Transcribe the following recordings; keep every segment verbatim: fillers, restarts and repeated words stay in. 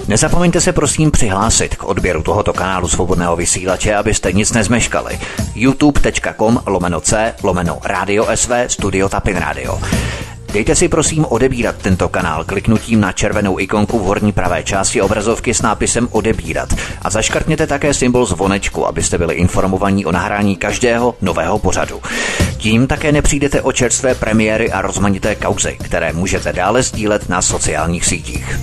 Nezapomeňte se prosím přihlásit k odběru tohoto kanálu Svobodného vysílače, abyste nic nezmeškali. youtube.com lomeno c lomeno Radio S V Studio Tapin Radio. Dejte si prosím odebírat tento kanál kliknutím na červenou ikonku v horní pravé části obrazovky s nápisem odebírat a zaškrtněte také symbol zvonečku, abyste byli informovaní o nahrání každého nového pořadu. Tím také nepřijdete o čerstvé premiéry a rozmanité kauzy, které můžete dále sdílet na sociálních sítích.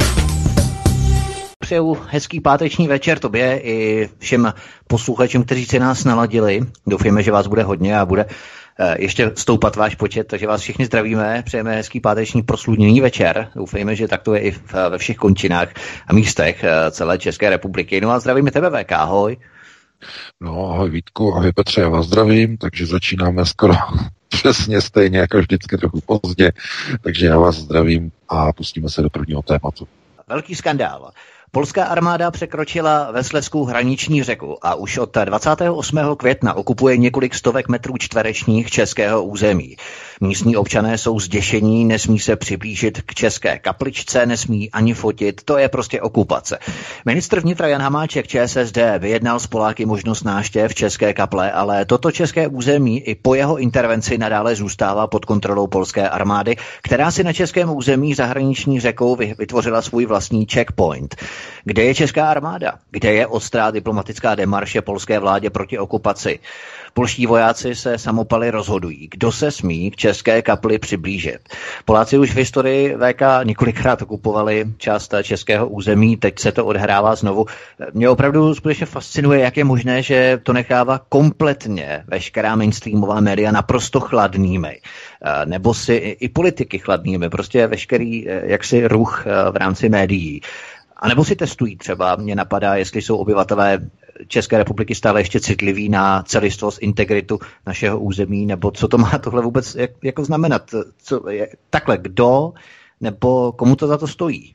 Přeju hezký páteční večer tobě i všem posluchačům, kteří si nás naladili. Doufujeme, že vás bude hodně a bude ještě stoupat váš počet, takže vás všichni zdravíme, přejeme hezký páteční prosludněný večer. Doufejme, že tak to je i ve všech končinách a místech celé České republiky. No a zdravíme tebe, V K, ahoj. No, ahoj Vítku, ahoj Petře, já vás zdravím, takže začínáme skoro přesně stejně jako vždycky trochu pozdě, takže já vás zdravím a pustíme se do prvního tématu. Velký skandál. Polská armáda překročila ve Slezsku hraniční řeku a už od dvacátého osmého května okupuje několik stovek metrů čtverečních českého území. Místní občané jsou zděšení, nesmí se přiblížit k české kapličce, nesmí ani fotit, to je prostě okupace. Ministr vnitra Jan Hamáček ČSSD vyjednal s Poláky možnost návštěv české kaple, ale toto české území i po jeho intervenci nadále zůstává pod kontrolou polské armády, která si na českém území za hraniční řekou vytvořila svůj vlastní checkpoint. Kde je česká armáda? Kde je ostrá diplomatická demarše polské vládě proti okupaci? Polští vojáci se samopaly rozhodují, kdo se smí k české kapli přiblížit. Poláci už v historii V K několikrát okupovali část českého území, teď se to odhrává znovu. Mě opravdu skutečně fascinuje, jak je možné, že to nechává kompletně veškerá mainstreamová média naprosto chladnými. Nebo si i politiky chladnými, prostě veškerý jaksi ruch v rámci médií. A nebo si testují třeba, mě napadá, jestli jsou obyvatelé České republiky stále ještě citliví na celistvost, integritu našeho území, nebo co to má tohle vůbec jak, jako znamenat? Co, je, takhle, kdo nebo komu to za to stojí?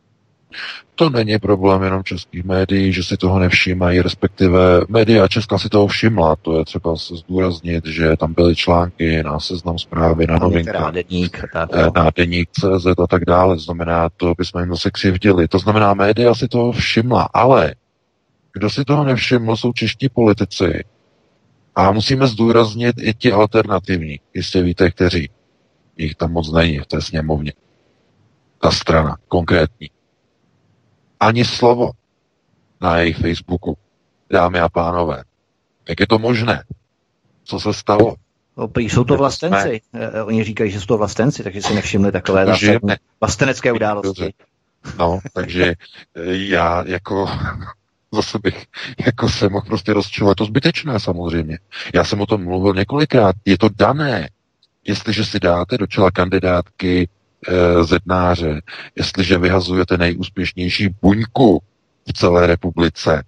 To není problém jenom českých médií, že si toho nevšímají, respektive média Česka si toho všimla. To je třeba se zdůraznit, že tam byly články na Seznam Zprávy, na Novinkách, na Deník, na Deník tečka cé zet a tak dále. To znamená, to bychom jim zase křivdili. To znamená, média si toho všimla, ale kdo si toho nevšiml, jsou čeští politici. A musíme zdůraznit i ti alternativní. Jistě víte, kteří. Jich tam moc není v té sněmovně. Ta strana konkrétní. Ani slovo na jejich Facebooku. Dámy a pánové, jak je to možné? Co se stalo? No, jsou to vlastenci. Jsme... Oni říkají, že jsou to vlastenci, takže si nevšimli takové zásadní vlastenecké události. No, takže já jako zase bych jako se mohl prostě rozčilovat. To zbytečné samozřejmě. Já jsem o tom mluvil několikrát. Je to dané. Jestliže si dáte do čela kandidátky zednáře, jestliže vyhazujete nejúspěšnější buňku v celé republice,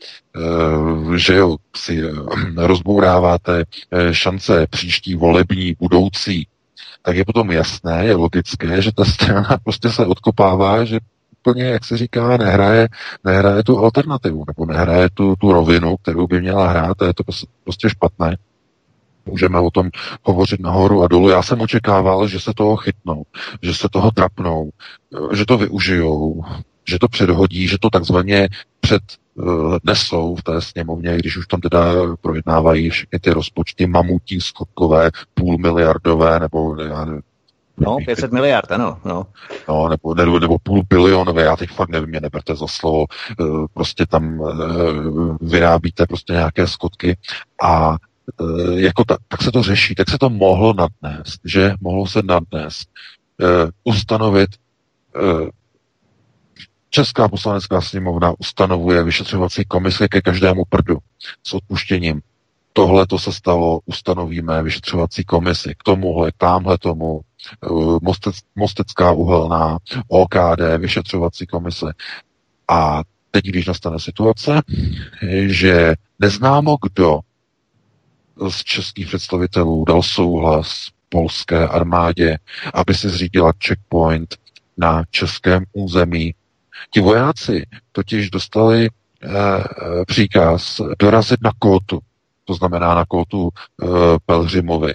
že jo, si rozbouráváte šance příští volební, budoucí, tak je potom jasné, je logické, že ta strana prostě se odkopává, že úplně, jak se říká, nehraje, nehraje tu alternativu, nebo nehraje tu, tu rovinu, kterou by měla hrát, a je to prostě špatné. Můžeme o tom hovořit nahoru a dolů. Já jsem očekával, že se toho chytnou, že se toho trapnou, že to využijou, že to předhodí, že to takzvaně přednesou v té sněmovně, když už tam teda projednávají všechny ty rozpočty mamutí, skotkové, půl miliardové, nebo já nevím, no, pět set miliard, ano. No, no nebo, nebo, nebo půl bilionové, já teď fakt nevím, mě neberte za slovo, prostě tam vyrábíte prostě nějaké skotky a jako ta, tak se to řeší, tak se to mohlo nadnést, že mohlo se nadnést, uh, ustanovit, uh, Česká poslanecká sněmovna ustanovuje vyšetřovací komisi ke každému prdu s odpuštěním. Tohle to se stalo, ustanovíme vyšetřovací komisi k tomuhle, k támhle tomu, uh, Mostec, Mostecká uhelná, O K D, vyšetřovací komise. A teď, když nastane situace, že neznámo kdo z českých představitelů dal souhlas polské armádě, aby si zřídila checkpoint na českém území. Ti vojáci totiž dostali eh, příkaz dorazit na kótu, to znamená na kótu eh, Pelhřimovi.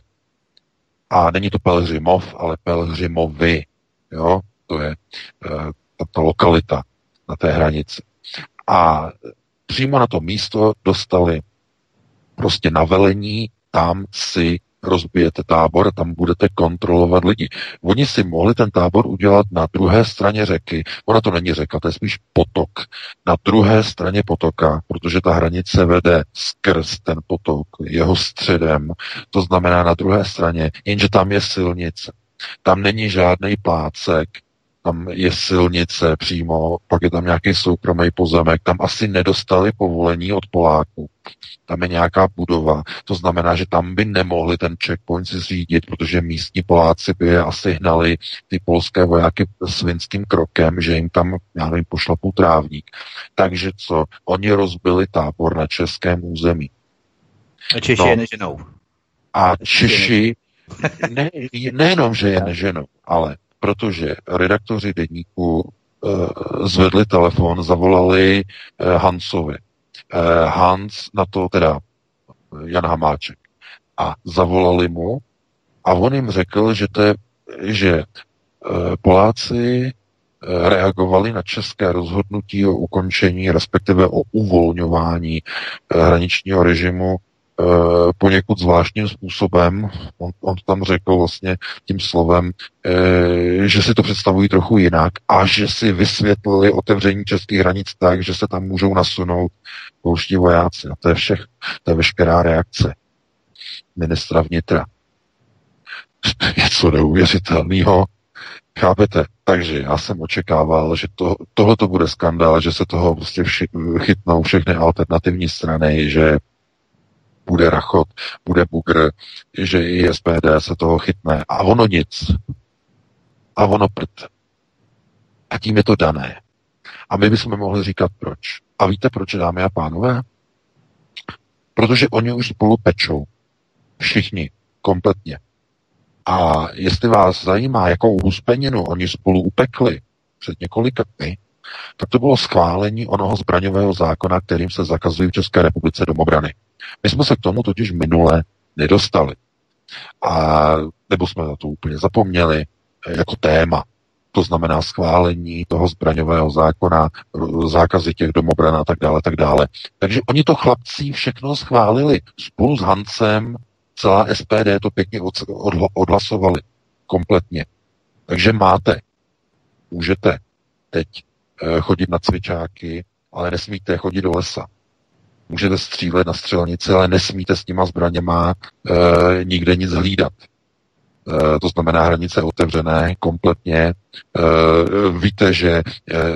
A není to Pelhřimov, ale Pelhřimovi. Jo? To je eh, ta, ta lokalita na té hranici. A přímo na to místo dostali prostě na velení, tam si rozbijete tábor, tam budete kontrolovat lidi. Oni si mohli ten tábor udělat na druhé straně řeky. Ona to není řeka, to je spíš potok. Na druhé straně potoka, protože ta hranice vede skrz ten potok, jeho středem, to znamená na druhé straně, jenže tam je silnice. Tam není žádný plácek, tam je silnice přímo, pak je tam nějaký soukromý pozemek, tam asi nedostali povolení od Poláků. Tam je nějaká budova, to znamená, že tam by nemohli ten checkpoint si zřídit, protože místní Poláci by je asi hnali ty polské vojáky svinským krokem, že jim tam, já nevím, pošlapou trávník. Takže co? Oni rozbili tábor na českém území. A Češi no, je neženou. A Češi, ne, nejenom, že je neženou, ale protože redaktoři deníku uh, zvedli telefon, zavolali uh, Hansovi. Uh, Hans na to, teda Jan Hamáček, a zavolali mu a on jim řekl, že, to je, že uh, Poláci uh, reagovali na české rozhodnutí o ukončení, respektive o uvolňování uh, hraničního režimu poněkud zvláštním způsobem. On, on tam řekl vlastně tím slovem, e, že si to představují trochu jinak a že si vysvětlili otevření českých hranic tak, že se tam můžou nasunout polští vojáci. A to je všech, to je veškerá reakce ministra vnitra. Něco neuvěřitelného. Chápete? Takže já jsem očekával, že to, tohle to bude skandál, že se toho prostě vši, chytnou všechny alternativní strany, že bude rachot, bude bugr, že i S P D se toho chytne. A ono nic. A ono prd. A tím je to dané. A my bychom mohli říkat proč. A víte proč, dámy a pánové? Protože oni už spolu pečou. Všichni. Kompletně. A jestli vás zajímá, jakou huspeninu oni spolu upekli před několika dny, tak to bylo schválení onoho zbraňového zákona, kterým se zakazují v České republice domobrany. My jsme se k tomu totiž minule nedostali. A nebo jsme na to úplně zapomněli jako téma. To znamená schválení toho zbraňového zákona, zákazy těch domobran a tak dále, tak dále. Takže oni to chlapci všechno schválili. Spolu s Hansem celá S P D to pěkně odhlasovali. Kompletně. Takže máte, můžete teď chodit na cvičáky, ale nesmíte chodit do lesa. Můžete střílet na střelnici, ale nesmíte s těma zbraněma e, nikde nic hlídat. E, to znamená hranice otevřené kompletně. E, víte, že e,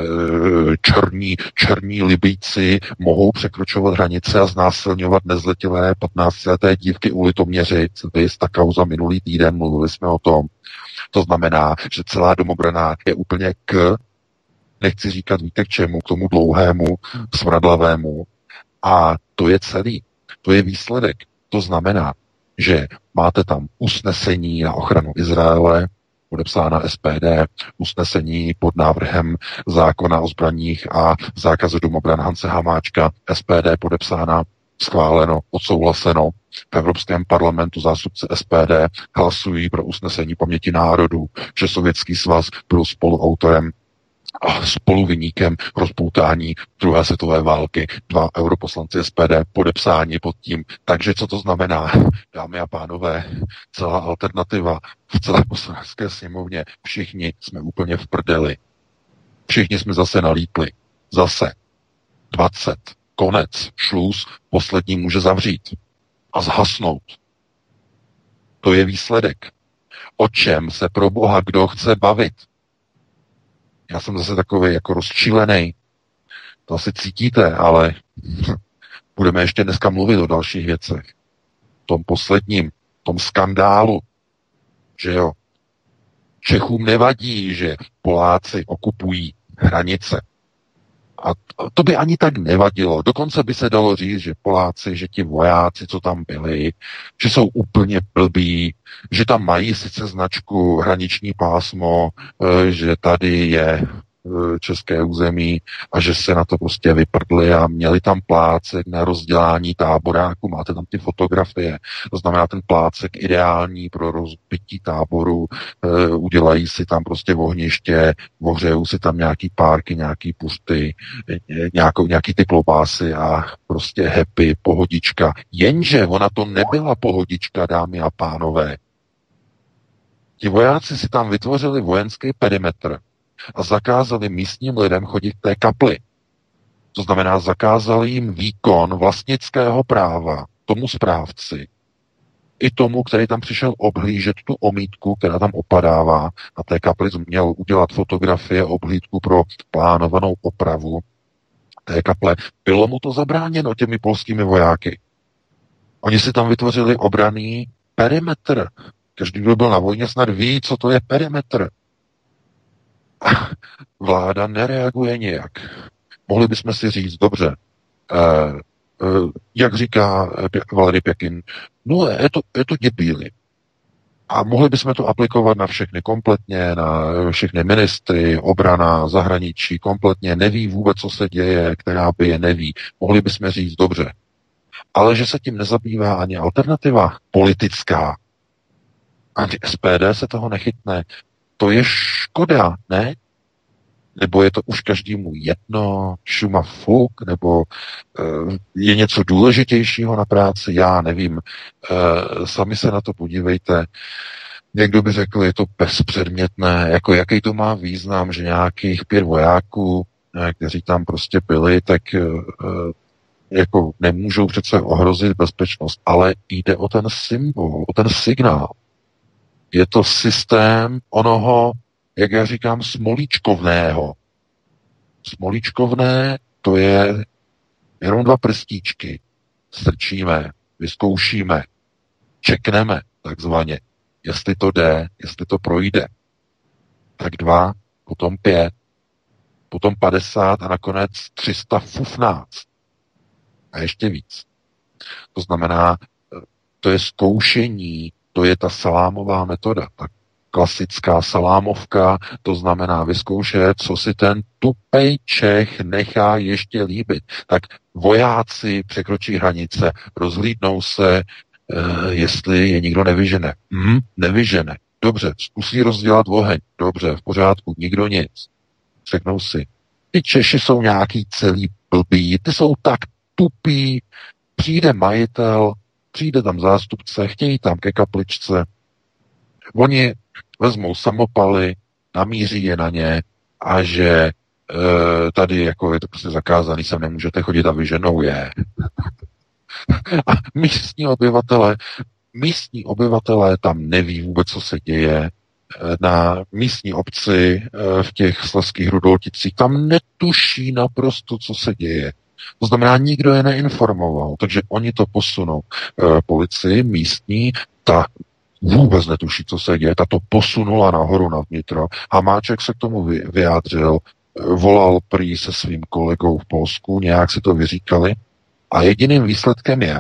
černí, černí Libyjci mohou překročovat hranice a znásilňovat nezletilé patnáctileté dívky u Litoměřic. Viz ta kauza minulý týden, mluvili jsme o tom. To znamená, že celá domobrana je úplně k, nechci říkat víte k čemu, k tomu dlouhému, smradlavému. A to je celý. To je výsledek. To znamená, že máte tam usnesení na ochranu Izraele, podepsána S P D, usnesení pod návrhem zákona o zbraních a zákazu domobran Hanse Hamáčka, S P D podepsána, schváleno, odsouhlaseno. V Evropském parlamentu zástupce S P D hlasují pro usnesení paměti národů, že Sovětský svaz byl spoluautorem a spoluviníkem rozpoutání druhé světové války. Dva europoslanci S P D podepsáni pod tím. Takže co to znamená, dámy a pánové, celá alternativa v celé poslanecké sněmovně, všichni jsme úplně v prdeli. Všichni jsme zase nalítli. Zase. dvacet. Konec. Šluz. Poslední může zavřít. A zhasnout. To je výsledek. O čem se pro Boha kdo chce bavit? Já jsem zase takový jako rozčílený. To asi cítíte, ale budeme ještě dneska mluvit o dalších věcech. Tom posledním, tom skandálu, že jo. Čechům nevadí, že Poláci okupují hranice. A to by ani tak nevadilo. Dokonce by se dalo říct, že Poláci, že ti vojáci, co tam byli, že jsou úplně blbí, že tam mají sice značku hraniční pásmo, že tady je české území a že se na to prostě vyprdli a měli tam plácek na rozdělání táboráku. Máte tam ty fotografie. To znamená ten plácek ideální pro rozbití táboru. E, udělají si tam prostě ohniště, ohřejou si tam nějaký párky, nějaký pušty, nějakou, nějaký ty klobásy a prostě happy, pohodička. Jenže ona to nebyla pohodička, dámy a pánové. Ti vojáci si tam vytvořili vojenský perimetr a zakázali místním lidem chodit k té kapli. To znamená, zakázali jim výkon vlastnického práva tomu správci i tomu, který tam přišel obhlížet tu omítku, která tam opadává. Na té kapli měl udělat fotografie, obhlídku pro plánovanou opravu té kaple. Bylo mu to zabráněno těmi polskými vojáky. Oni si tam vytvořili obranný perimetr. Každý, kdo byl na vojně, snad ví, co to je perimetr. Vláda nereaguje nějak. Mohli bychom si říct, dobře, eh, eh, jak říká Valery Pěkin, no je to, je to děbíli. A mohli bychom to aplikovat na všechny kompletně, na všechny ministry, obrana, zahraničí, kompletně neví vůbec, co se děje, která by je neví. Mohli bychom říct, dobře. Ale že se tím nezabývá ani alternativa politická, ani S P D se toho nechytne, to je škoda, ne? Nebo je to už každému jedno, šuma fuk, nebo uh, je něco důležitějšího na práci, já nevím. Uh, sami se na to podívejte. Někdo by řekl, je to bezpředmětné, jako jaký to má význam, že nějakých pět vojáků, kteří tam prostě byli, tak uh, jako nemůžou přece ohrozit bezpečnost, ale jde o ten symbol, o ten signál. Je to systém onoho, jak já říkám, smolíčkovného. Smolíčkovné, to je jenom dva prstíčky. Strčíme, vyzkoušíme, čekneme, takzvaně, jestli to jde, jestli to projde. Tak dva, potom pět, potom padesát a nakonec tři sta fufnáct. A ještě víc. To znamená, to je zkoušení, to je ta salámová metoda, tak klasická salámovka, to znamená vyzkoušet, co si ten tupej Čech nechá ještě líbit. Tak vojáci překročí hranice, rozhlídnou se, e, jestli je nikdo nevyžene. Hm, nevyžene. Dobře, zkusí rozdělat oheň. Dobře, v pořádku, nikdo nic. Řeknou si, ty Češi jsou nějaký celý blbý, ty jsou tak tupí, přijde majitel, přijde tam zástupce, chtějí tam ke kapličce, oni vezmou samopaly, namíří je na ně a že e, tady jako je to prostě zakázaný, sem nemůžete chodit a vyženou je. A místní obyvatele, místní obyvatelé tam neví vůbec, co se děje. Na místní obci v těch slezských Rudolticích tam netuší naprosto, co se děje. To znamená, nikdo je neinformoval, takže oni to posunou. E, policii místní, ta vůbec netuší, co se děje, ta to posunula nahoru na vnitro. Hamáček se k tomu vyjádřil, volal prý se svým kolegou v Polsku, nějak si to vyříkali a jediným výsledkem je,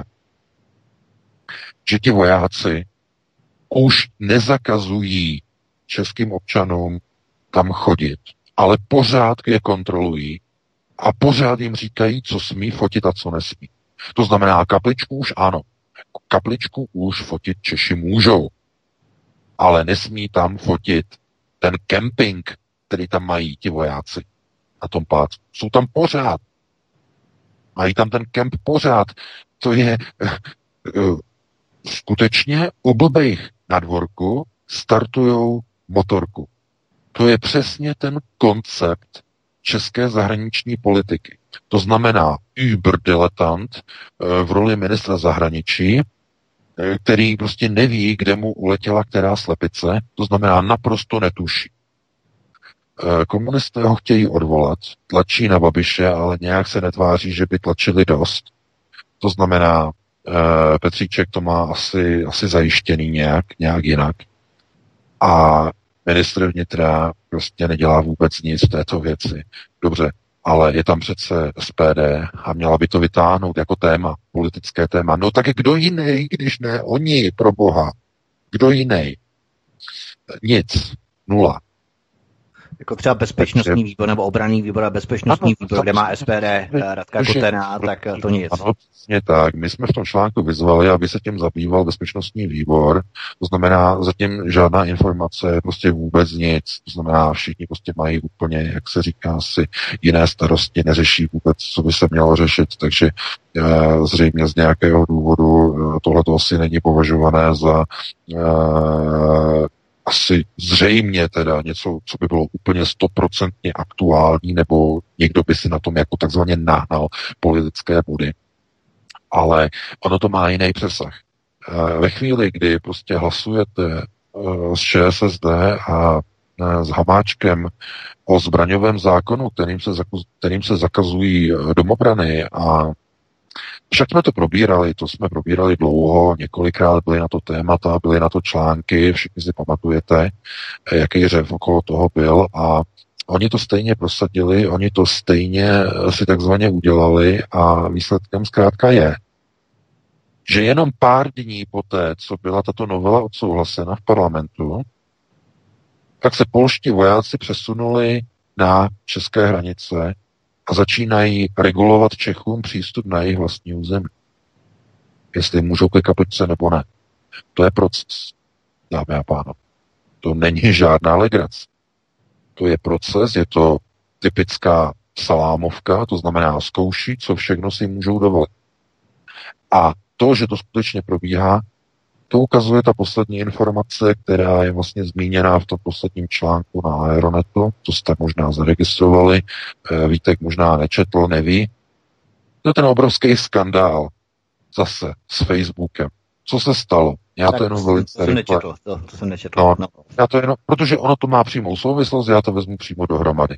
že ti vojáci už nezakazují českým občanům tam chodit, ale pořád je kontrolují a pořád jim říkají, co smí fotit a co nesmí. To znamená, kapličku už ano. Kapličku už fotit Češi můžou, ale nesmí tam fotit ten kemping, který tam mají ti vojáci na tom plácu. Jsou tam pořád. Mají tam ten kemp pořád. To je uh, skutečně u blbejch na dvorku startujou motorku. To je přesně ten koncept české zahraniční politiky. To znamená überdiletant v roli ministra zahraničí, který prostě neví, kde mu uletěla která slepice, to znamená naprosto netuší. Komunisté ho chtějí odvolat, tlačí na Babiše, ale nějak se netváří, že by tlačili dost. To znamená, Petříček to má asi, asi zajištěný nějak, nějak jinak. A ministr vnitra prostě nedělá vůbec nic v této věci. Dobře, ale je tam přece S P D a měla by to vytáhnout jako téma, politické téma. No tak kdo jiný, když ne oni, pro boha. Kdo jiný? Nic. Nula. Jako třeba bezpečnostní Takže... výbor nebo obranný výbor a bezpečnostní ano, výbor, kde má S P D Radka Kotena, tak to nic. Ano, přesně tak. My jsme v tom článku vyzvali, aby se tím zabýval bezpečnostní výbor. To znamená, zatím žádná informace, prostě vůbec nic. To znamená, všichni prostě mají úplně, jak se říká, si jiné starosti, neřeší vůbec, co by se mělo řešit. Takže uh, zřejmě z nějakého důvodu uh, tohle to asi není považované za uh, asi zřejmě teda něco, co by bylo úplně stoprocentně aktuální, nebo někdo by si na tom jako takzvaně nahnal politické body. Ale ono to má jiný přesah. Ve chvíli, kdy prostě hlasujete s ČSSD a s Hamáčkem o zbraňovém zákonu, kterým se, kterým se zakazují domobrany a však jsme to probírali, to jsme probírali dlouho, několikrát byly na to témata, byly na to články, všichni si pamatujete, jaký řev okolo toho byl a oni to stejně prosadili, oni to stejně si takzvaně udělali a výsledkem zkrátka je, že jenom pár dní poté, co byla tato novela odsouhlasena v parlamentu, tak se polští vojáci přesunuli na české hranice a začínají regulovat Čechům přístup na jejich vlastní území. Jestli můžou ke kapličce nebo ne. To je proces, dámy a pánové. To není žádná legrace. To je proces, je to typická salámovka, to znamená zkouší, co všechno si můžou dovolit. A to, že to skutečně probíhá, to ukazuje ta poslední informace, která je vlastně zmíněná v tom posledním článku na Aeronetu. To jste možná zaregistrovali, Vítek možná nečetl, neví. To je ten obrovský skandál zase s Facebookem. Co se stalo? Já tak to jenom velice... To jsem nečetl, to, to jsem nečetl. No, no. Já to jenom, protože ono to má přímou souvislost, já to vezmu přímo dohromady.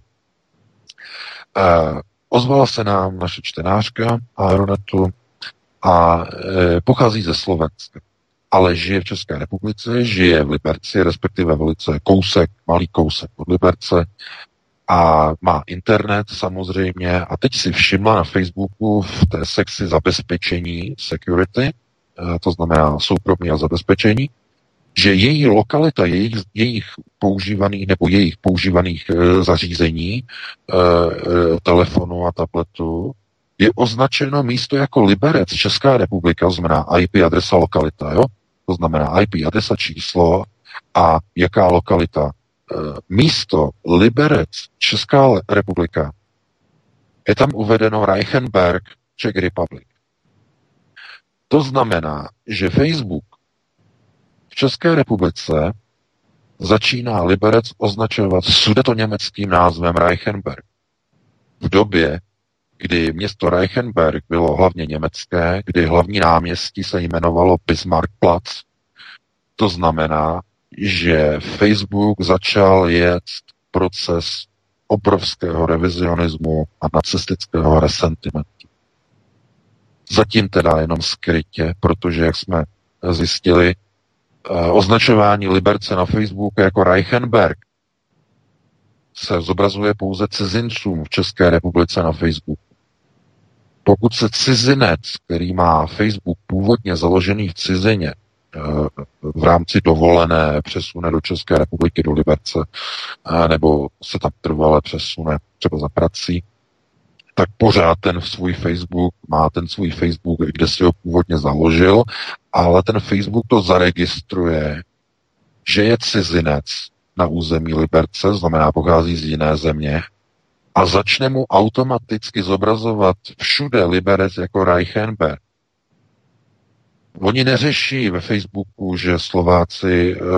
Eh, ozvala se nám naše čtenářka Aeronetu a eh, pochází ze Slovenska, ale žije v České republice, žije v Liberci, respektive velice kousek, malý kousek od Liberce a má internet samozřejmě a teď si všimla na Facebooku v té sekci zabezpečení security, to znamená soukromí a zabezpečení, že její lokalita, jejich, jejich používaných nebo jejich používaných e, zařízení, e, e, telefonu a tabletu je označeno místo jako Liberec, Česká republika, to znamená I P adresa lokalita, jo? To znamená I P adresa číslo a jaká lokalita. E, místo Liberec, Česká republika, je tam uvedeno Reichenberg, Czech Republic. To znamená, že Facebook v České republice začíná Liberec označovat sudetoněmeckým názvem Reichenberg. V době, kdy město Reichenberg bylo hlavně německé, kdy hlavní náměstí se jmenovalo Bismarckplatz, to znamená, že Facebook začal jet proces obrovského revizionismu a nacistického resentimentu. Zatím teda jenom skrytě, protože, jak jsme zjistili, označování Liberce na Facebooku jako Reichenberg se zobrazuje pouze cizincům v České republice na Facebooku. Pokud se cizinec, který má Facebook původně založený v cizině, v rámci dovolené přesune do České republiky, do Liberce, nebo se tam trvale přesune třeba za prací, tak pořád ten svůj Facebook má ten svůj Facebook, kde si ho původně založil, ale ten Facebook to zaregistruje, že je cizinec na území Liberce, znamená pochází z jiné země, a začne mu automaticky zobrazovat všude Liberec jako Reichenberg. Oni neřeší ve Facebooku, že Slováci e,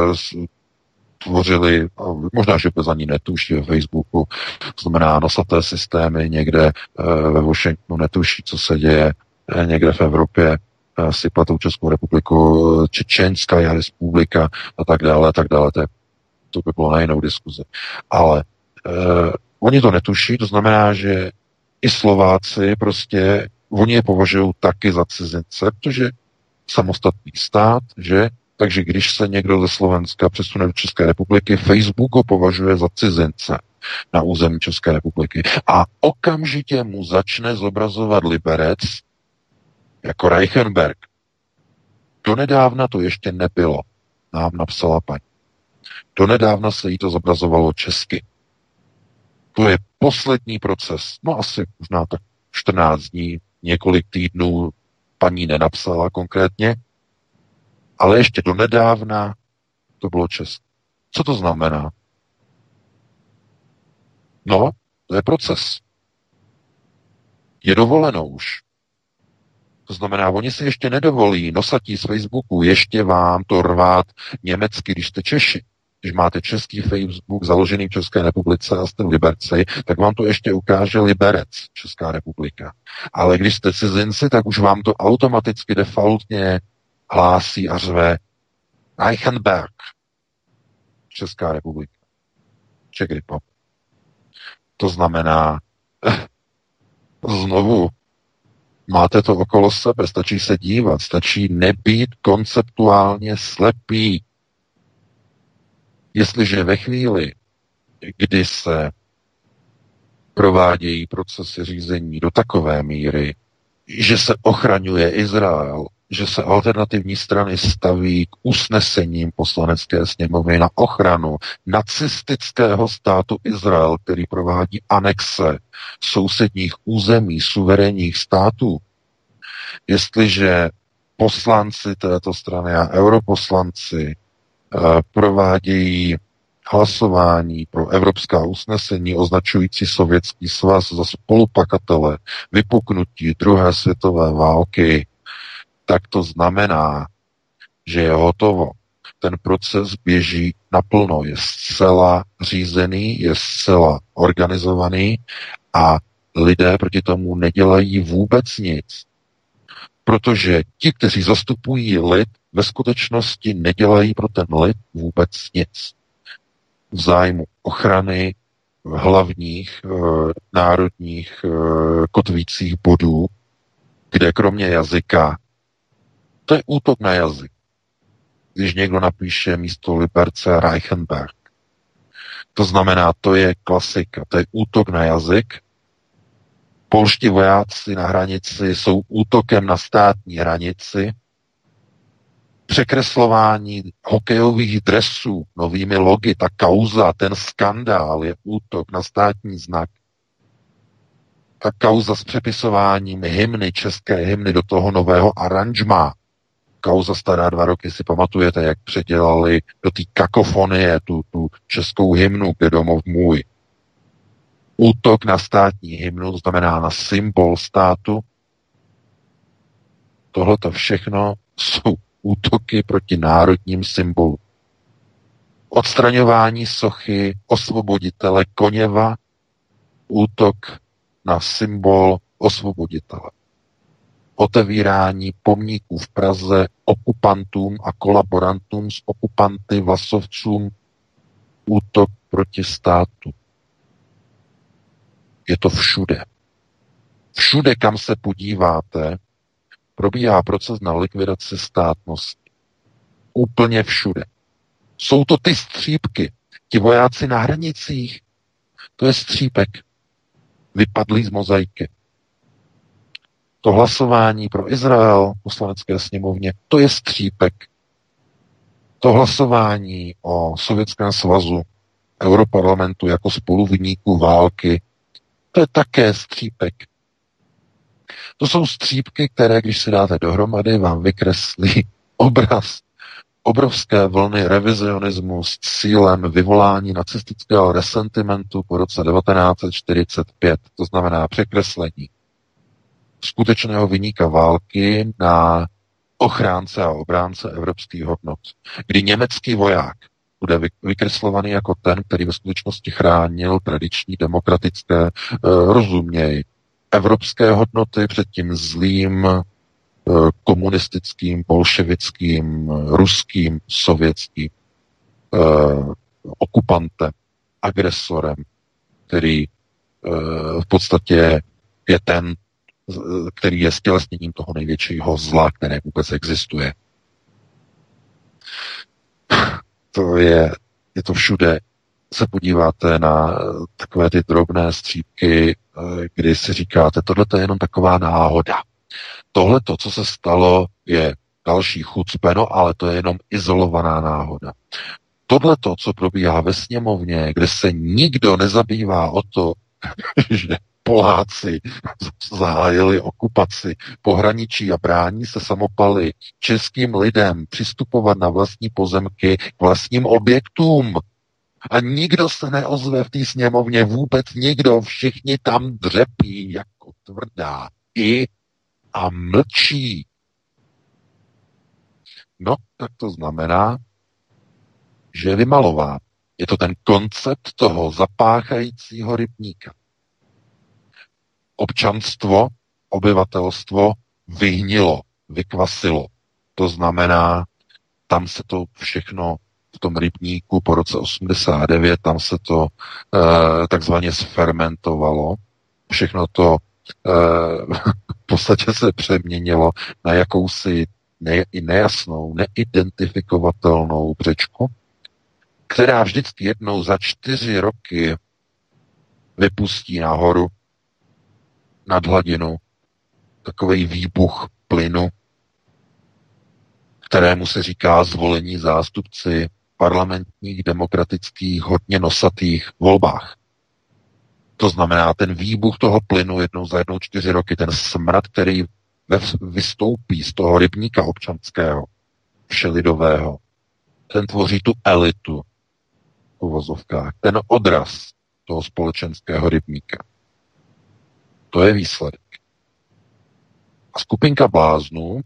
tvořili, možná, že vůbec ani netuší ve Facebooku, to znamená nosaté systémy někde e, ve Washingtonu netuší, co se děje e, někde v Evropě, e, si platou Českou republiku, Čečenská republika a tak dále, a tak dále. To, je, to by bylo na jinou diskuzi. Ale e, oni to netuší, to znamená, že i Slováci prostě, oni je považují taky za cizince, protože samostatný stát, že? Takže když se někdo ze Slovenska přesune do České republiky, Facebook ho považuje za cizince na území České republiky. A okamžitě mu začne zobrazovat Liberec jako Reichenberg. Donedávna to ještě nebylo, nám napsala paní. Donedávna se jí to zobrazovalo česky. To je poslední proces. No asi možná tak čtrnáct dní, několik týdnů paní nenapsala konkrétně, ale ještě donedávna to bylo Česko. Co to znamená? No, to je proces. Je dovoleno už. To znamená, oni si ještě nedovolí nosatí z Facebooku ještě vám to rvát německy, když jste Češi. Když máte český Facebook založený v České republice a jste v Liberci, tak vám to ještě ukáže Liberec, Česká republika. Ale když jste cizinci, tak už vám to automaticky defaultně hlásí a řve Reichenberg, Česká republika. Czech Republic. To znamená, znovu, máte to okolo sebe, stačí se dívat, stačí nebýt konceptuálně slepý. Jestliže ve chvíli, kdy se provádějí procesy řízení do takové míry, že se ochraňuje Izrael, že se alternativní strany staví k usnesením poslanecké sněmovny na ochranu nacistického státu Izrael, který provádí anexe sousedních území, suverénních států. Jestliže poslanci této strany a europoslanci eh, provádějí hlasování pro evropská usnesení označující Sovětský svaz za spolupakatele vypuknutí druhé světové války, tak to znamená, že je hotovo. Ten proces běží naplno, je zcela řízený, je zcela organizovaný a lidé proti tomu nedělají vůbec nic. Protože ti, kteří zastupují lid, ve skutečnosti nedělají pro ten lid vůbec nic. V zájmu ochrany hlavních e, národních e, kotvících bodů, kde kromě jazyka, to je útok na jazyk. Když někdo napíše místo Liberce Reichenberg. To znamená, to je klasika, to je útok na jazyk. Polští vojáci na hranici jsou útokem na státní hranici. Překreslování hokejových dresů novými logy, ta kauza, ten skandál je útok na státní znak. Ta kauza s přepisováním hymny, české hymny do toho nového aranžma. Kauza stará dva roky, si pamatujete, jak předělali do té kakofonie tu, tu českou hymnu, kde domov můj. Útok na státní hymnu, to znamená na symbol státu. Tohle to všechno jsou útoky proti národním symbolům. Odstraňování sochy osvoboditele Koněva, útok na symbol osvoboditele. Otevírání pomníků v Praze okupantům a kolaborantům s okupanty vlasovcům, útok proti státu. Je to všude. Všude, kam se podíváte, probíhá proces na likvidaci státnosti. Úplně všude. Jsou to ty střípky. Ti vojáci na hranicích, to je střípek. Vypadlý z mozaiky. To hlasování pro Izrael v poslanecké sněmovně, to je střípek. To hlasování o Sovětském svazu, Europarlamentu jako spoluviníků války, to je také střípek. To jsou střípky, které, když si dáte dohromady, vám vykreslí obraz obrovské vlny revizionismu s cílem vyvolání nacistického resentimentu po roce devatenáct set čtyřicet pět. To znamená překreslení skutečného viníka války na ochránce a obránce evropských hodnot. Kdy německý voják bude vykreslovaný jako ten, který ve skutečnosti chránil tradiční demokratické, rozuměj, evropské hodnoty před tím zlým komunistickým, bolševickým, ruským, sovětským eh, okupantem, agresorem, který eh, v podstatě je ten, který je stělesněním toho největšího zla, které vůbec existuje. To je, je to všude. Se podíváte na takové ty drobné střípky, kdy si říkáte, tohle je jenom taková náhoda. Tohle, to, co se stalo, je další chucpe, no ale to je jenom izolovaná náhoda. tohleto, co probíhá ve sněmovně, kde se nikdo nezabývá o to, že Poláci zahájili okupaci pohraničí a brání se samopaly českým lidem přistupovat na vlastní pozemky k vlastním objektům. A nikdo se neozve v té sněmovně, vůbec nikdo, všichni tam dřepí jako tvrdá i a mlčí. No, tak to znamená, že je vymalován. Je to ten koncept toho zapáchajícího rybníka. Občanstvo, obyvatelstvo vyhnilo, vykvasilo. To znamená, tam se to všechno v tom rybníku po roce osmdesát devět, tam se to eh, takzvaně sfermentovalo. Všechno to eh, v podstatě se přeměnilo na jakousi ne, nejasnou, neidentifikovatelnou břečku, která vždycky jednou za čtyři roky vypustí nahoru nad hladinu takový výbuch plynu, kterému se říká zvolení zástupci parlamentních, demokratických, hodně nosatých volbách. To znamená, ten výbuch toho plynu jednou za jednou čtyři roky, ten smrad, který vystoupí z toho rybníka občanského, všelidového, ten tvoří tu elitu v uvozovkách, ten odraz toho společenského rybníka. To je výsledek. A skupinka bláznů,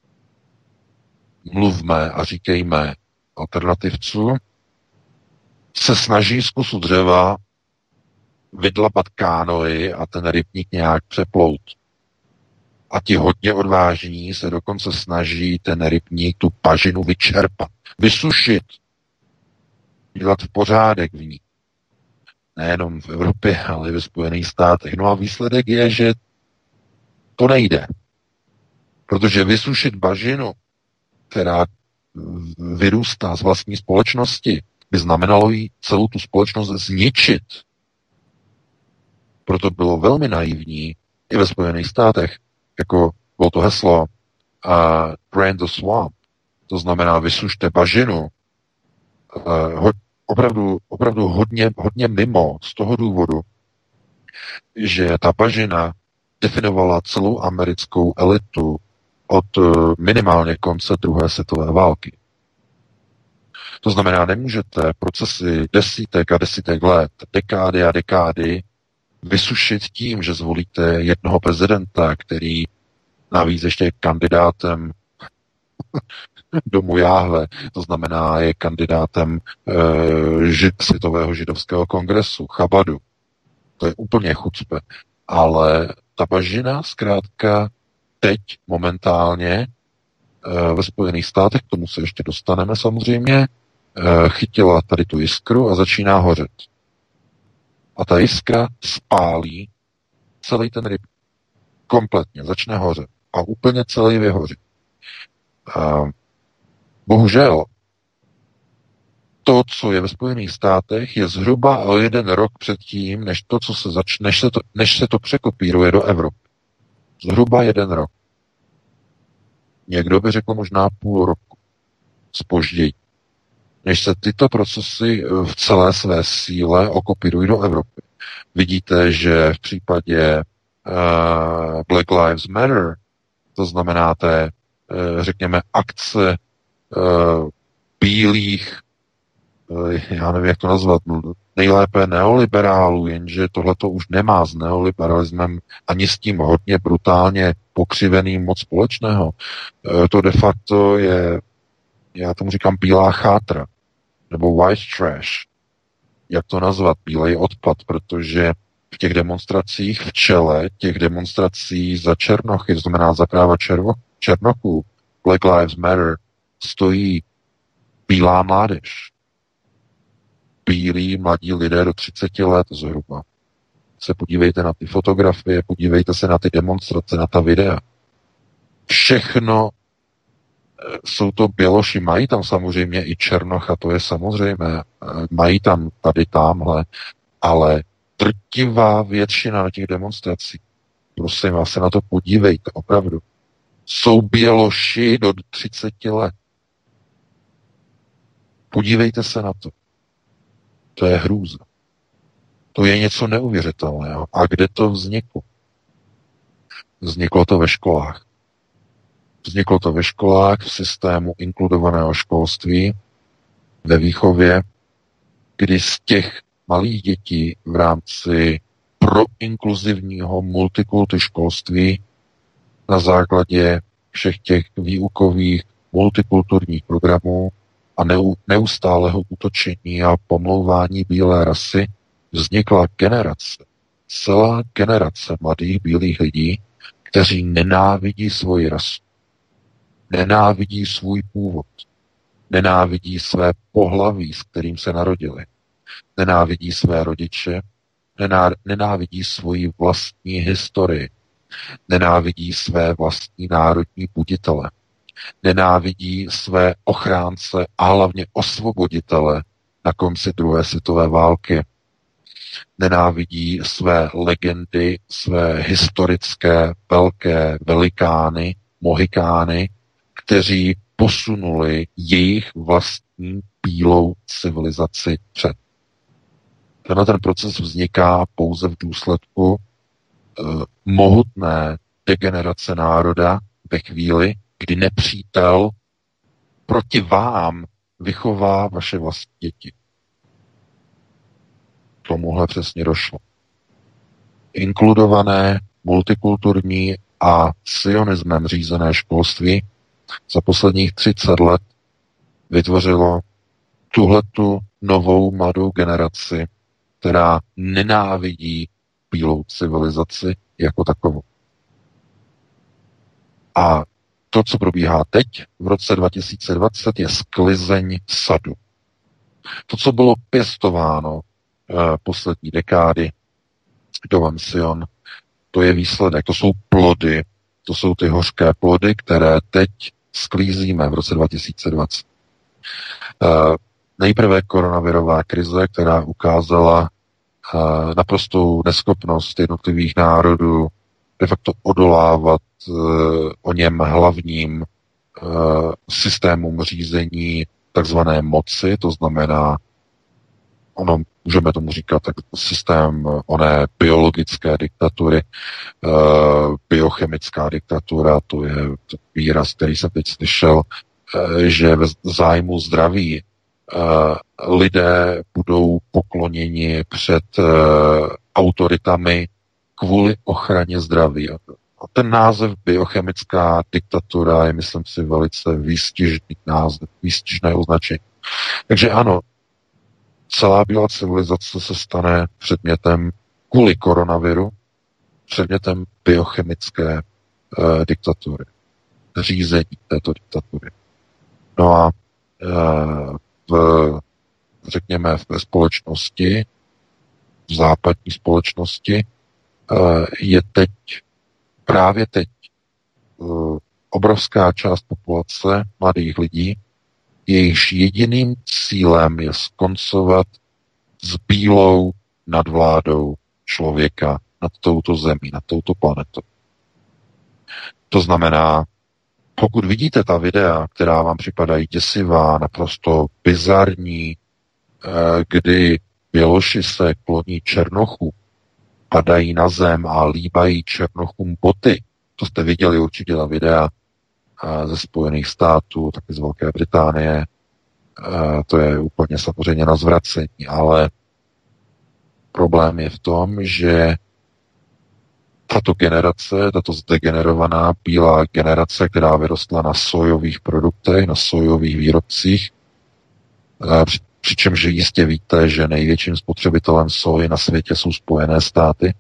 mluvme a říkejme alternativců, se snaží z kusu dřeva vydlapat kánoi a ten rybník nějak přeplout. A ti hodně odvážní se dokonce snaží ten rybník, tu pažinu vyčerpat, vysušit, dělat v pořádek v ní. Nejenom v Evropě, ale i ve Spojených státech. No a výsledek je, že to nejde. Protože vysušit bažinu, která vyrůstá z vlastní společnosti, by znamenalo jí celou tu společnost zničit. Proto bylo velmi naivní i ve Spojených státech, jako bylo to heslo uh, Drain the Swamp, to znamená vysušte bažinu, uh, ho, opravdu, opravdu hodně, hodně mimo z toho důvodu, že ta bažina definovala celou americkou elitu od uh, minimálně konce druhé světové války. To znamená, nemůžete procesy desítek a desítek let, dekády a dekády vysušit tím, že zvolíte jednoho prezidenta, který navíc ještě je kandidátem domu Jáhve, to znamená je kandidátem e, žid, Světového židovského kongresu, Chabadu. To je úplně chucpe. Ale ta bažina zkrátka teď momentálně e, ve Spojených státech, k tomu se ještě dostaneme samozřejmě, e, chytila tady tu jiskru a začíná hořet. A ta jiskra spálí celý ten ryb. Kompletně začne hořet. A úplně celý vyhoří. A bohužel, to, co je ve Spojených státech, je zhruba o jeden rok předtím, než, to, co se zač- než, se to, než se to překopíruje do Evropy. Zhruba jeden rok. Někdo by řekl možná půl roku zpoždění, než se tyto procesy v celé své síle okopírují do Evropy. Vidíte, že v případě uh, Black Lives Matter, to znamená té, uh, řekněme, akce uh, bílých, uh, já nevím, jak to nazvat, nejlépe neoliberálů, jenže tohleto už nemá s neoliberalismem ani s tím hodně brutálně pokřiveným moc společného. Uh, to de facto je, já tomu říkám, bílá chátra, nebo white trash, jak to nazvat, bílej odpad, protože v těch demonstracích v čele těch demonstrací za černochy, to znamená za práva červo, černochů, Black Lives Matter, stojí bílá mládež. Bílí mladí lidé do třiceti let zhruba. Se podívejte na ty fotografie, podívejte se na ty demonstrace, na ta videa. Všechno jsou to běloši, mají tam samozřejmě i černocha, to je samozřejmé, mají tam tady, tamhle, ale drtivá většina na těch demonstracích, prosím vás, se na to podívejte, opravdu, jsou běloši do třiceti let. Podívejte se na to. To je hrůza. To je něco neuvěřitelného. A kde to vzniklo? Vzniklo to ve školách. Vzniklo to ve školách v systému inkludovaného školství, ve výchově, kdy z těch malých dětí v rámci proinkluzivního multikulty školství na základě všech těch výukových multikulturních programů a neustálého útočení a pomlouvání bílé rasy vznikla generace, celá generace mladých bílých lidí, kteří nenávidí svoji rasu, nenávidí svůj původ, nenávidí své pohlaví, s kterým se narodili, nenávidí své rodiče, nenávidí svoji vlastní historii, nenávidí své vlastní národní buditele, nenávidí své ochránce a hlavně osvoboditele na konci druhé světové války, nenávidí své legendy, své historické velké velikány, mohikány, kteří posunuli jejich vlastní bílou civilizaci před. Tenhle ten proces vzniká pouze v důsledku eh, mohutné degenerace národa ve chvíli, kdy nepřítel proti vám vychová vaše vlastní děti. Tomuhle přesně došlo. Inkludované, multikulturní a sionismem řízené školství za posledních třicet let vytvořilo tuhletu novou mladou generaci, která nenávidí bílou civilizaci jako takovou. A to, co probíhá teď, v roce dva tisíce dvacet, je sklizeň sadu. To, co bylo pěstováno eh, poslední dekády domem Sion, to je výsledek, to jsou plody, to jsou ty hořké plody, které teď sklízíme v roce dva tisíce dvacet. Eh, nejprve koronavirová krize, která ukázala eh, naprostou neschopnost jednotlivých národů de facto odolávat uh, o něm hlavním uh, systémům řízení takzvané moci, to znamená, ono, můžeme tomu říkat tak systém oné biologické diktatury, uh, biochemická diktatura, to je výraz, který jsem teď slyšel, uh, že ve zájmu zdraví uh, lidé budou pokloněni před uh, autoritami kvůli ochraně zdraví. A ten název biochemická diktatura je, myslím si, velice výstižný název, výstižné označení. Takže ano, celá bílá civilizace se stane předmětem kvůli koronaviru, předmětem biochemické eh, diktatury, řízení této diktatury. No a eh, v, řekněme, ve společnosti, v západní společnosti, je teď, právě teď, obrovská část populace mladých lidí, jejichž jediným cílem je skoncovat s bílou nadvládou člověka nad touto zemí, nad touto planetou. To znamená, pokud vidíte ta videa, která vám připadají děsivá, naprosto bizarní, kdy Běloši se kloní černochů, padají na zem a líbají černochům boty. To jste viděli určitě ta videa ze Spojených států, taky z Velké Británie. To je úplně samozřejmě na zvracení, ale problém je v tom, že tato generace, tato zdegenerovaná bílá generace, která vyrostla na sojových produktech, na sojových výrobcích, přičemž jistě víte, že největším spotřebitelem soji na světě jsou Spojené státy.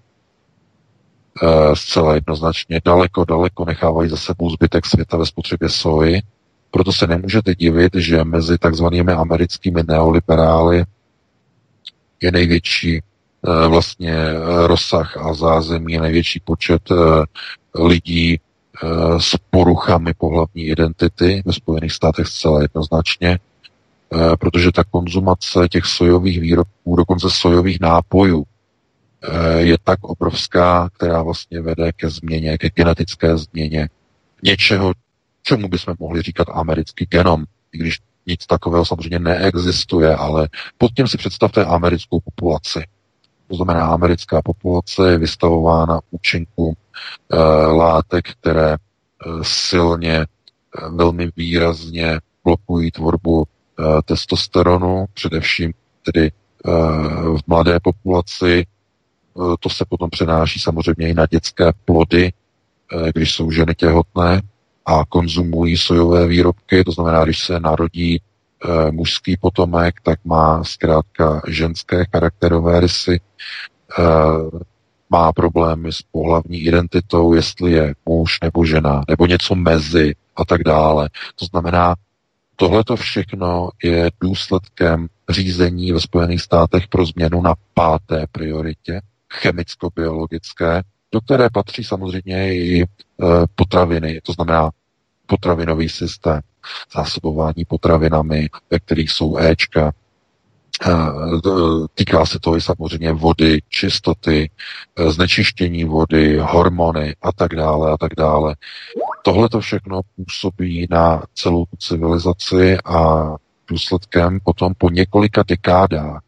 Zcela jednoznačně daleko, daleko nechávají za sebou zbytek světa ve spotřebě soji. Proto se nemůžete divit, že mezi takzvanými americkými neoliberály je největší vlastně rozsah a zázemí, největší počet lidí s poruchami pohlavní identity ve Spojených státech zcela jednoznačně, protože ta konzumace těch sojových výrobků, dokonce sojových nápojů, je tak obrovská, která vlastně vede ke změně, ke genetické změně něčeho, čemu bychom mohli říkat americký genom, i když Nic takového samozřejmě neexistuje, ale pod tím si představte americkou populaci. To znamená, americká populace je vystavována účinkům e, látek, které e, silně, e, velmi výrazně blokují tvorbu e, testosteronu, především tedy e, v mladé populaci. E, to se potom přenáší samozřejmě i na dětské plody, e, když jsou ženy těhotné a konzumují sojové výrobky, to znamená, když se narodí e, mužský potomek, tak má zkrátka ženské charakterové rysy, e, má problémy s pohlavní identitou, jestli je muž nebo žena, nebo něco mezi a tak dále. To znamená, tohleto všechno je důsledkem řízení ve Spojených státech pro změnu na páté prioritě, chemicko-biologické, do které patří samozřejmě i e, potraviny, to znamená potravinový systém, zásobování potravinami, ve kterých jsou éčka. Týká se to i samozřejmě vody, čistoty, znečištění vody, hormony a tak dále a tak dále. Tohle to všechno působí na celou tu civilizaci a důsledkem potom po několika dekádách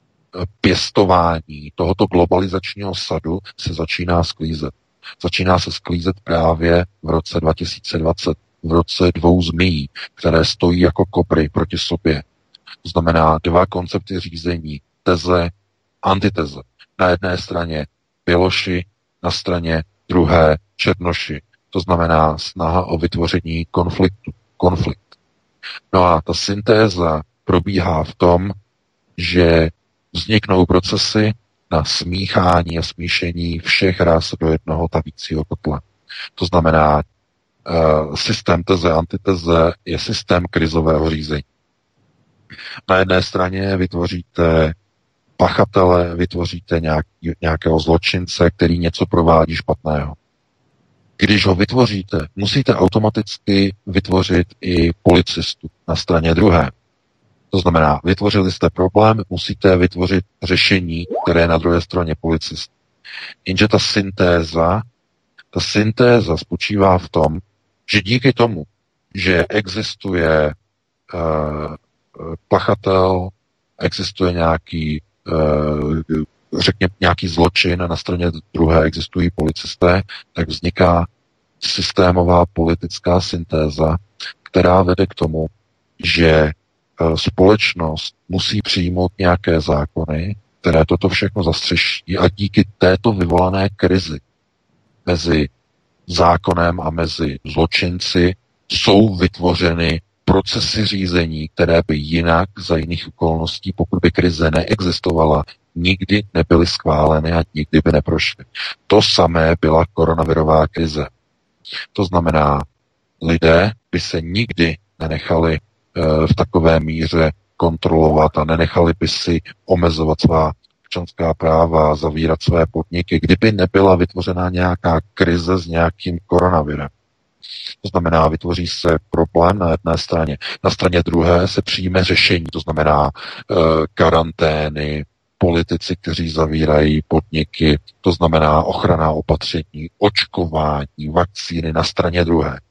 pěstování tohoto globalizačního sadu se začíná sklízet. Začíná se sklízet právě v roce dva tisíce dvacet, v roce dvou zmí, které stojí jako kopry proti sobě. To znamená dva koncepty řízení, teze, antiteze. Na jedné straně Běloši, na straně druhé Černoši. To znamená snaha o vytvoření konfliktu. Konflikt. No a ta syntéza probíhá v tom, že vzniknou procesy na smíchání a smíšení všech ras do jednoho tavícího kotle. To znamená, uh, systém teze, antiteze je systém krizového řízení. Na jedné straně vytvoříte pachatele, vytvoříte nějaký, nějakého zločince, který něco provádí špatného. Když ho vytvoříte, musíte automaticky vytvořit i policistu na straně druhé. To znamená, vytvořili jste problém, musíte vytvořit řešení, které je na druhé straně policist. Jenže ta syntéza, ta syntéza spočívá v tom, že díky tomu, že existuje uh, pachatel, existuje nějaký, uh, řekněme, nějaký zločin a na straně druhé existují policisté, tak vzniká systémová politická syntéza, která vede k tomu, že společnost musí přijmout nějaké zákony, které toto všechno zastřeší a díky této vyvolané krizi mezi zákonem a mezi zločinci jsou vytvořeny procesy řízení, které by jinak za jiných okolností, pokud by krize neexistovala, nikdy nebyly schváleny a nikdy by neprošly. To samé byla koronavirová krize. To znamená, lidé by se nikdy nenechali v takové míře kontrolovat a nenechali by si omezovat svá občanská práva, zavírat své podniky, kdyby nebyla vytvořena nějaká krize s nějakým koronavirem. To znamená, vytvoří se problém na jedné straně. Na straně druhé se přijme řešení, to znamená e, karantény, politici, kteří zavírají podniky, to znamená ochranná opatření, očkování, vakcíny na straně druhé.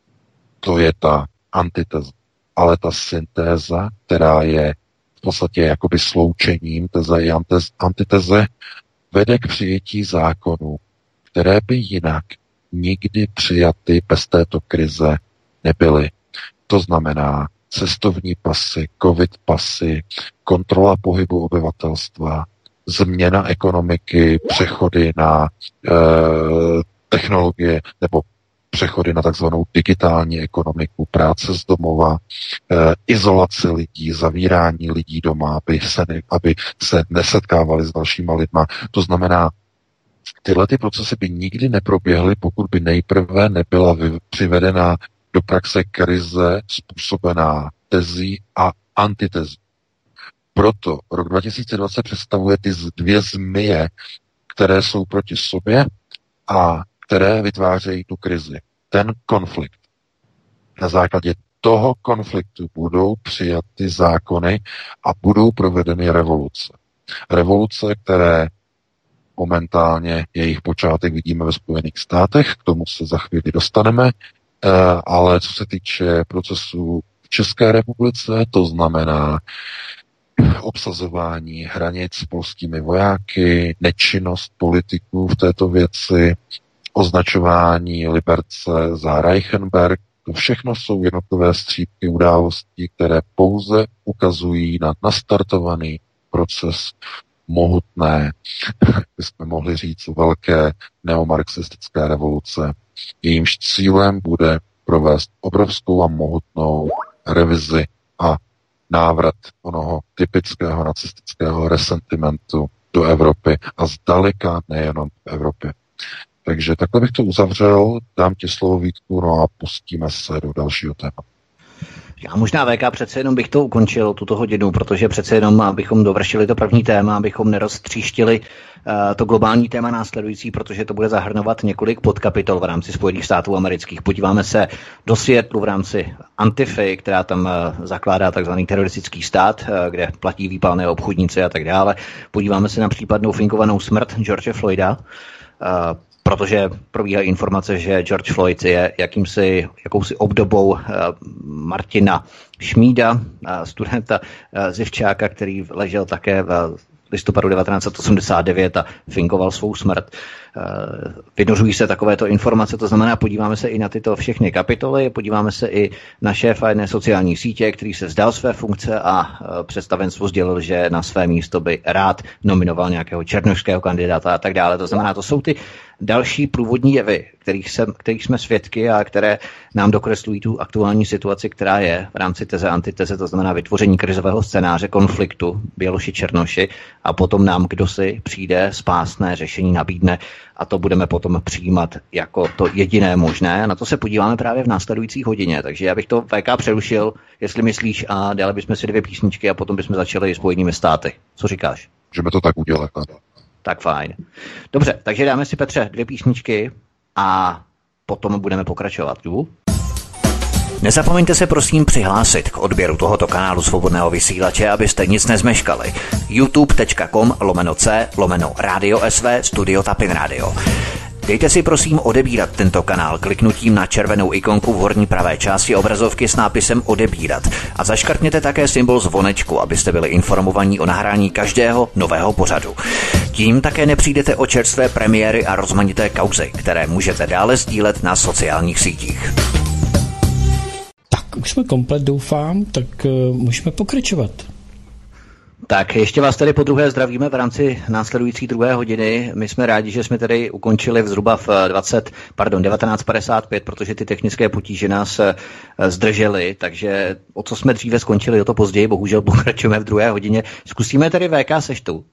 To je ta antiteze. Ale ta syntéza, která je v podstatě jakoby sloučením teze i antiteze, vede k přijetí zákonů, které by jinak nikdy přijaty bez této krize nebyly. To znamená cestovní pasy, covid pasy, kontrola pohybu obyvatelstva, změna ekonomiky, přechody na e, technologie nebo přechody na takzvanou digitální ekonomiku, práce z domova, e, izolace lidí, zavírání lidí doma, aby se, ne, aby se nesetkávali s dalšíma lidma. To znamená, tyhle ty procesy by nikdy neproběhly, pokud by nejprve nebyla vy, přivedena do praxe krize způsobená tezí a antitezí. Proto rok dva tisíce dvacet představuje ty dvě zmije, které jsou proti sobě a které vytvářejí tu krizi. Ten konflikt. Na základě toho konfliktu budou přijaty zákony a budou provedeny revoluce. Revoluce, které momentálně jejich počátek vidíme ve Spojených státech, k tomu se za chvíli dostaneme, ale co se týče procesu v České republice, to znamená obsazování hranic polskými vojáky, nečinnost politiků v této věci, označování Liberce za Reichenberg. To všechno jsou jednotlivé střípky událostí, které pouze ukazují na nastartovaný proces mohutné, bychom mohli říct, velké neomarxistické revoluce. Jejímž cílem bude provést obrovskou a mohutnou revizi a návrat onoho typického nacistického resentimentu do Evropy a zdaleka nejenom v Evropě. Takže takhle bych to uzavřel, dám ti slovo, Vítku, no a pustíme se do dalšího tématu. Já možná V K přece jenom bych to ukončil, tuto hodinu, protože přece jenom, abychom dovršili to první téma, abychom neroztříštili uh, to globální téma následující, protože to bude zahrnovat několik podkapitol v rámci Spojených států amerických. Podíváme se do Seattlu v rámci Antify, která tam uh, zakládá takzvaný teroristický stát, uh, kde platí výpalné obchodníci a tak dále. Podíváme se na případnou fingovanou smrt George Floyda, uh, protože probíhají informace, že George Floyd je jakýmsi, jakousi obdobou uh, Martina Šmída, uh, studenta uh, Zivčáka, který ležel také v listopadu devatenáct set osmdesát devět a fingoval svou smrt. Vynořují se takovéto informace, to znamená, podíváme se i na tyto všechny kapitoly, podíváme se i na šéfa jedné sociální sítě, který se vzdal své funkce a představenstvo sdělil, že na své místo by rád nominoval nějakého černošského kandidáta a tak dále. To znamená, to jsou ty další průvodní jevy, kterých, se, kterých jsme svědky a které nám dokreslují tu aktuální situaci, která je v rámci teze antiteze, to znamená vytvoření krizového scénáře konfliktu Běloši Černoši a potom nám kdosi přijde spásné řešení nabídne a to budeme potom přijímat jako to jediné možné. Na to se podíváme právě v následující hodině, takže já bych to V K přerušil, jestli myslíš, a dali bychom si dvě písničky a potom bychom začali Spojenými státy. Co říkáš? Můžeme to tak udělat. Tak fajn. Dobře, takže dáme si, Petře, dvě písničky a potom budeme pokračovat. Jdu? Nezapomeňte se prosím přihlásit k odběru tohoto kanálu Svobodného vysílače, abyste nic nezmeškali. youtube.com lomeno c lomeno Radio S V Studio Tapin Radio. Dejte si prosím odebírat tento kanál kliknutím na červenou ikonku v horní pravé části obrazovky s nápisem odebírat a zaškrtněte také symbol zvonečku, abyste byli informovaní o nahrání každého nového pořadu. Tím také nepřijdete o čerstvé premiéry a rozmanité kauzy, které můžete dále sdílet na sociálních sítích. Tak už jsme komplet, doufám, tak uh, můžeme pokračovat. Tak ještě vás tady po druhé zdravíme v rámci následující druhé hodiny. My jsme rádi, že jsme tady ukončili v zhruba v dvacet, pardon, devatenáct padesát pět, protože ty technické potíže nás zdržely, takže o co jsme dříve skončili, o to později, bohužel pokračujeme v druhé hodině. Zkusíme tady V K, seš tu?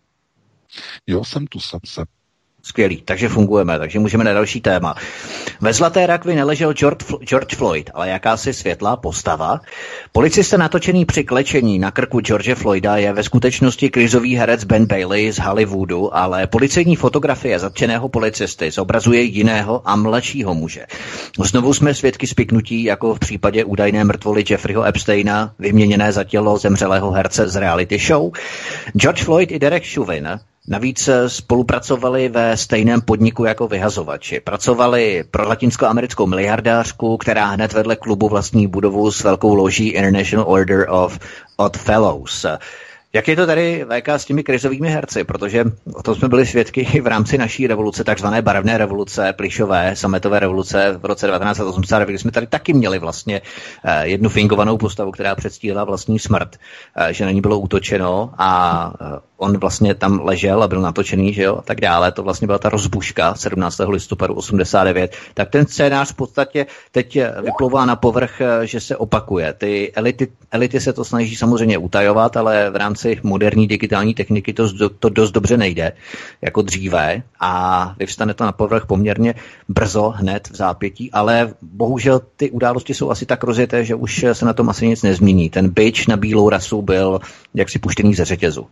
Jo, jsem tu, jsem se. Skvělý, takže fungujeme, takže můžeme na další téma. Ve zlaté rakvi neležel George, George Floyd, ale jakási světlá postava. Policista natočený při klečení na krku George Floyda je ve skutečnosti krizový herec Ben Bailey z Hollywoodu, ale policejní fotografie zatčeného policisty zobrazuje jiného a mladšího muže. Znovu jsme svědky spiknutí, jako v případě údajné mrtvoly Jeffreyho Epsteina, vyměněné za tělo zemřelého herce z reality show. George Floyd i Derek Chauvin navíc spolupracovali ve stejném podniku jako vyhazovači. Pracovali pro latinskoamerickou miliardářku, která hned vedle klubu vlastní budovu s velkou loží International Order of Odd Fellows. Jak je to tady V K s těmi krizovými herci? Protože o tom jsme byli svědky v rámci naší revoluce, takzvané barevné revoluce, plišové, sametové revoluce v roce devatenáct set osmdesát devět, kdy jsme tady taky měli vlastně jednu fingovanou postavu, která předstíhala vlastní smrt, že na ní bylo útočeno a on vlastně tam ležel a byl natočený, že jo, a tak dále. To vlastně byla ta rozbuška sedmnáctého listopadu osmdesát devět. Tak ten scénář v podstatě teď vyplouvá na povrch, že se opakuje. Ty elity, elity se to snaží samozřejmě utajovat, ale v rámci moderní digitální techniky to, to dost dobře nejde, jako dříve, a vyvstane to na povrch poměrně brzo, hned v zápětí, ale bohužel ty události jsou asi tak rozjeté, že už se na tom asi nic nezmění. Ten bič na bílou rasu byl jaksi puštěný ze řetězu.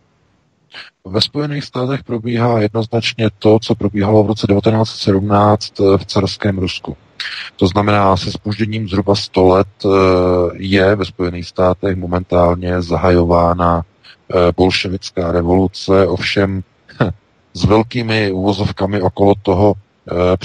Ve Spojených státech probíhá jednoznačně to, co probíhalo v roce devatenáct set sedmnáct v carském Rusku. To znamená, se zpožděním zhruba sto let je ve Spojených státech momentálně zahajována bolševická revoluce, ovšem s velkými uvozovkami okolo toho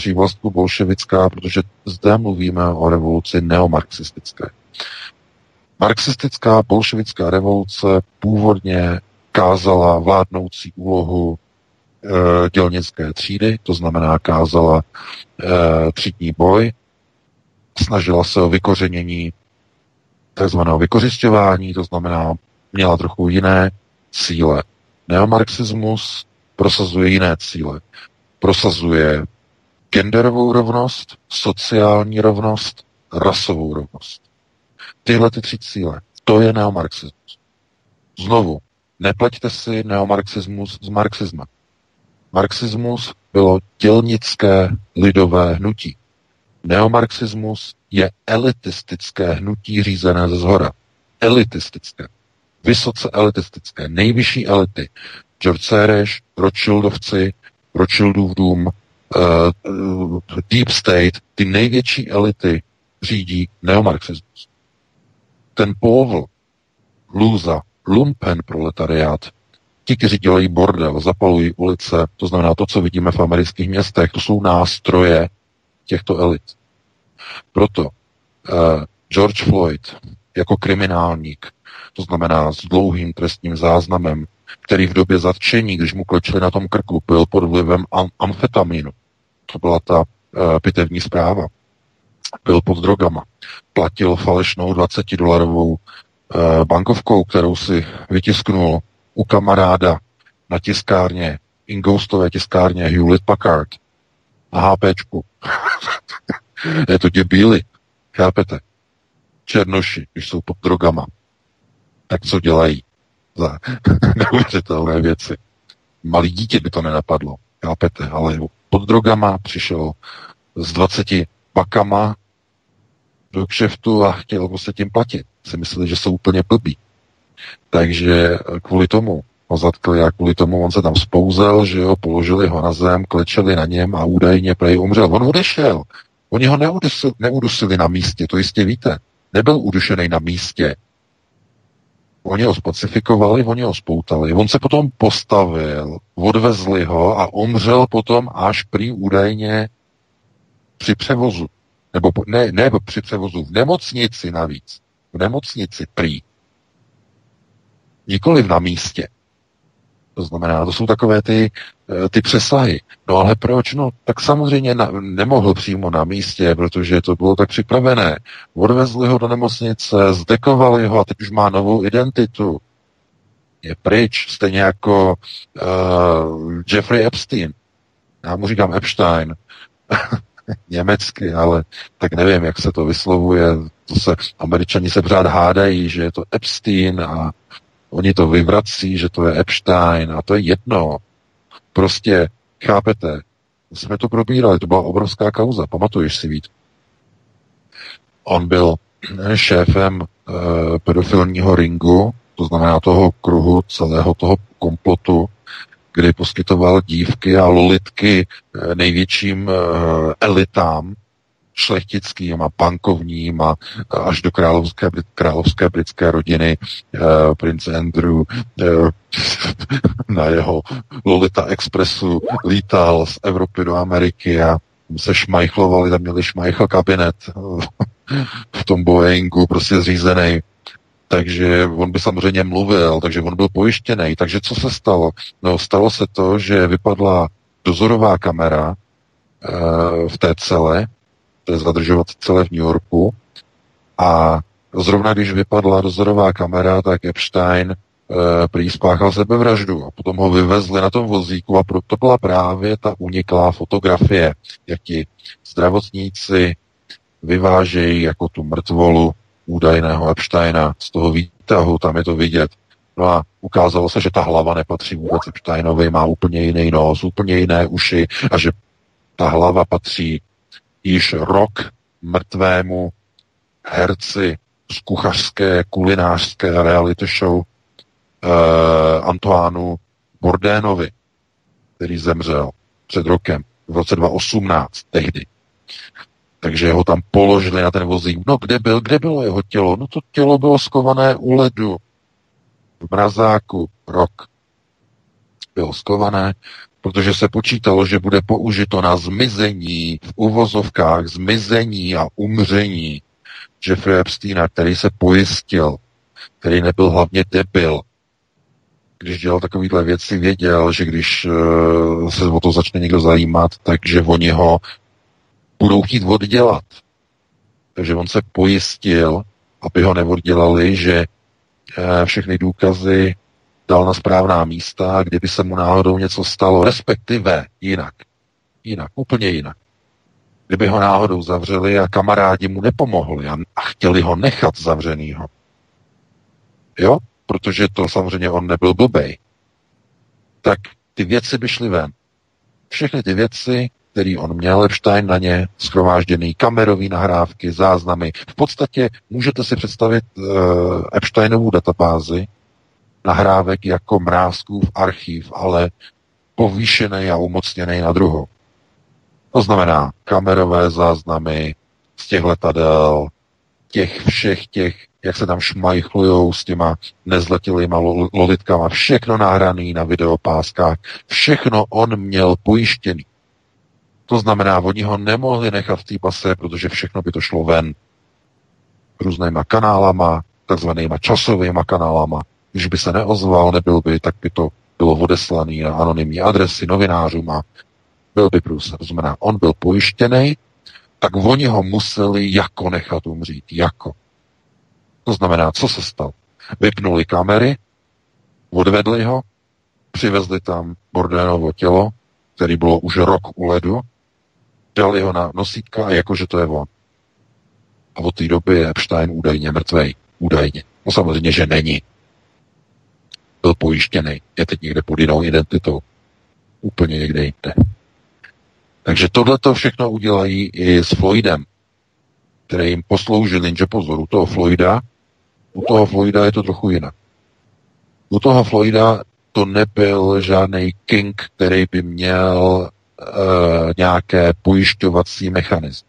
přívlastku bolševická, protože zde mluvíme o revoluci neomarxistické. Marxistická bolševická revoluce původně kázala vládnoucí úlohu e, dělnické třídy, to znamená kázala e, třídní boj, snažila se o vykořenění takzvaného vykořisťování, to znamená měla trochu jiné cíle. Neomarxismus prosazuje jiné cíle. Prosazuje genderovou rovnost, sociální rovnost, rasovou rovnost. Tyhle ty tři cíle. To je neomarxismus. Znovu, nepleťte si neomarxismus s marxismem. Marxismus bylo dělnické lidové hnutí. Neomarxismus je elitistické hnutí řízené ze zhora. Elitistické. Vysoce elitistické. Nejvyšší elity. George Soros, Rothschildovci, Rothschildův dům, uh, Deep State, ty největší elity řídí neomarxismus. Ten povl, lůza, lumpen proletariát, ti, kteří dělají bordel, zapalují ulice, to znamená to, co vidíme v amerických městech, to jsou nástroje těchto elit. Proto uh, George Floyd jako kriminálník, to znamená s dlouhým trestním záznamem, který v době zatčení, když mu klečeli na tom krku, byl pod vlivem am- amfetaminu. To byla ta uh, pitevní zpráva. Byl pod drogama. Platil falešnou dvacetidolarovou uh, bankovkou, kterou si vytisknul u kamaráda na tiskárně, Ingoustové tiskárně Hewlett Packard na HPčku. Je to děbíli, chápete? Černoši, když jsou pod drogama, tak co dělají za neuvěřitelné věci. Malý dítě by to nenapadlo, chápete? Ale pod drogama přišel s dvaceti pakama do kšeftu a chtěl prostě tím platit. Si mysleli, že jsou úplně blbí. Takže kvůli tomu ho zatkli a kvůli tomu on se tam spouzel, že jo, položili ho na zem, klečeli na něm a údajně prej umřel. On odešel. Oni ho neudusili, neudusili na místě, to jistě víte. Nebyl udušený na místě. Oni ho spacifikovali, oni ho spoutali. On se potom postavil, odvezli ho a umřel potom až prý údajně při převozu. Nebo ne, ne při převozu, v nemocnici navíc. V nemocnici prý. Nikoliv na místě. To znamená, to jsou takové ty, ty přesahy. No ale proč? No tak samozřejmě na, nemohl přímo na místě, protože to bylo tak připravené. Odvezli ho do nemocnice, zdekovali ho a teď už má novou identitu. Je pryč, stejně jako uh, Jeffrey Epstein. Já mu říkám Epstein. Německy, ale tak nevím, jak se to vyslovuje. To se, Američani se pořád hádají, že je to Epstein a oni to vyvrací, že to je Epstein a to je jedno. Prostě, chápete, jsme to probírali, to byla obrovská kauza, pamatuješ si, Vít? On byl šéfem e, pedofilního ringu, to znamená toho kruhu, celého toho komplotu, kdy poskytoval dívky a lolitky e, největším e, elitám, šlechtickým a bankovním a až do královské, královské britské rodiny uh, prince Andrew uh, na jeho Lolita Expressu lítal z Evropy do Ameriky a se šmajchlovali, tam měli šmajchl kabinet v tom Boeingu, prostě zřízený. Takže on by samozřejmě mluvil, takže on byl pojištěný. Takže co se stalo? No, stalo se to, že vypadla dozorová kamera uh, v té cele, to je zadržovat celé v New Yorku. A zrovna když vypadla dozorová kamera, tak Epstein e, prý spáchal sebevraždu a potom ho vyvezli na tom vozíku a proto byla právě ta uniklá fotografie, jak ti zdravotníci vyvážejí jako tu mrtvolu údajného Epsteina z toho výtahu, tam je to vidět. No a ukázalo se, že ta hlava nepatří vůbec Epsteinovi, má úplně jiný nos, úplně jiné uši a že ta hlava patří již rok mrtvému herci z kuchařské, kulinářské reality show eh, Antoánu Bourdénovi, který zemřel před rokem, v roce dva tisíce osmnáct, tehdy. Takže ho tam položili na ten vozík. No kde byl, kde bylo jeho tělo? No to tělo bylo skované u ledu, v mrazáku, rok. Bylo skované, protože se počítalo, že bude použito na zmizení, v uvozovkách zmizení a umření Jeffrey Epsteina, který se pojistil, který nebyl hlavně debil, když dělal takovýhle věci, věděl, že když uh, se o to začne někdo zajímat, takže oni ho budou chtít oddělat. Takže on se pojistil, aby ho neoddělali, že uh, všechny důkazy dal na správná místa, kdyby se mu náhodou něco stalo, respektive jinak. Jinak, úplně jinak. Kdyby ho náhodou zavřeli a kamarádi mu nepomohli a, a chtěli ho nechat zavřenýho. Jo? Protože to samozřejmě on nebyl blbej. Tak ty věci by šly ven. Všechny ty věci, které on měl, Epstein na ně, schromážděný kamerový nahrávky, záznamy. V podstatě můžete si představit uh, Epsteinovu databázi nahrávek jako mrázkův archiv, ale povýšený a umocněný na druhou. To znamená kamerové záznamy z těch letadel, těch všech těch, jak se tam šmajchlujou s těma nezletilýma lolitkama, všechno nahraný na videopáskách, všechno on měl pojištěný. To znamená, oni ho nemohli nechat v té pase, protože všechno by to šlo ven různýma kanálama, takzvanýma časovýma kanálama. Když by se neozval, nebyl by, tak by to bylo odeslaný na anonymní adresy novinářům a byl by průser. To znamená, on byl pojištěný, tak oni ho museli jako nechat umřít. Jako. To znamená, co se stalo? Vypnuli kamery, odvedli ho, přivezli tam Bourdainovo tělo, který bylo už rok u ledu, dali ho na nosítka a jakože to je on. A od té doby je Epstein údajně mrtvej. Údajně. No samozřejmě, že není. Byl pojištěný. Je teď někde pod jinou identitou. Úplně někde jinde. Takže tohleto všechno udělají i s Floydem, který jim posloužil, jenže pozor, u toho Floyda, u toho Floyda je to trochu jinak. U toho Floyda to nebyl žádný king, který by měl uh, nějaké pojišťovací mechanismy.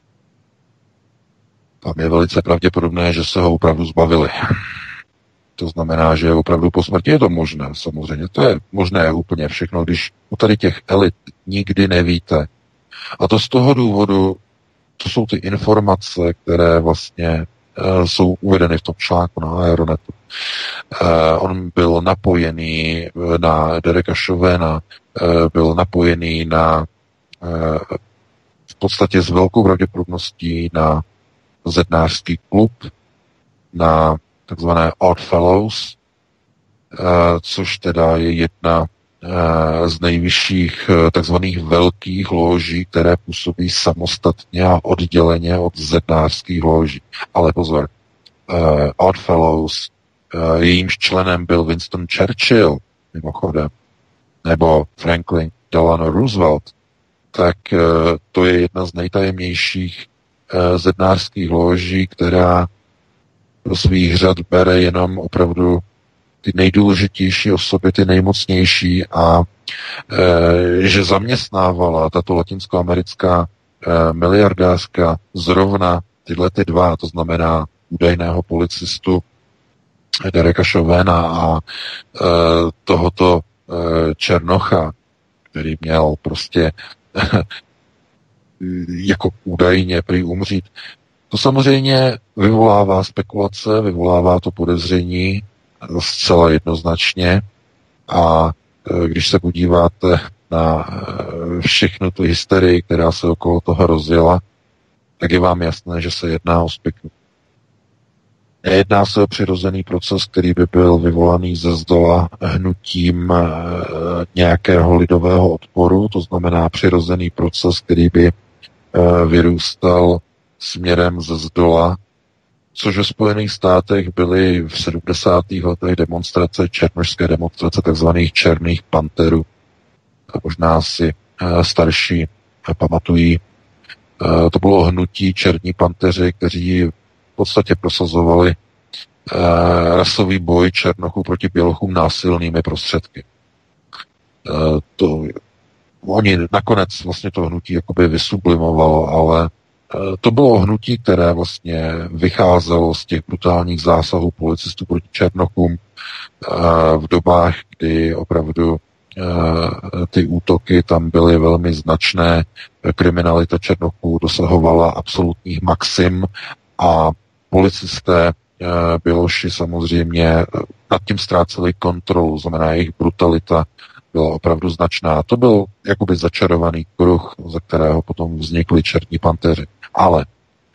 Tam je velice pravděpodobné, že se ho opravdu zbavili. To znamená, že opravdu po smrti je to možné, samozřejmě. To je možné úplně všechno, když u tady těch elit nikdy nevíte. A to z toho důvodu, to jsou ty informace, které vlastně uh, jsou uvedeny v tom článku na Aeronetu. Uh, on byl napojený na Dereka Chauvina, uh, byl napojený na uh, v podstatě s velkou pravděpodobností na zednářský klub, na takzvané Odd Fellows, což teda je jedna z nejvyšších takzvaných velkých loží, které působí samostatně a odděleně od zednářských loží. Ale pozor, Odd Fellows, jejímž členem byl Winston Churchill, mimochodem, nebo Franklin Delano Roosevelt, tak to je jedna z nejtajemnějších zednářských loží, která do svých řad bere jenom opravdu ty nejdůležitější osoby, ty nejmocnější a e, že zaměstnávala tato latinskoamerická e, miliardářka zrovna tyhle ty dva, to znamená údajného policistu Dereka Chauvina a e, tohoto e, Černocha, který měl prostě jako údajně prý umřít. To samozřejmě vyvolává spekulace, vyvolává to podezření zcela jednoznačně a když se podíváte na všechnu tu hysterii, která se okolo toho rozjela, tak je vám jasné, že se jedná o spiknutí. Nejedná se o přirozený proces, který by byl vyvolaný ze zdola hnutím nějakého lidového odporu, to znamená přirozený proces, který by vyrůstal směrem ze zdola, což ve Spojených státech byly v sedmdesátých letech demonstrace, černošské demonstrace takzvaných černých panterů. A možná si starší pamatují. To bylo hnutí černí panteři, kteří v podstatě prosazovali rasový boj černochů proti bělochům násilnými prostředky. To, oni nakonec vlastně to hnutí jakoby vysublimovalo, ale to bylo hnutí, které vlastně vycházelo z těch brutálních zásahů policistů proti černochům v dobách, kdy opravdu ty útoky tam byly velmi značné, kriminalita černochů dosahovala absolutních maxim A policisté Běloši samozřejmě nad tím ztráceli kontrolu, znamená jejich brutalita byla opravdu značná. To byl jakoby začarovaný kruh, ze kterého potom vznikly černí panteři. Ale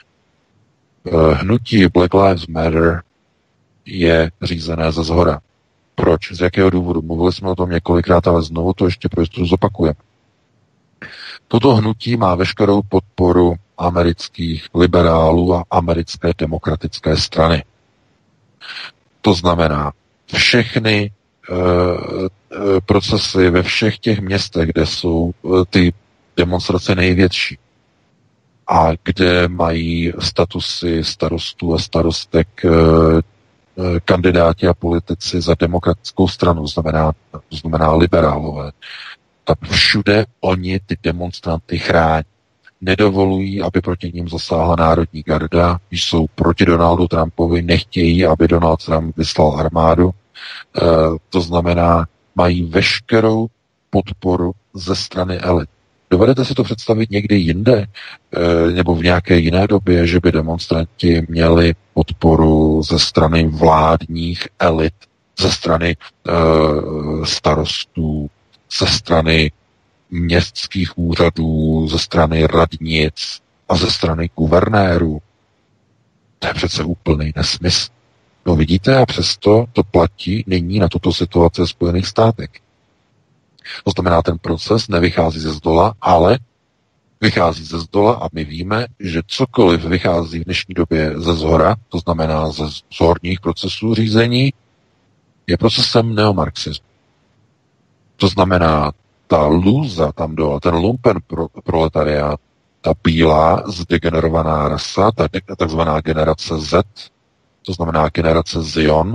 hnutí Black Lives Matter je řízené ze zhora. Proč? Z jakého důvodu? Mluvili jsme o tom několikrát, ale znovu to ještě pro jistotu zopakujeme. Toto hnutí má veškerou podporu amerických liberálů a americké demokratické strany. To znamená, všechny e, e, procesy ve všech těch městech, kde jsou e, ty demonstrace největší a kde mají statusy starostů a starostek e, e, kandidáti a politici za demokratickou stranu, znamená, znamená liberálové, tak všude oni ty demonstranty chrání. Nedovolují, aby proti ním zasáhla národní garda, jsou proti Donaldu Trumpovi, nechtějí, aby Donald Trump vyslal armádu. E, to znamená, mají veškerou podporu ze strany elit. Dovedete si to představit někdy jinde, e, nebo v nějaké jiné době, že by demonstranti měli podporu ze strany vládních elit, ze strany e, starostů, ze strany městských úřadů, ze strany radnic a ze strany guvernérů. To je přece úplný nesmysl. No vidíte, a přesto to platí nyní na tuto situaci v Spojených státech. To znamená, ten proces nevychází ze zdola, ale vychází ze zdola a my víme, že cokoliv vychází v dnešní době ze zhora, to znamená ze zhorních procesů řízení, je procesem neomarxismu. To znamená, ta lůza tam dole, ten lumpen pro, proletariát, ta bílá, zdegenerovaná rasa, ta takzvaná generace Z, to znamená generace Zion,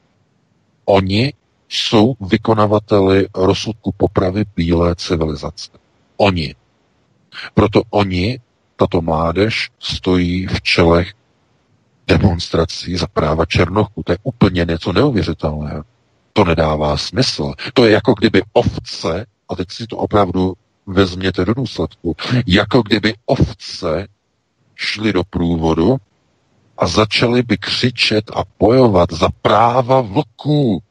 oni jsou vykonavateli rozsudku popravy bílé civilizace. Oni. Proto oni, tato mládež, stojí v čelech demonstrací za práva černochů. To je úplně něco neuvěřitelného. To nedává smysl. To je jako kdyby ovce, a teď si to opravdu vezměte do důsledku, jako kdyby ovce šly do průvodu a začaly by křičet a bojovat za práva vlků.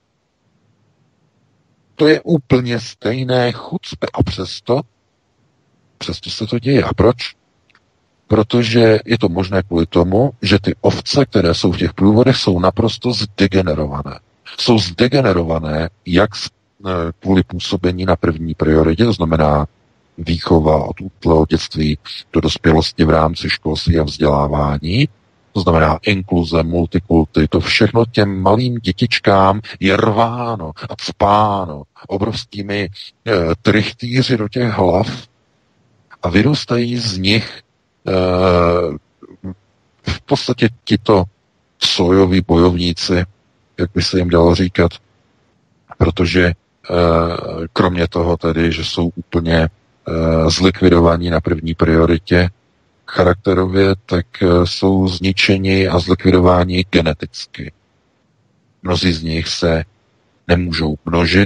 To je úplně stejné chucpe a přesto, přesto se to děje. A proč? Protože je to možné kvůli tomu, že ty ovce, které jsou v těch průvodech, jsou naprosto zdegenerované. Jsou zdegenerované jak kvůli působení na první prioritě, to znamená výchova od útlého dětství do dospělosti v rámci školství a vzdělávání, to znamená inkluze, multikulty, to všechno těm malým dětičkám je rváno a cpáno obrovskými e, trichtýři do těch hlav a vyrůstají z nich e, v podstatě tito sojoví bojovníci, jak by se jim dalo říkat, protože e, kromě toho tedy, že jsou úplně e, zlikvidovaní na první prioritě charakterově, tak jsou zničeni a zlikvidováni geneticky. Mnozí z nich se nemůžou množit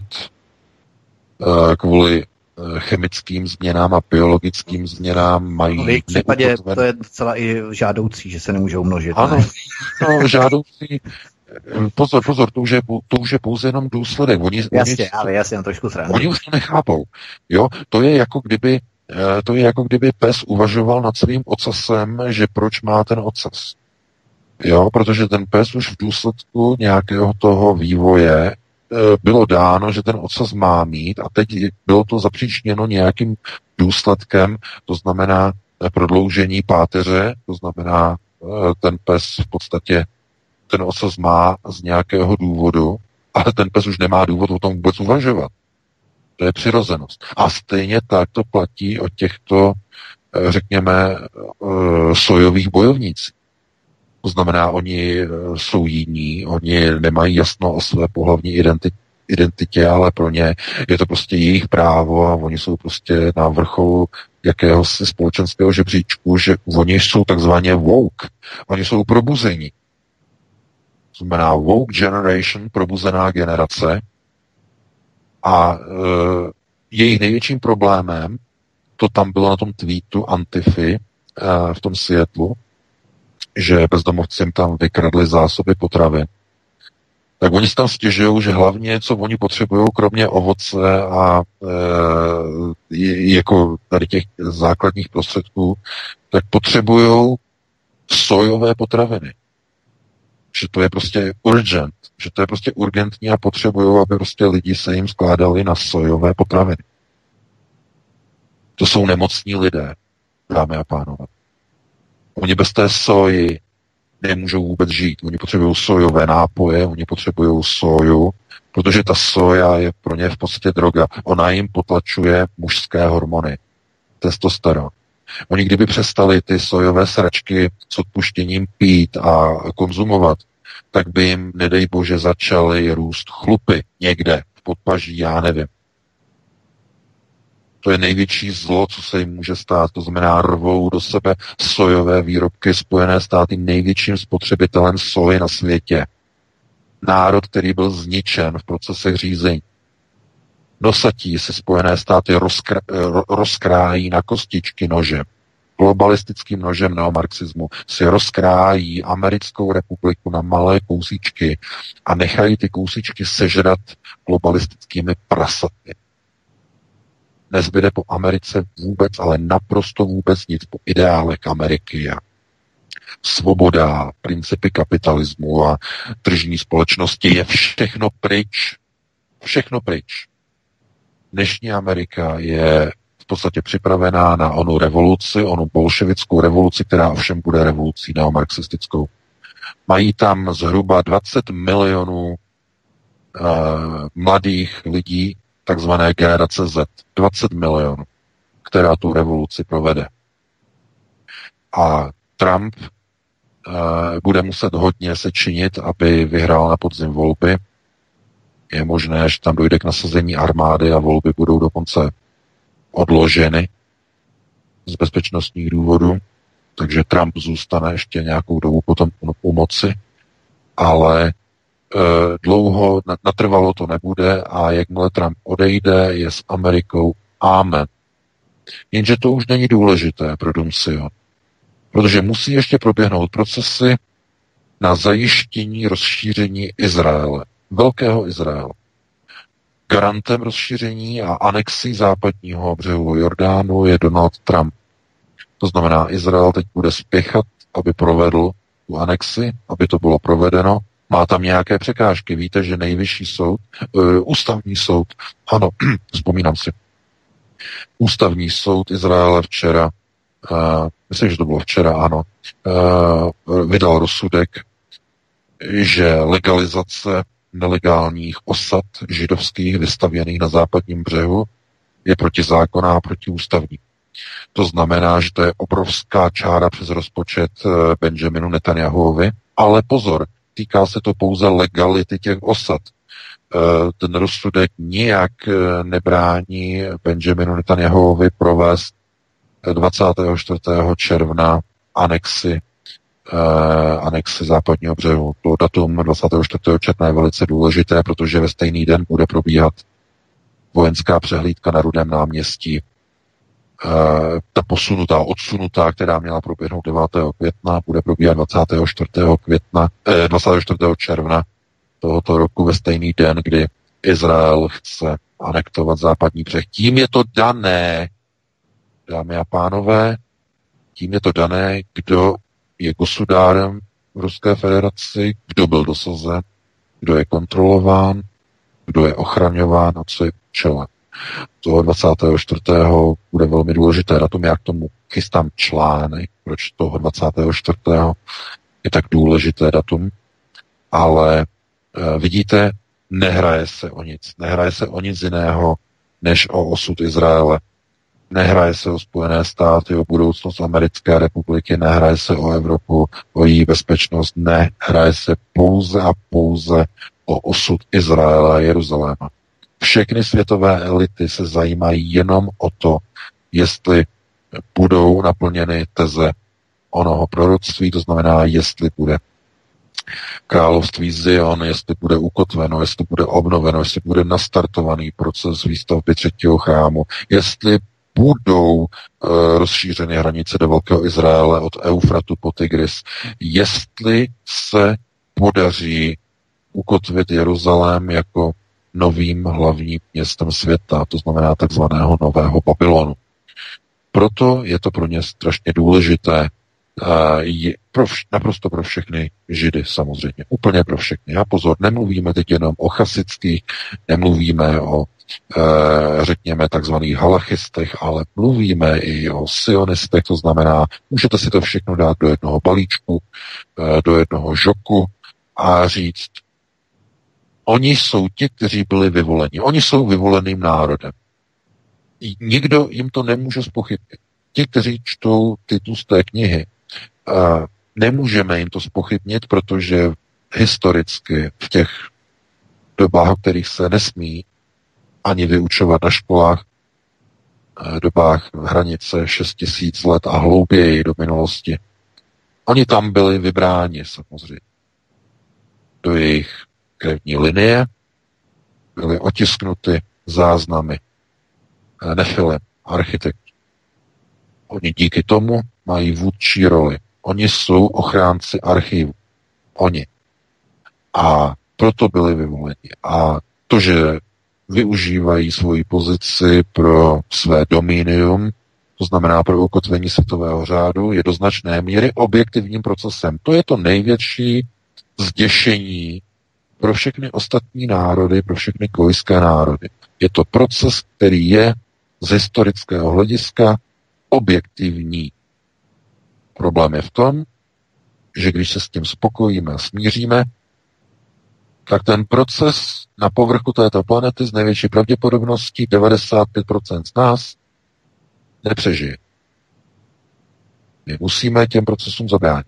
kvůli chemickým změnám a biologickým změnám. Mají v jejich případě to je docela i žádoucí, že se nemůžou množit. Ano, no, žádoucí. Pozor, pozor, to už, je, to už je pouze jenom důsledek. Oni, jasně, oni, ale jasně, trošku srandu. Oni už to nechápou. Jo? To je jako kdyby To je jako kdyby pes uvažoval nad svým ocasem, že proč má ten ocas. Jo, protože ten pes už v důsledku nějakého toho vývoje bylo dáno, že ten ocas má mít a teď bylo to zapříčněno nějakým důsledkem, to znamená prodloužení páteře, to znamená ten pes v podstatě ten ocas má z nějakého důvodu, ale ten pes už nemá důvod o tom vůbec uvažovat. To je přirozenost. A stejně tak to platí o těchto, řekněme, sojových bojovnících. To znamená, oni jsou jiní, oni nemají jasno o své pohlavní identitě, ale pro ně je to prostě jejich právo a oni jsou prostě na vrcholu jakéhosi společenského žebříčku, že oni jsou takzvaně woke. Oni jsou probuzení. To znamená woke generation, probuzená generace. A e, jejich největším problémem, to tam bylo na tom tweetu Antify e, v tom Seattlu, že bezdomovci jim tam vykradli zásoby potravin, tak oni si tam stěžují, že hlavně, co oni potřebují, kromě ovoce a e, jako tady těch základních prostředků, tak potřebují sojové potraviny. Že to je prostě urgent, že to je prostě urgentní a potřebují, aby prostě lidi se jim skládali na sojové potraviny. To jsou nemocní lidé, dámy a pánové. Oni bez té soji nemůžou vůbec žít. Oni potřebují sojové nápoje, oni potřebují soju, protože ta soja je pro ně v podstatě droga. Ona jim potlačuje mužské hormony, testosteron. Oni kdyby přestali ty sojové sračky s odpuštěním pít a konzumovat, tak by jim, nedej bože, začaly růst chlupy někde v podpaží, já nevím. To je největší zlo, co se jim může stát. To znamená, rvou do sebe sojové výrobky. Spojené státy největším spotřebitelem soji na světě. Národ, který byl zničen v procesech řízení. Nosatí se Spojené státy rozkr- rozkrájí na kostičky nožem. Globalistickým nožem neomarxismu si rozkrájí Americkou republiku na malé kousíčky a nechají ty kousíčky sežrat globalistickými prasaty. Nezbyde po Americe vůbec, ale naprosto vůbec nic, po ideálech Ameriky a svoboda, principy kapitalismu a tržní společnosti je všechno pryč. Všechno pryč. Dnešní Amerika je v podstatě připravená na onu revoluci, onu bolševickou revoluci, která ovšem bude revolucí neomarxistickou. Mají tam zhruba dvacet milionů uh, mladých lidí, takzvané generace Z, dvacet milionů, která tu revoluci provede. A Trump uh, bude muset hodně se činit, aby vyhrál na podzim volby. Je možné, že tam dojde k nasazení armády a volby budou dokonce odloženy z bezpečnostních důvodů, takže Trump zůstane ještě nějakou dobu potom u moci, ale dlouho natrvalo to nebude a jakmile Trump odejde, je s Amerikou amen. Jenže to už není důležité pro Dům Sion, protože musí ještě proběhnout procesy na zajištění rozšíření Izraele, velkého Izraele. Garantem rozšíření a anexí západního břehu Jordánu je Donald Trump. To znamená, Izrael teď bude spěchat, aby provedl tu anexi, aby to bylo provedeno. Má tam nějaké překážky. Víte, že nejvyšší soud, uh, ústavní soud, ano, vzpomínám si, ústavní soud Izraele včera, uh, myslím, že to bylo včera, ano, uh, vydal rozsudek, že legalizace nelegálních osad židovských vystavěných na západním břehu je protizákonná a protiústavní. To znamená, že to je obrovská čára přes rozpočet Benjaminu Netanyahuovi, ale pozor, týká se to pouze legality těch osad. Ten rozsudek nijak nebrání Benjaminu Netanyahuovi provést dvacátého čtvrtého června anexi anexi západního břehu. To datum dvacátého čtvrtého června je velice důležité, protože ve stejný den bude probíhat vojenská přehlídka na Rudém náměstí. Ta posunutá, odsunutá, která měla proběhnout devátého května, bude probíhat dvacátého čtvrtého května, eh, dvacátého čtvrtého června tohoto roku ve stejný den, kdy Izrael chce anektovat západní břeh. Tím je to dané, dámy a pánové, tím je to dané, kdo je gosudárem v Ruské federaci, kdo byl dosazen, kdo je kontrolován, kdo je ochraňován a co je čelem. Toho dvacátého čtvrtého bude velmi důležité datum, já k tomu chystám článek, proč toho dvacátého čtvrtého je tak důležité datum, ale e, vidíte, nehraje se o nic. Nehraje se o nic jiného, než o osud Izraele. Nehraje se o Spojené státy, o budoucnost Americké republiky, nehraje se o Evropu, o její bezpečnost, nehraje se pouze a pouze o osud Izraele a Jeruzaléma. Všechny světové elity se zajímají jenom o to, jestli budou naplněny teze onoho proroctví, to znamená, jestli bude království Zion, jestli bude ukotveno, jestli bude obnoveno, jestli bude nastartovaný proces výstavby třetího chrámu, jestli budou e, rozšířeny hranice do Velkého Izraele od Eufratu po Tigris, jestli se podaří ukotvit Jeruzalém jako novým hlavním městem světa, to znamená takzvaného nového Babylonu. Proto je to pro ně strašně důležité, je pro vš- naprosto pro všechny Židy samozřejmě, úplně pro všechny. A pozor, nemluvíme teď jenom o chasických, nemluvíme o, e, řekněme, takzvaných halachistech, ale mluvíme i o sionistech, to znamená, můžete si to všechno dát do jednoho balíčku, e, do jednoho žoku a říct, oni jsou ti, kteří byli vyvoleni. Oni jsou vyvoleným národem. Nikdo jim to nemůže zpochybnit. Ti, kteří čtou ty tlusté knihy, nemůžeme jim to zpochybnit, protože historicky v těch dobách, o kterých se nesmí ani vyučovat na školách, dobách hranice šest tisíc let a hlouběji do minulosti, oni tam byli vybráni samozřejmě. Do jejich krevní linie byly otisknuty záznamy Nefilem, architekt. Oni díky tomu mají vůdčí roli. Oni jsou ochránci archivu. Oni. A proto byli vyvoleni. A to, že využívají svoji pozici pro své dominium, to znamená pro ukotvení světového řádu, je do značné míry objektivním procesem. To je to největší zděšení pro všechny ostatní národy, pro všechny gojské národy. Je to proces, který je z historického hlediska objektivní. Problém je v tom, že když se s tím spokojíme a smíříme, tak ten proces na povrchu této planety z největší pravděpodobností devadesát pět procent z nás nepřežije. My musíme těm procesům zabránit.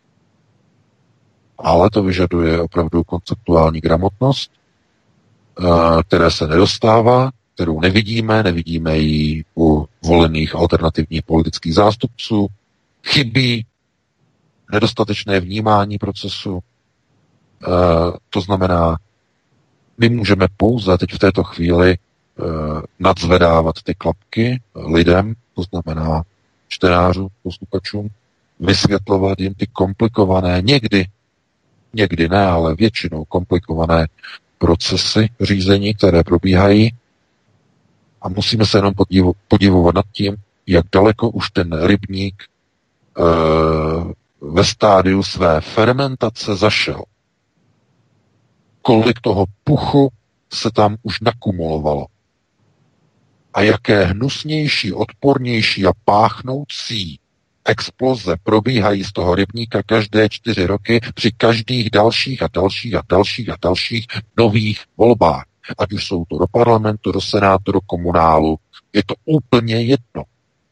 Ale to vyžaduje opravdu konceptuální gramotnost, které se nedostává, kterou nevidíme, nevidíme ji u volených alternativních politických zástupců, chybí nedostatečné vnímání procesu. To znamená, my můžeme pouze teď v této chvíli nadzvedávat ty klapky lidem, to znamená čtenářům, posluchačům, vysvětlovat jim ty komplikované, někdy, někdy ne, ale většinou komplikované procesy řízení, které probíhají. A musíme se jenom podivu, podivovat nad tím, jak daleko už ten rybník e, ve stádiu své fermentace zašel. Kolik toho puchu se tam už nakumulovalo. A jaké hnusnější, odpornější a páchnoucí exploze probíhají z toho rybníka každé čtyři roky při každých dalších a dalších a dalších a dalších nových volbách. Ať už jsou to do parlamentu, do senátu, do komunálu. Je to úplně jedno.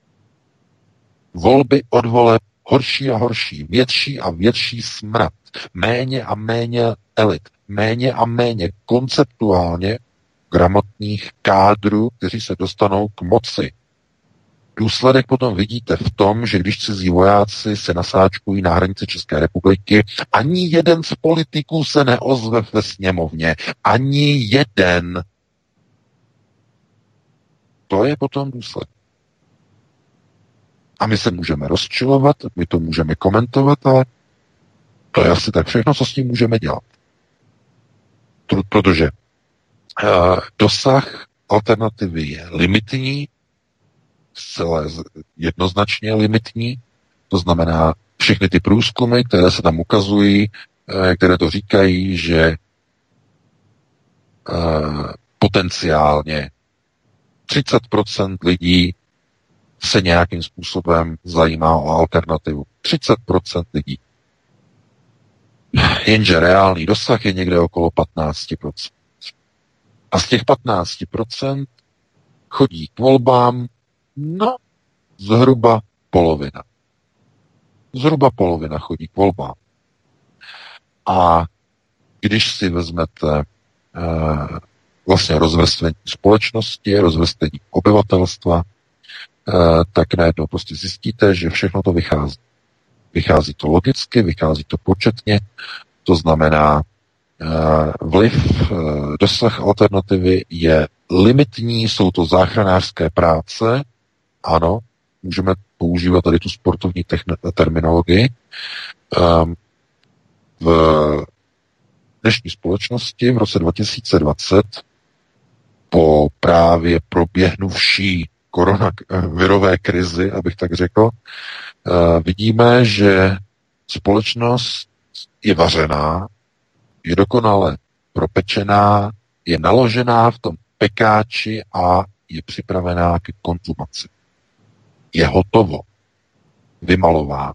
Volby od voleb horší a horší, větší a větší smrad, méně a méně elit, méně a méně konceptuálně gramotných kádrů, kteří se dostanou k moci. Důsledek potom vidíte v tom, že když cizí vojáci se nasáčkují na hranici České republiky, ani jeden z politiků se neozve ve sněmovně. Ani jeden. To je potom důsledek. A my se můžeme rozčilovat, my to můžeme komentovat, ale to je asi tak všechno, co s tím můžeme dělat. Protože uh, dosah alternativy je limitní, zcela jednoznačně limitní, to znamená všechny ty průzkumy, které se tam ukazují, které to říkají, že uh, potenciálně třicet procent lidí se nějakým způsobem zajímá o alternativu. třicet procent lidí. Jenže reálný dosah je někde okolo patnáct procent. A z těch patnáct procent chodí k volbám no, zhruba polovina. Zhruba polovina chodí k volbám. A když si vezmete uh, vlastně rozvrstvení společnosti, rozvrstvení obyvatelstva, uh, tak najednou prostě zjistíte, že všechno to vychází. Vychází to logicky, vychází to početně, to znamená uh, vliv, uh, dosah alternativy je limitní, jsou to záchranářské práce, Ano, můžeme používat tady tu sportovní techn- terminologii. Um, v dnešní společnosti v roce dva tisíce dvacet po právě proběhnuvší koronavirové krizi, abych tak řekl, uh, vidíme, že společnost je vařená, je dokonale propečená, je naložená v tom pekáči a je připravená k konzumaci. Je hotovo, vymalováno.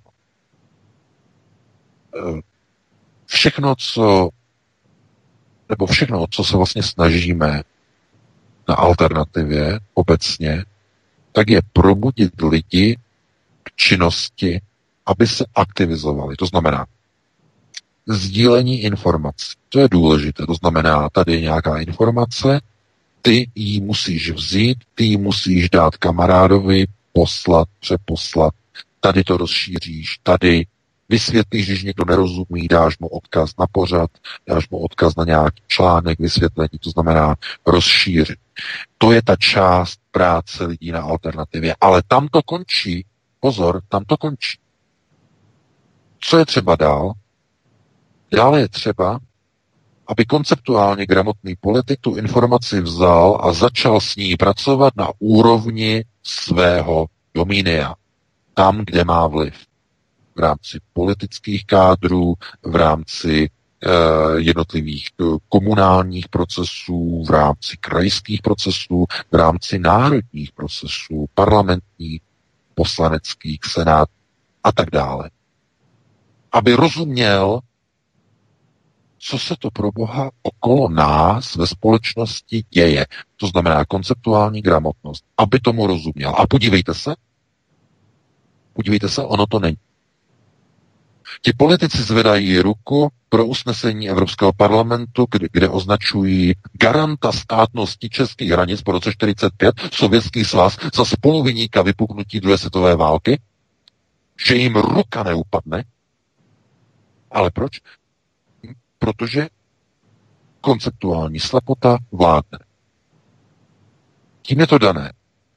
Všechno, co nebo všechno, co se vlastně snažíme na alternativě obecně, tak je probudit lidi k činnosti, aby se aktivizovali. To znamená sdílení informací. To je důležité. To znamená, tady je nějaká informace, ty ji musíš vzít, ty ji musíš dát kamarádovi, poslat, přeposlat, tady to rozšíříš, tady vysvětlíš, když někdo nerozumí, dáš mu odkaz na pořad, dáš mu odkaz na nějaký článek, vysvětlení, to znamená rozšířit. To je ta část práce lidí na alternativě. Ale tam to končí, pozor, tam to končí. Co je třeba dál? Dále je třeba, aby konceptuálně gramotný politik tu informaci vzal a začal s ní pracovat na úrovni svého dominia. Tam, kde má vliv. V rámci politických kádrů, v rámci eh, jednotlivých komunálních procesů, v rámci krajských procesů, v rámci národních procesů, parlamentních, poslaneckých, senát a tak dále. Aby rozuměl, co se to pro Boha okolo nás ve společnosti děje. To znamená konceptuální gramotnost. Aby tomu rozuměl. A podívejte se, podívejte se, ono to není. Ti politici zvedají ruku pro usnesení Evropského parlamentu, kde, kde označují garanta státnosti českých hranic po roce čtyřicet pět Sovětský svaz za spoluviníka vypuknutí druhé světové války, že jim ruka neupadne. Ale proč? Protože konceptuální slepota vládne. Tím je to dané.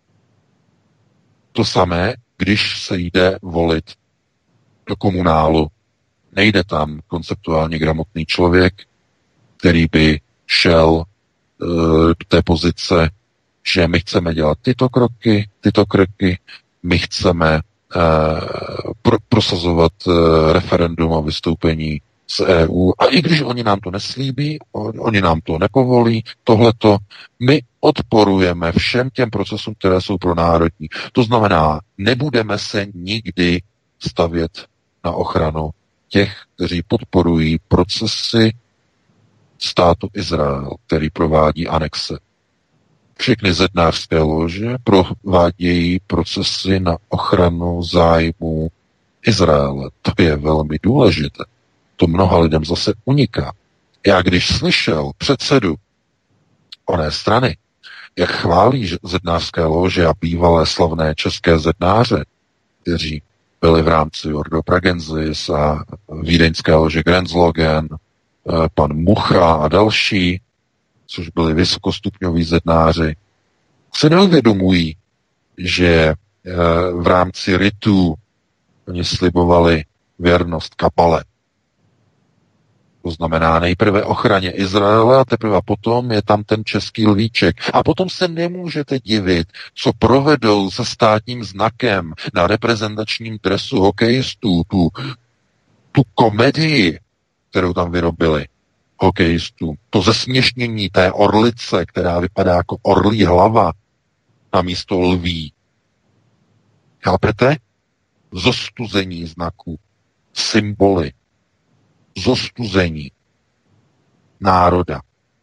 To samé, když se jde volit do komunálu, nejde tam konceptuálně gramotný člověk, který by šel uh, do té pozice, že my chceme dělat tyto kroky, tyto kroky, my chceme uh, pro, prosazovat uh, referendum o vystoupení z E U. A i když oni nám to neslíbí, oni nám to nepovolí, tohleto, my odporujeme všem těm procesům, které jsou pro národní. To znamená, nebudeme se nikdy stavět na ochranu těch, kteří podporují procesy státu Izrael, který provádí anexe. Všechny zednářské lože provádějí procesy na ochranu zájmu Izraele. To je velmi důležité. To mnoha lidem zase uniká. Já když slyšel předsedu oné strany, jak chválí zednářské lože a bývalé slavné české zednáře, kteří byli v rámci Ordo Pragensis a vídeňské lože Grenzlogen, pan Mucha a další, což byli vysokostupňoví zednáři, se neuvědomují, že v rámci ritu oni slibovali věrnost kapale. To znamená nejprve ochraně Izraele a teprve potom je tam ten český lvíček. A potom se nemůžete divit, co provedou se státním znakem na reprezentačním dresu hokejistů, tu, tu komedii, kterou tam vyrobili hokejistů. To zesměšnění té orlice, která vypadá jako orlí hlava na místo lví. Chápete? Zostuzení znaků, symboly, zostuzení národa.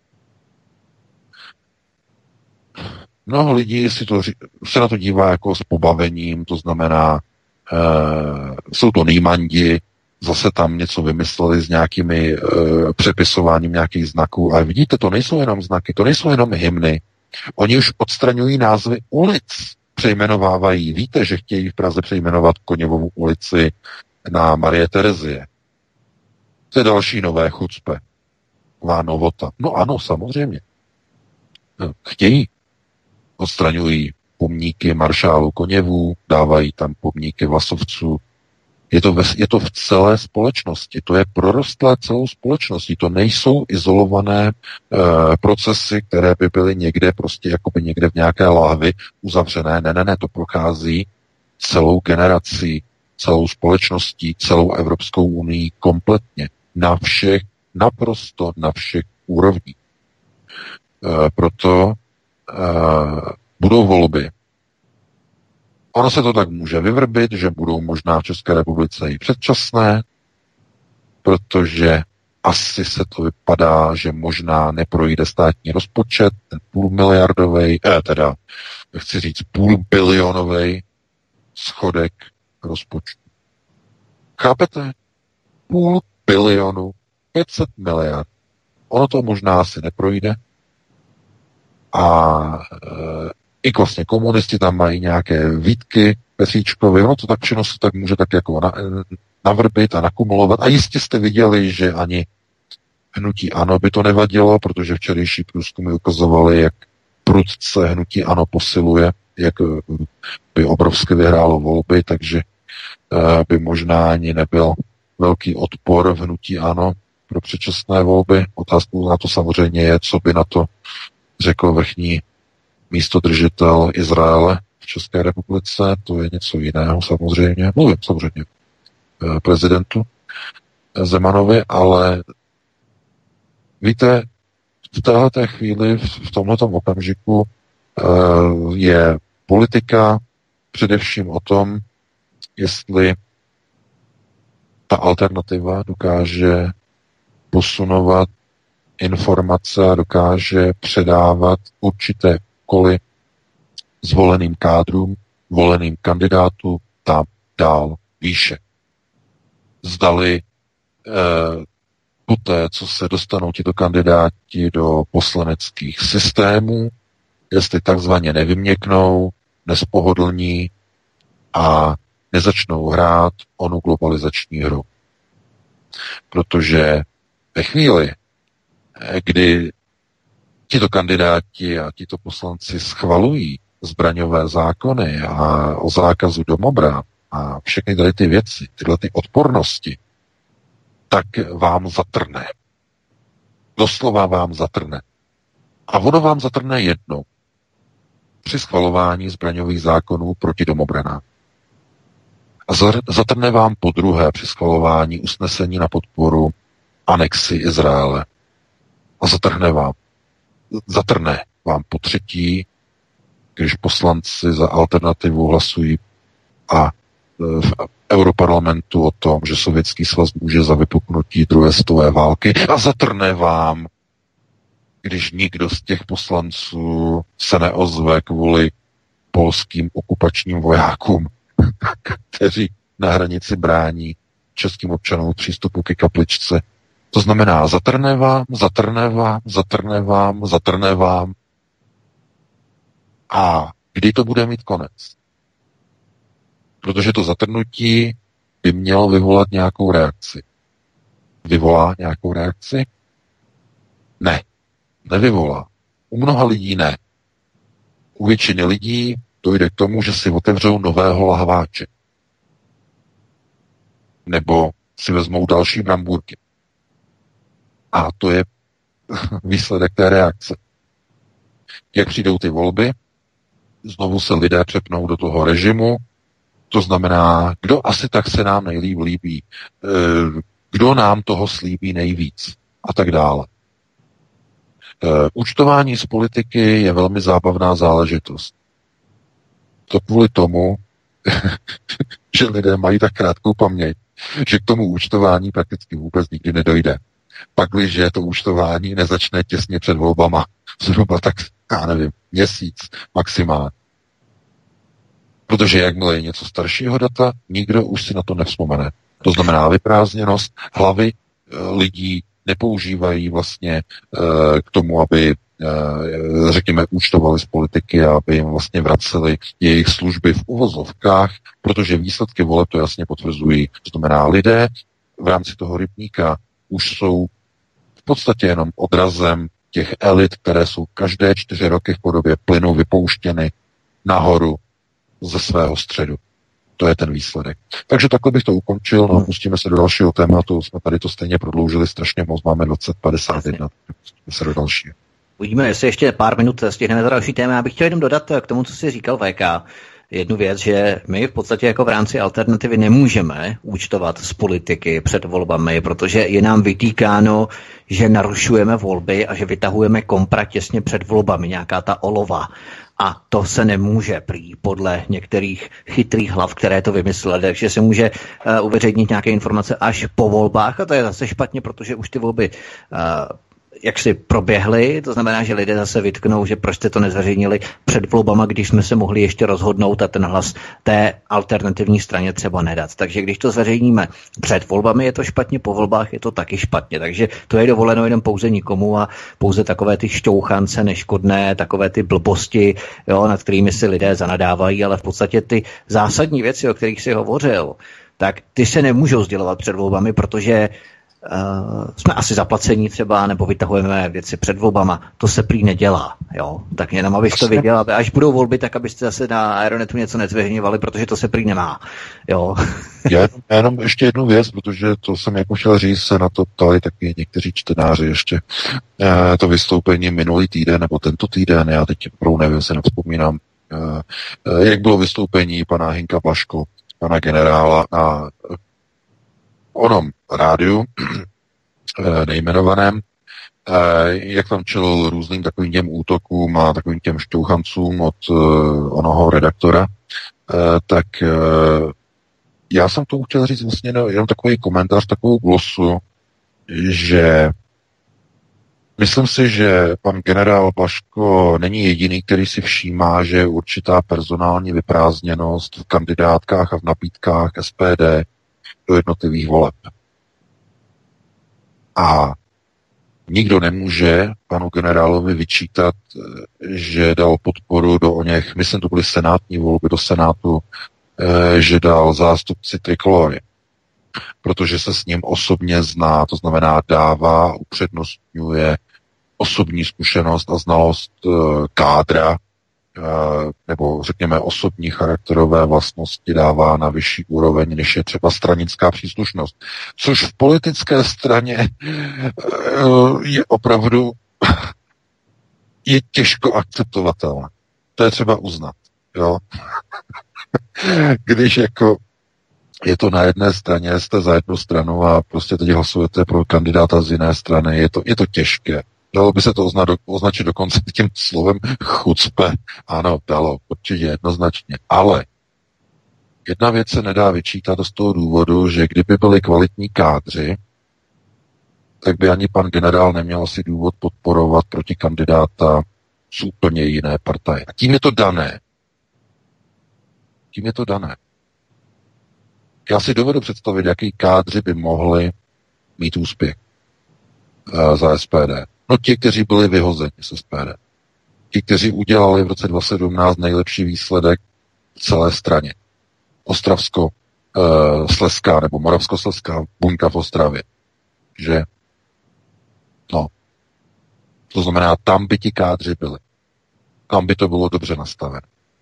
Mnoho lidí si to, se na to dívá jako s pobavením, to znamená, e, jsou to nýmandi, zase tam něco vymysleli s nějakými e, přepisováním nějakých znaků. Ale vidíte, to nejsou jenom znaky, to nejsou jenom hymny. Oni už odstraňují názvy ulic, přejmenovávají. Víte, že chtějí v Praze přejmenovat Koněvovu ulici na Marie Terezie. To je další nové chucpe. Nová novota. No ano, samozřejmě. Chtějí. Odstraňují pomníky maršálu Koněvů, dávají tam pomníky vlasovců. Je to, ve, je to v celé společnosti, to je prorostlé celou společností, to nejsou izolované e, procesy, které by byly někde prostě jakoby někde v nějaké láhvi uzavřené. Ne, ne, ne, to prochází celou generací, celou společností, celou Evropskou unii kompletně, na všech, naprosto na všech úrovních. E, proto e, budou volby. Ono se to tak může vyvrbit, že budou možná v České republice i předčasné, protože asi se to vypadá, že možná neprojde státní rozpočet, ten půlmiliardový, eh, teda chci říct půl bilionový schodek rozpočtu. Chápete? Půl bilionu, pět set miliard. Ono to možná asi neprojde. A e, i vlastně komunisti tam mají nějaké výtky Petříčkovi, ono to tak všechno se tak může tak jako na, navrbit a nakumulovat. A jistě jste viděli, že ani hnutí ANO by to nevadilo, protože včerejší průzkumy ukazovaly, jak prudce hnutí ANO posiluje, jak by obrovsky vyhrálo volby, takže by možná ani nebyl velký odpor v hnutí ANO pro předčasné volby. Otázkou na to samozřejmě je, co by na to řekl vrchní místodržitel Izraele v České republice, to je něco jiného samozřejmě. Mluvím samozřejmě prezidentu Zemanovi, ale víte, v téhleté chvíli, v tomhletom okamžiku je politika především o tom, jestli ta alternativa dokáže posunovat informace a dokáže předávat určité úkoly zvoleným kádrům, voleným kandidátům tam dál výše. Zdali eh, poté, co se dostanou tito kandidáti do poslaneckých systémů, jestli takzvaně nevyměknou, nespohodlní a nezačnou hrát onu globalizační hru. Protože ve chvíli, kdy tito kandidáti a tito poslanci schvalují zbraňové zákony a o zákazu domobrán a všechny tady ty věci, tyhle ty odpornosti, tak vám zatrne. Doslova vám zatrne. A ono vám zatrne jednou. Při schvalování zbraňových zákonů proti domobranám. A zatrne vám po druhé při schvalování usnesení na podporu anexi Izraele. A zatrhne vám. Zatrne vám po třetí, když poslanci za alternativu hlasují a v Europarlamentu o tom, že Sovětský svaz může za vypuknutí druhé světové války, a zatrne vám, když nikdo z těch poslanců se neozve kvůli polským okupačním vojákům, kteří na hranici brání českým občanům přístupu ke kapličce. To znamená, zatrne vám, zatrne vám, zatrne vám, zatrne vám. A kdy to bude mít konec? Protože to zatrnutí by mělo vyvolat nějakou reakci. Vyvolá nějakou reakci? Ne, nevyvolá. U mnoha lidí ne. U většiny lidí dojde k tomu, že si otevřou nového lahváče. Nebo si vezmou další brambůrky. A to je výsledek té reakce. Jak přijdou ty volby, znovu se lidé přepnou do toho režimu, to znamená, kdo asi tak se nám nejlíp líbí, kdo nám toho slíbí nejvíc a tak dále. Účtování z politiky je velmi zábavná záležitost. To kvůli tomu, že lidé mají tak krátkou paměť, že k tomu účtování prakticky vůbec nikdy nedojde. Pakliže to účtování nezačne těsně před volbama, zhruba tak, já nevím, měsíc maximálně. Protože jakmile je něco staršího data, nikdo už si na to nevzpomene. To znamená vyprázdněnost hlavy lidí nepoužívají vlastně k tomu, aby, řekněme, účtovali z politiky a aby jim vlastně vraceli jejich služby v uvozovkách, protože výsledky voleb to jasně potvrzují. To znamená, lidé v rámci toho rybníka už jsou v podstatě jenom odrazem těch elit, které jsou každé čtyři roky v podobě plynu vypouštěny nahoru ze svého středu. To je ten výsledek. Takže takhle bych to ukončil, no, pustíme se do dalšího tématu, jsme tady to stejně prodloužili strašně moc, máme dvacet padesát jedna, pustíme se do dalšího. Uvidíme, jestli ještě pár minut stihneme za další téma. Já bych chtěl jenom dodat k tomu, co jsi říkal V K, jednu věc, že my v podstatě jako v rámci alternativy nemůžeme účtovat z politiky před volbami, protože je nám vytýkáno, že narušujeme volby a že vytahujeme kompra těsně před volbami, nějaká ta olova. A to se nemůže prý podle některých chytrých hlav, které to vymysleli, takže se může uh, uveřejnit nějaké informace až po volbách a to je zase špatně, protože už ty volby uh, jak si proběhly, to znamená, že lidé zase vytknou, že proč jste to nezveřejnili před volbama, když jsme se mohli ještě rozhodnout a ten hlas té alternativní straně třeba nedat. Takže když to zveřejníme před volbami, je to špatně, po volbách je to taky špatně. Takže to je dovoleno jenom pouze nikomu a pouze takové ty šťouchance neškodné, takové ty blbosti, jo, nad kterými si lidé zanadávají, ale v podstatě ty zásadní věci, o kterých si hovořil, tak ty se nemůžou sdělovat před volbami, protože Uh, jsme asi zaplacení třeba, nebo vytahujeme věci před volbama. To se prý nedělá, jo. Tak jenom abych to viděl, až budou volby, tak abyste zase na Aeronetu něco nezveřejňovali, protože to se prý nemá, jo. Já jenom, já jenom ještě jednu věc, protože to jsem jako chtěl říct, se na to ptali taky někteří čtenáři ještě. E, to vystoupení minulý týden, nebo tento týden, já teď opravdu nevím, se nevzpomínám, e, jak bylo vystoupení pana Hinka Blažko, pana generála na onom rádiu, nejmenovaném, jak tam čelil různým takovým těm útokům a takovým těm šťouchancům od onoho redaktora, tak já jsem to chtěl říct vlastně jenom takový komentář, takovou glosu, že myslím si, že pan generál Blažko není jediný, který si všímá, že určitá personální vyprázdněnost v kandidátkách a v nabídkách S P D do jednotlivých voleb. A nikdo nemůže panu generálovi vyčítat, že dal podporu do o něch, myslím, to byly senátní volby do Senátu, že dal zástupci Trikolory, protože se s ním osobně zná, to znamená dává, upřednostňuje osobní zkušenost a znalost kádra, nebo řekněme osobní charakterové vlastnosti dává na vyšší úroveň, než je třeba stranická příslušnost. Což v politické straně je opravdu je těžko akceptovatelné. To je třeba uznat. Jo? Když jako je to na jedné straně, jste za jednu stranu a prostě teď hlasujete pro kandidáta z jiné strany, je to, je to těžké. Dalo by se to ozna, do, označit dokonce tím slovem chucpe. Ano, dalo, určitě jednoznačně. Ale jedna věc se nedá vyčítat z toho důvodu, že kdyby byli kvalitní kádři, tak by ani pan generál neměl asi důvod podporovat proti kandidáta z úplně jiné partaje. A tím je to dané. Tím je to dané. Já si dovedu představit, jaký kádři by mohli mít úspěch uh, za S P D. No ti, kteří byli vyhozeni z S P D. Ti, kteří udělali v roce dva tisíce sedmnáct nejlepší výsledek v celé straně. Ostravsko, uh, Slezská nebo Moravskoslezská buňka v Ostravě. Že? No. To znamená, tam by ti kádři byli. Tam by to bylo dobře nastavené.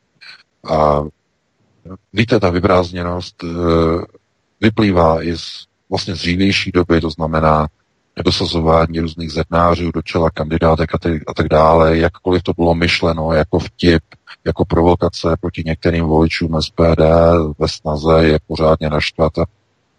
A víte, ta vybrázněnost uh, vyplývá i z vlastně z dřívější doby, to znamená nedosazování různých zednářů do čela kandidátek a, ty, a tak dále, jakkoliv to bylo myšleno jako vtip, jako provokace proti některým voličům S P D ve snaze je pořádně naštvat a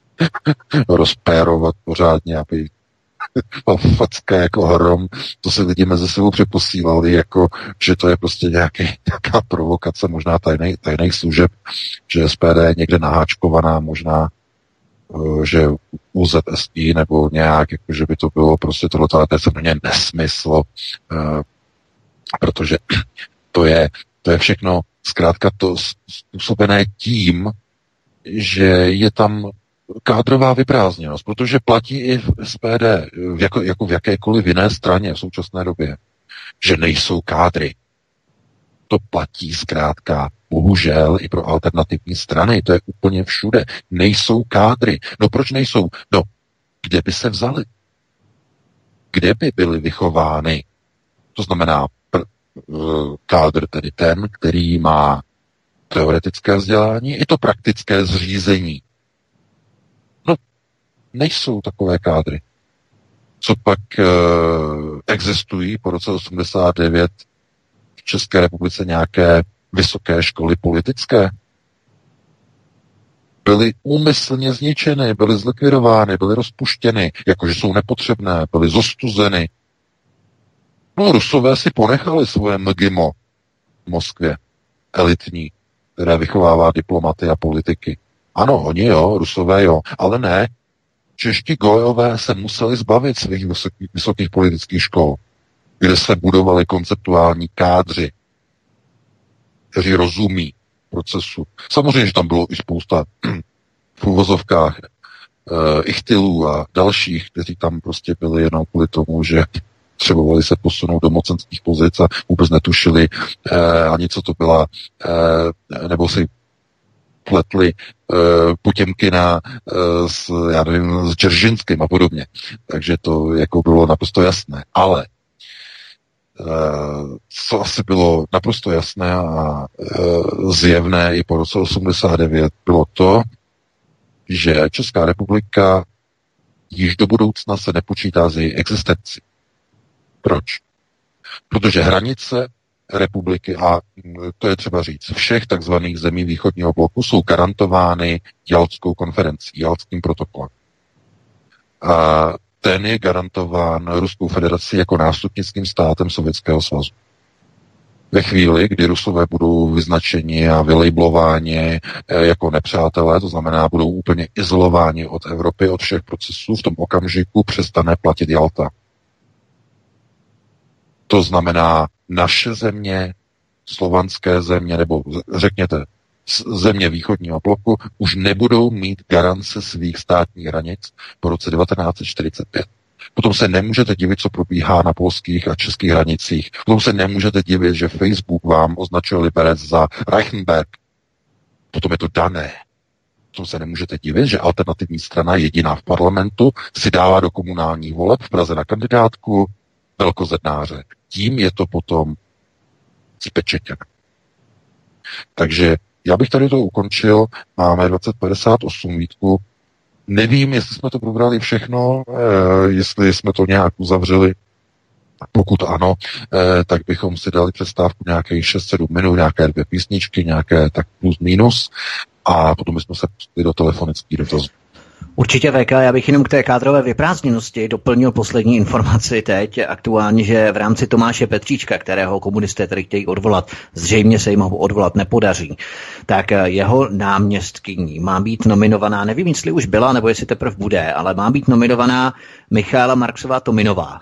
rozpérovat pořádně, aby facka jako hrom, to si lidi mezi sebou přeposílali, jako, že to je prostě nějaký, nějaká provokace, možná tajnej, tajných služeb, že S P D je někde naháčkovaná, možná že U Z S I nebo nějak, jako, že by to bylo prostě tohle, ale to je samozřejmě nesmysl, protože to je, to je všechno zkrátka to způsobené tím, že je tam kádrová vyprázdněnost, protože platí i v S P D, jako, jako v jakékoliv jiné straně v současné době, že nejsou kádry. To platí zkrátka, bohužel, i pro alternativní strany, to je úplně všude. Nejsou kádry. No proč nejsou? No, kde by se vzali? Kde by byly vychovány? To znamená, pr- kádr tedy ten, který má teoretické vzdělání i to praktické zřízení. No, nejsou takové kádry. Co pak e, existují po roce osmdesát devět v České republice nějaké vysoké školy politické? Byly úmyslně zničeny, byly zlikvidovány, byly rozpuštěny, jakože jsou nepotřebné, byly zostuzeny. No, Rusové si ponechali svoje MGIMO v Moskvě, elitní, které vychovává diplomaty a politiky. Ano, oni jo, Rusové jo, ale ne. Čeští gojové se museli zbavit svých vysokých, vysokých politických škol, kde se budovali konceptuální kádři, kteří rozumí procesu. Samozřejmě, že tam bylo i spousta v úvozovkách e, ichtylů a dalších, kteří tam prostě byli jenom kvůli tomu, že potřebovali se posunout do mocenských pozic a vůbec netušili e, ani co to byla, e, nebo si pletli e, Potěmkina e, s, já nevím, s Dzeržinským a podobně. Takže to jako bylo naprosto jasné. Ale e, co asi bylo naprosto jasné a e, zjevné i po roce osmdesát devět, bylo to, že Česká republika již do budoucna se nepočítá s její existencí. Proč? Protože hranice republiky, a to je třeba říct, všech takzvaných zemí východního bloku jsou garantovány Jaltskou konferencí, Jaltským protokolem. A ten je garantován Ruskou federací jako nástupnickým státem Sovětského svazu. Ve chvíli, kdy Rusové budou vyznačeni a vylejblováni jako nepřátelé, to znamená, budou úplně izolováni od Evropy, od všech procesů, v tom okamžiku přestane platit Jalta. To znamená, naše země, slovanské země, nebo řekněte, země východního bloku už nebudou mít garance svých státních hranic po roce devatenáct set čtyřicet pět. Potom se nemůžete divit, co probíhá na polských a českých hranicích. Potom se nemůžete divit, že Facebook vám označil Liberec za Reichenberg. Potom je to dané. Potom se nemůžete divit, že alternativní strana jediná v parlamentu si dává do komunálních voleb v Praze na kandidátku velkozednáře. Tím je to potom spečetěné. Takže já bych tady to ukončil. Máme dvacet padesát osm, Vítku. Nevím, jestli jsme to probrali všechno, eh, jestli jsme to nějak uzavřeli. Pokud ano, eh, tak bychom si dali přestávku nějakých šest sedm minut, nějaké dvě písničky, nějaké tak plus minus a potom bychom se pustili do telefonických dotazů. Určitě V K, já bych jenom k té kádrové vyprázdněnosti doplnil poslední informaci teď aktuálně, že v rámci Tomáše Petříčka, kterého komunisté tady chtějí odvolat, zřejmě se jim ho odvolat nepodaří, tak jeho náměstkyní má být nominovaná, nevím, jestli už byla, nebo jestli teprve bude, ale má být nominovaná Michaela Marksová-Tominová.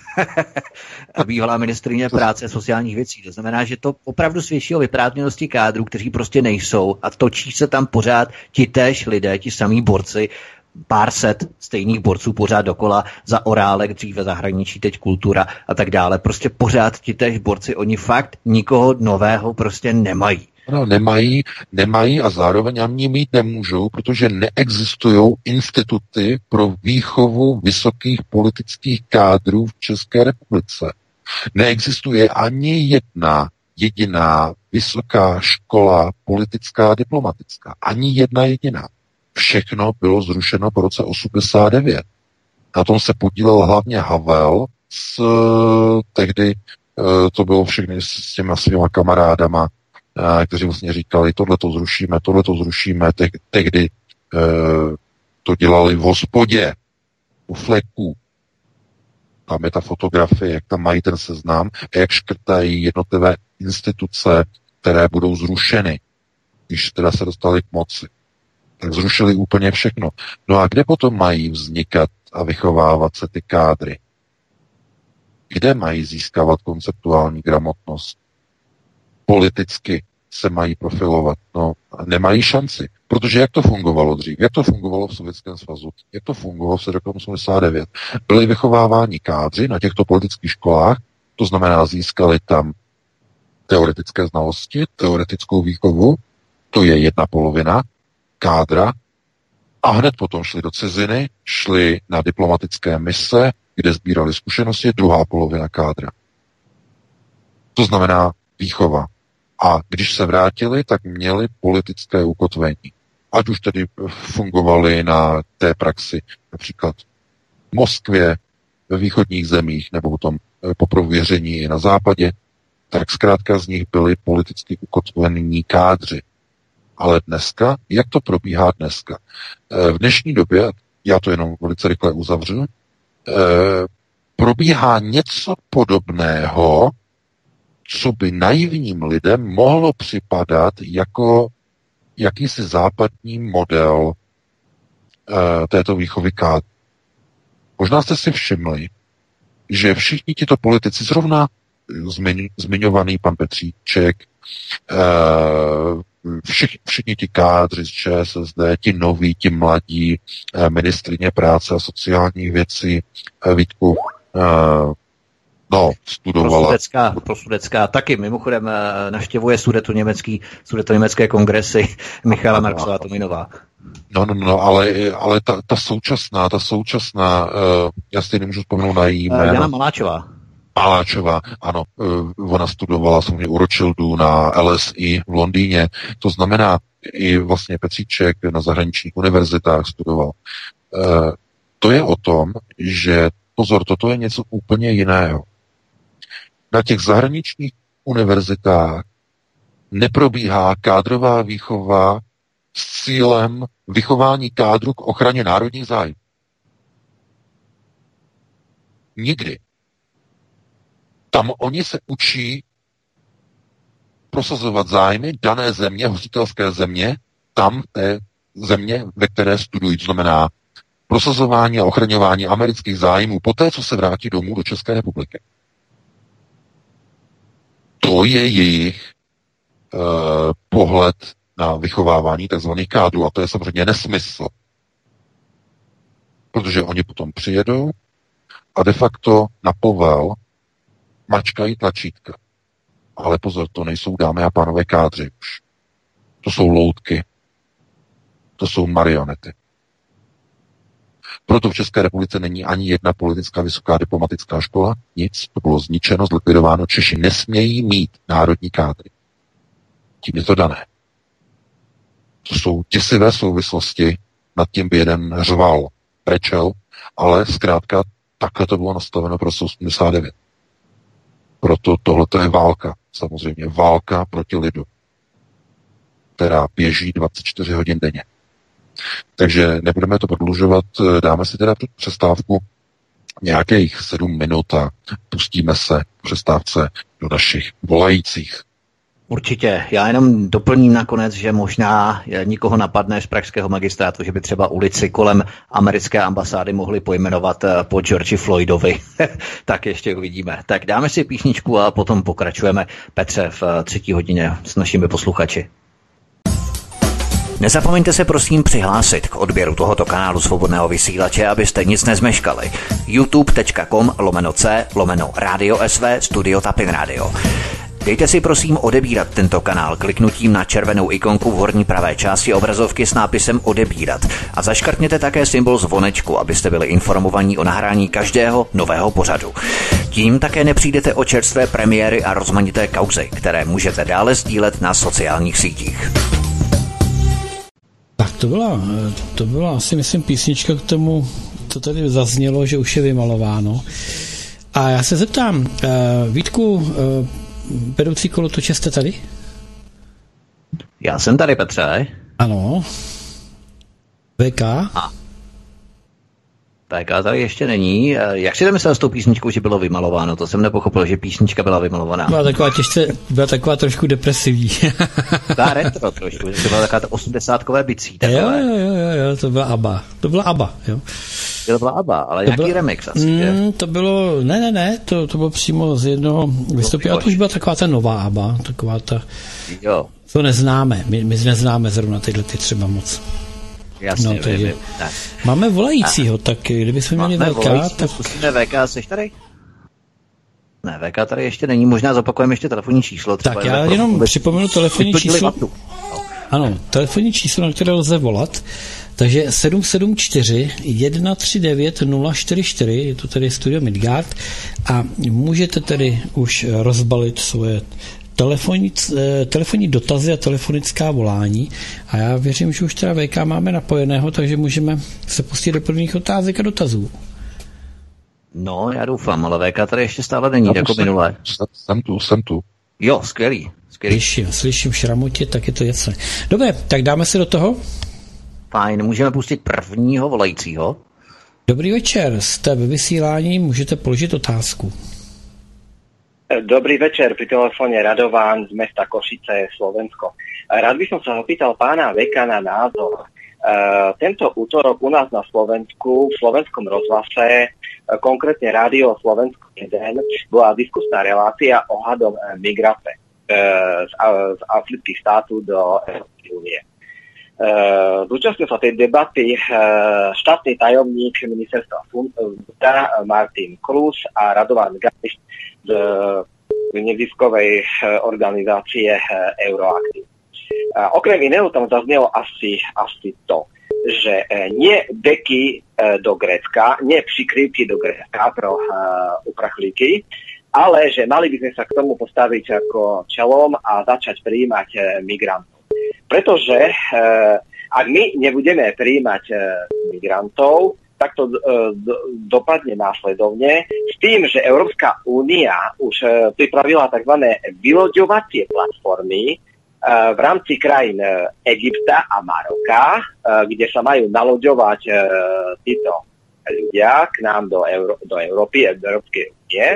Bývalá ministryně práce a sociálních věcí. To znamená, že to opravdu svědčí o vyprázdněnosti kádrů, kteří prostě nejsou a točí se tam pořád ti též lidé, ti samý borci, pár set stejných borců pořád dokola, za Orálek, dříve zahraničí, teď kultura a tak dále. Prostě pořád ti též borci, oni fakt nikoho nového prostě nemají. No, nemají, nemají a zároveň ani mít nemůžou, protože neexistují instituty pro výchovu vysokých politických kádrů v České republice. Neexistuje ani jedna jediná vysoká škola politická a diplomatická. Ani jedna jediná. Všechno bylo zrušeno po roce osmdesát devět. Na tom se podílel hlavně Havel s tehdy, to bylo všechny s těma svýma kamarádama, kteří vlastně říkali, tohle to zrušíme, tohle to zrušíme, Te- tehdy e, to dělali v hospodě, u fleků. Tam je ta fotografie, jak tam mají ten seznam a jak škrtají jednotlivé instituce, které budou zrušeny, když teda se dostali k moci. Tak zrušili úplně všechno. No a kde potom mají vznikat a vychovávat se ty kádry? Kde mají získávat konceptuální gramotnost? Politicky se mají profilovat. No, nemají šanci. Protože jak to fungovalo dřív? Jak to fungovalo v Sovětském svazu? Jak to fungovalo v roku osmdesát devět? Byli vychováváni kádři na těchto politických školách, to znamená získali tam teoretické znalosti, teoretickou výchovu, to je jedna polovina kádra, a hned potom šli do ciziny, šli na diplomatické mise, kde sbírali zkušenosti, druhá polovina kádra. To znamená výchova. A když se vrátili, tak měli politické ukotvení. Ať už tedy fungovali na té praxi, například v Moskvě, ve východních zemích, nebo potom po prověření i na západě, tak zkrátka z nich byli politicky ukotvení kádři. Ale dneska, jak to probíhá dneska? V dnešní době, já to jenom velice rychle uzavřu, probíhá něco podobného, co by naivním lidem mohlo připadat jako jakýsi západní model této výchovy kádrů. Možná jste si všimli, že všichni tito politici, zrovna zmiň, zmiňovaný pan Petříček, všichni, všichni ti kádři z ČSSD, ti noví, ti mladí, ministryně práce a sociálních věcí, Vítku, no, studovala. Prosudecká, prosudecká taky, mimochodem navštěvuje sudetoněmecký, sudetoněmecké kongresy Michala Marksová Tominová. No, no, no, ale, ale ta, ta současná, ta současná, uh, já si nemůžu vzpomenout na její jméno. Jana Maláčová. Maláčová, ano, uh, ona studovala samozřejmě u Rothschildu na L S I v Londýně, to znamená i vlastně Petříček na zahraničních univerzitách studoval. Uh, to je o tom, že, pozor, toto je něco úplně jiného. Na těch zahraničních univerzitách neprobíhá kádrová výchova s cílem vychování kádru k ochraně národních zájmů. Nikdy. Tam oni se učí prosazovat zájmy dané země, hostitelské země, tam té země, ve které studují. To znamená prosazování a ochraňování amerických zájmů poté, co se vrátí domů do České republiky. To je jejich uh, pohled na vychovávání tzv. Kádrů. A to je samozřejmě nesmysl. Protože oni potom přijedou a de facto na povel mačkají tlačítka. Ale pozor, to nejsou, dámy a pánové, kádři už. To jsou loutky. To jsou marionety. Proto v České republice není ani jedna politická vysoká diplomatická škola, nic, to bylo zničeno, zlikvidováno. Češi nesmějí mít národní kádry. Tím je to dané. To jsou děsivé souvislosti, nad tím by jeden řval, brečel, ale zkrátka takhle to bylo nastaveno pro osmdesát devět. Proto tohleto je válka, samozřejmě válka proti lidu, která běží dvacet čtyři hodin denně. Takže nebudeme to prodlužovat, dáme si teda tu přestávku nějakých sedm minut a pustíme se v přestávce do našich volajících. Určitě. Já jenom doplním nakonec, že možná nikoho napadne z pražského magistrátu, že by třeba ulici kolem americké ambasády mohli pojmenovat po Georgi Floydovi. Tak ještě uvidíme. Tak dáme si písničku a potom pokračujeme, Petře, v třetí hodině s našimi posluchači. Nezapomeňte se prosím přihlásit k odběru tohoto kanálu Svobodného vysílače, abyste nic nezmeškali. youtube.com lomeno c lomeno Radio S V Studio Tapin Radio. Dejte si prosím odebírat tento kanál kliknutím na červenou ikonku v horní pravé části obrazovky s nápisem odebírat a zaškrtněte také symbol zvonečku, abyste byli informovaní o nahrání každého nového pořadu. Tím také nepřijdete o čerstvé premiéry a rozmanité kauzy, které můžete dále sdílet na sociálních sítích. Tak to byla, to byla asi, myslím, písnička k tomu, co tady zaznělo, že už je vymalováno. A já se zeptám, uh, Vítku, uh, vedoucí kolotoče, jste tady? Já jsem tady, Petře. Ano. V K? A. V K tady ještě není. Jak si to myslel s tou písničkou, že bylo vymalováno? To jsem nepochopil, že písnička byla vymalovaná. Byla taková těžce, byla taková trošku depresivní. Ta retro trošku, že to byla taková osmdesátkové bicí. Jo, jo, jo, jo, to byla ABBA. To byla ABBA, jo. To byla ABBA, ale to nějaký bylo, remix asi, mm, že? To bylo, ne, ne, ne, to, to bylo přímo z jednoho vystoupení, ale to už byla taková ta nová ABBA, taková ta, jo. To neznáme, my, my neznáme zrovna tyhle ty třeba moc. Jasně, no, takže, ne. Máme volajícího, a. tak kdybychom měli V K, tak... Zkusíme V K, jsi tady? Ne, V K tady ještě není, možná zopakujeme ještě telefonní číslo. Třeba tak já jenom vůbec... připomenu telefonní číslo. No. Ano, telefonní číslo, na které lze volat, takže sedm sedm čtyři jedna tři devět nula čtyři čtyři, je to tedy Studio Midgard a můžete tedy už rozbalit svoje telefonní, telefonní dotazy a telefonická volání a já věřím, že už teda V K máme napojeného, takže můžeme se pustit do prvních otázek a dotazů. No, já doufám, ale V K tady ještě stále není, jako minule. Jsem tu, jsem tu. Jo, skvělý. skvělý. Slyším, slyším šramotě, tak je to jasné. Dobře, tak dáme se do toho? Fajn, můžeme pustit prvního volajícího. Dobrý večer, jste ve vysílání, můžete položit otázku. Dobrý večer, pri telefóne Radován z mesta Košice, Slovensko. Rád by som sa opýtal pána Veka na názor. Uh, tento útorok u nás na Slovensku, v slovenskom rozhlase, uh, konkrétne Rádio Slovensko jeden, bola diskusná relácia ohľadom uh, migrace uh, z, uh, z afrických štátov do Európskej únie. Uh, zúčastnil sa tej debaty uh, štátny tajomník ministerstva vnútra uh, Martin Klus a Radovan Gališ z neziskovej organizácie Euroaktiv. Okrem iného tam zaznelo asi, asi to, že nie deky do Grécka, nie přikrývky do Grécka pro uh, uprchlíky, ale že mali by sme sa k tomu postaviť ako čelom a začať prijímať uh, migrantov. Pretože uh, ak my nebudeme prijímať uh, migrantov, tak to dopadne následovne s tým, že Európska únia už pripravila tzv. Vyloďovacie platformy v rámci krajín Egypta a Maroka, kde sa majú naloďovať títo ľudia k nám do, Euró- do Európy, do Európskej únie.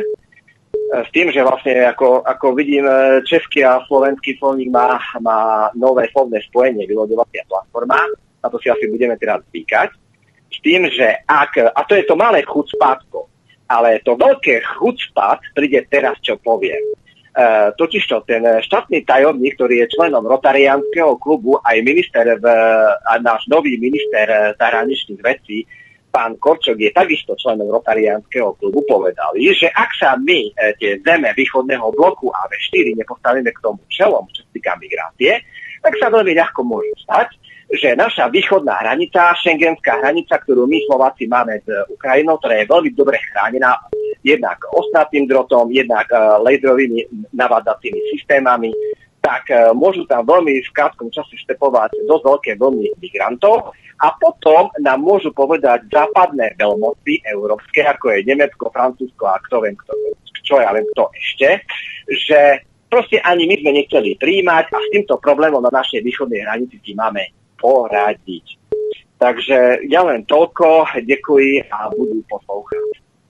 S tým, že vlastne, ako, ako vidím, český a slovenský slovník má, má nové slovné spojenie vyloďovacia platforma, na to si asi budeme teraz zvykať. S tým, že ak, a to je to malé chucpátko, ale to veľké chucpát príde teraz, čo poviem. E, totižto ten štátny tajomník, ktorý je členom Rotariánskeho klubu, aj minister, v, a náš nový minister zahraničných vecí, pán Korčok, je takisto členom Rotariánskeho klubu, povedali, že ak sa my, e, tie zeme východného bloku á vé štyri, nepostavíme k tomu čelom, čo sa týka migrácie, tak sa veľmi ľahko môže stať, že naša východná hranica, šengenská hranica, ktorú my Slováci máme s Ukrajinou, ktorá je veľmi dobre chránená jednak ostnatým drotom, jednak uh, laserovými navádzacími systémami, tak uh, môžu tam veľmi v krátkom čase štepovať dosť veľké vlny migrantov a potom nám môžu povedať západné veľmoci európske, ako je Nemecko, Francúzsko a kto viem, kto, čo ja viem, kto ešte, že proste ani my sme nechceli prijímať a s týmto problémom na našej východnej hranici si máme poradiť. Takže ja len toľko, děkuji a budu poslouchat.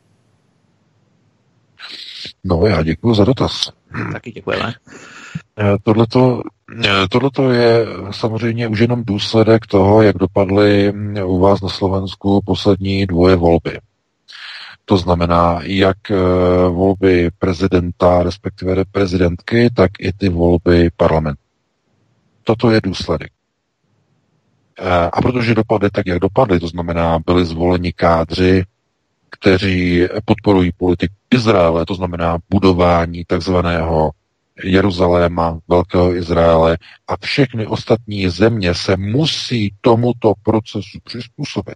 No, já děkuji za dotaz. Taky děkujeme. Tohleto, tohleto je samozřejmě už jenom důsledek toho, jak dopadly u vás na Slovensku poslední dvoje volby. To znamená, jak volby prezidenta, respektive prezidentky, tak i ty volby parlamentu. Toto je důsledek. A protože dopadly tak, jak dopadly, to znamená, byli zvoleni kádři, kteří podporují politiku Izraele, to znamená budování takzvaného Jeruzaléma, Velkého Izraele a všechny ostatní země se musí tomuto procesu přizpůsobit.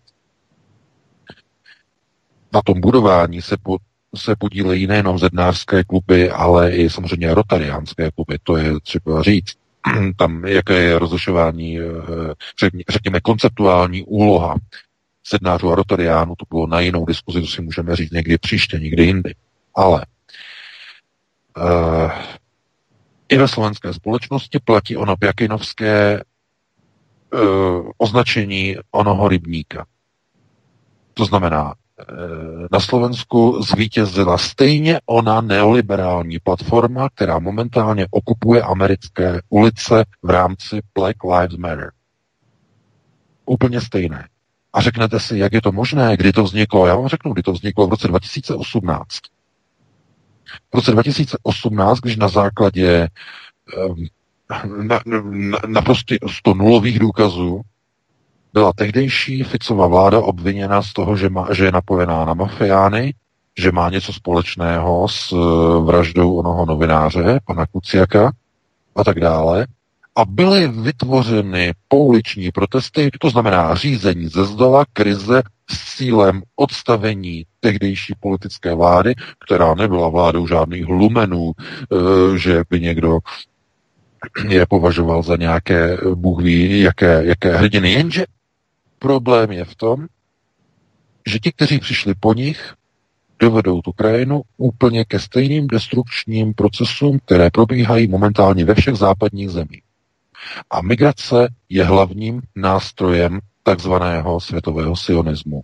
Na tom budování se, po, se podílejí nejenom zednářské kluby, ale i samozřejmě rotariánské kluby, to je třeba říct. Tam, jaké je rozlišování, řekněme, konceptuální úloha sednářů a rotariánů, to bylo na jinou diskuzi, to si můžeme říct někdy příště, někdy jindy. Ale uh, i ve slovenské společnosti platí ono pjakinovské uh, označení onoho rybníka. To znamená, na Slovensku zvítězila stejně ona neoliberální platforma, která momentálně okupuje americké ulice v rámci Black Lives Matter. Úplně stejné. A řeknete si, jak je to možné, kdy to vzniklo? Já vám řeknu, kdy to vzniklo v roce dva tisíce osmnáct. V roce dva tisíce osmnáct, když na základě na, na, naprosto sto nulových důkazů byla tehdejší Ficova vláda obviněna z toho, že, má, že je napojená na mafiány, že má něco společného s vraždou onoho novináře, pana Kuciaka a tak dále. A byly vytvořeny pouliční protesty, to znamená řízení ze zdola, krize s cílem odstavení tehdejší politické vlády, která nebyla vládou žádných lumenů, že by někdo je považoval za nějaké, Bůh ví, jaké, jaké hrdiny. Jenže problém je v tom, že ti, kteří přišli po nich, dovedou tu krajinu úplně ke stejným destrukčním procesům, které probíhají momentálně ve všech západních zemích. A migrace je hlavním nástrojem takzvaného světového sionismu.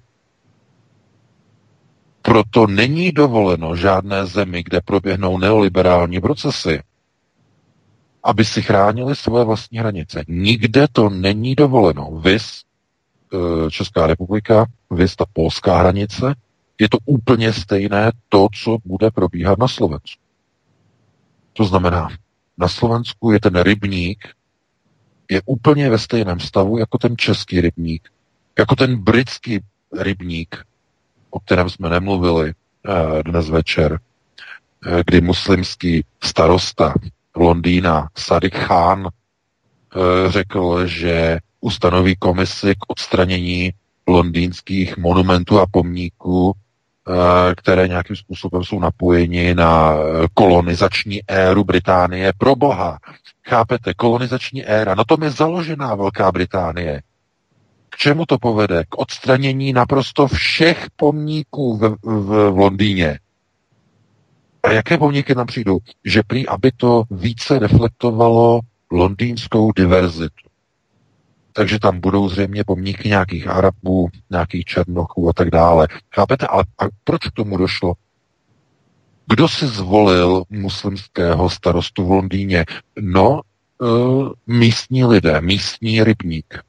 Proto není dovoleno žádné zemi, kde proběhnou neoliberální procesy, aby si chránili své vlastní hranice. Nikde to není dovoleno. Vys Česká republika, vys ta polská hranice, je to úplně stejné to, co bude probíhat na Slovensku. To znamená, na Slovensku je ten rybník je úplně ve stejném stavu jako ten český rybník, jako ten britský rybník, o kterém jsme nemluvili dnes večer, kdy muslimský starosta Londýna Sadiq Khan řekl, že ustanoví komisi k odstranění londýnských monumentů a pomníků, které nějakým způsobem jsou napojeni na kolonizační éru Británie. Pro boha, chápete, kolonizační éra, na tom je založená Velká Británie. K čemu to povede? K odstranění naprosto všech pomníků v, v, v Londýně. A jaké pomníky nám přijdou? Že prý, aby to více reflektovalo londýnskou diverzitu. Takže tam budou zřejmě pomníky nějakých Arabů, nějakých Černochů a tak dále. Chápete? Ale a proč k tomu došlo? Kdo si zvolil muslimského starostu v Londýně? No, e, místní lidé, místní rybník.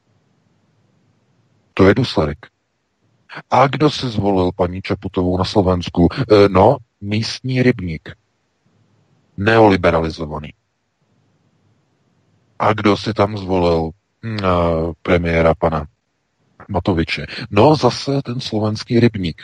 To je důsledek. A kdo si zvolil paní Čaputovou na Slovensku? E, no, místní rybník. Neoliberalizovaný. A kdo si tam zvolil premiéra pana Matoviče? No zase ten slovenský rybník.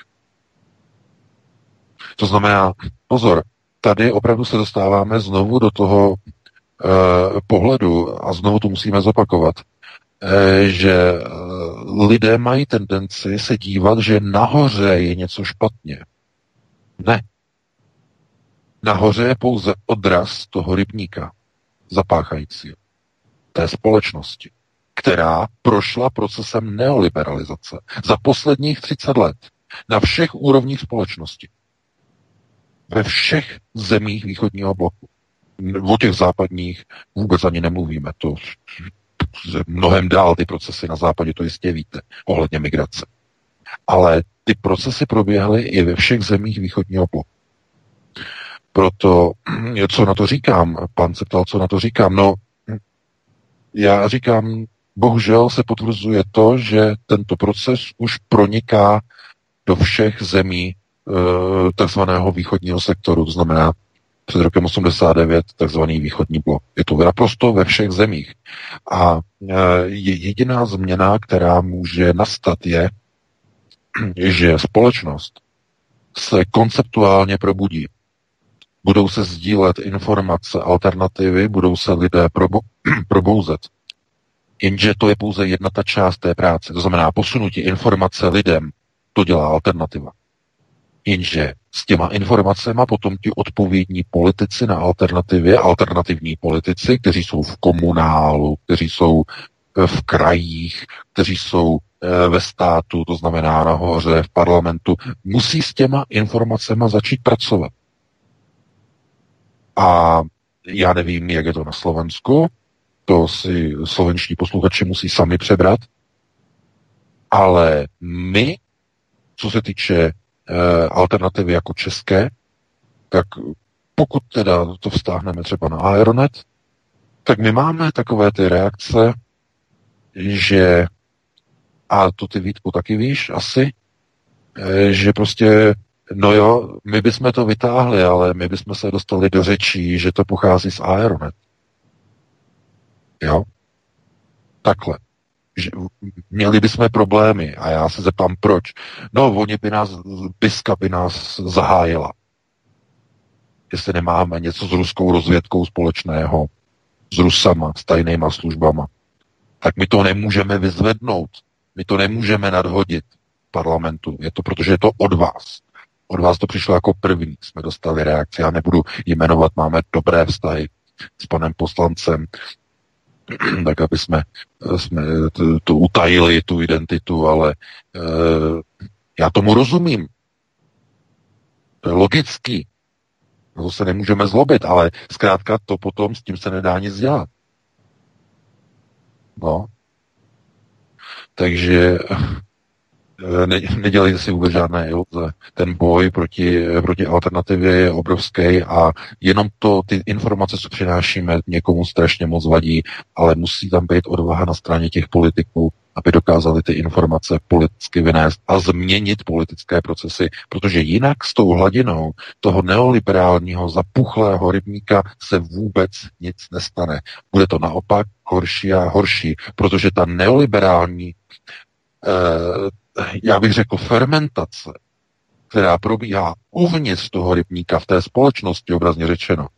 To znamená, pozor, tady opravdu se dostáváme znovu do toho eh, pohledu a znovu to musíme zopakovat, eh, že eh, lidé mají tendenci se dívat, že nahoře je něco špatně. Ne. Nahoře je pouze odraz toho rybníka zapáchajícího té společnosti, která prošla procesem neoliberalizace za posledních třicet let na všech úrovních společnosti. Ve všech zemích východního bloku. O těch západních vůbec ani nemluvíme. To mnohem dál ty procesy na západě, to jistě víte, ohledně migrace. Ale ty procesy proběhly i ve všech zemích východního bloku. Proto, co na to říkám? Pan se ptal, co na to říkám. No, já říkám, bohužel se potvrzuje to, že tento proces už proniká do všech zemí e, takzvaného východního sektoru, to znamená před rokem osmdesát devět takzvaný východní blok. Je to naprosto ve všech zemích. A e, jediná změna, která může nastat, je, že společnost se konceptuálně probudí. Budou se sdílet informace, alternativy, budou se lidé probo- probouzet. Jenže to je pouze jedna ta část té práce. To znamená posunutí informace lidem, to dělá alternativa. Jenže s těma informacemi potom ti odpovědní politici na alternativě, alternativní politici, kteří jsou v komunálu, kteří jsou v krajích, kteří jsou ve státu, to znamená nahoře, v parlamentu, musí s těma informacemi začít pracovat. A já nevím, jak je to na Slovensku, to si slovenští posluchači musí sami přebrat, ale my, co se týče e, alternativy jako české, tak pokud teda to vztáhneme třeba na Aeronet, tak my máme takové ty reakce, že, a to ty, Vítku, taky víš asi, e, že prostě no jo, my bychom to vytáhli, ale my bychom se dostali do řečí, že to pochází z Aeronet. Jo? Takhle. Že měli bychom problémy a já se zeptám, proč. No, oni by nás, Biska by nás zahájila. Jestli nemáme něco s ruskou rozvědkou společného. s Rusama, s tajnýma službama, tak my to nemůžeme vyzvednout. My to nemůžeme nadhodit parlamentu. Je to, protože je to od vás. Od vás to přišlo jako první. Jsme dostali reakci. Já nebudu jmenovat, máme dobré vztahy s panem poslancem, tak aby jsme, jsme to, to utajili, tu identitu, ale e, já tomu rozumím. To je logický. To se nemůžeme zlobit, ale zkrátka to potom s tím se nedá nic dělat. No. Takže ne, nedělejte si vůbec žádné iluze. Ten boj proti, proti alternativě je obrovský a jenom to, ty informace, co přinášíme, někomu strašně moc vadí, ale musí tam být odvaha na straně těch politiků, aby dokázali ty informace politicky vynést a změnit politické procesy, protože jinak s tou hladinou toho neoliberálního zapuchlého rybníka se vůbec nic nestane. Bude to naopak horší a horší, protože ta neoliberální eh, já bych řekl fermentace, která probíhá uvnitř toho rybníka v té společnosti, obrazně řečeno,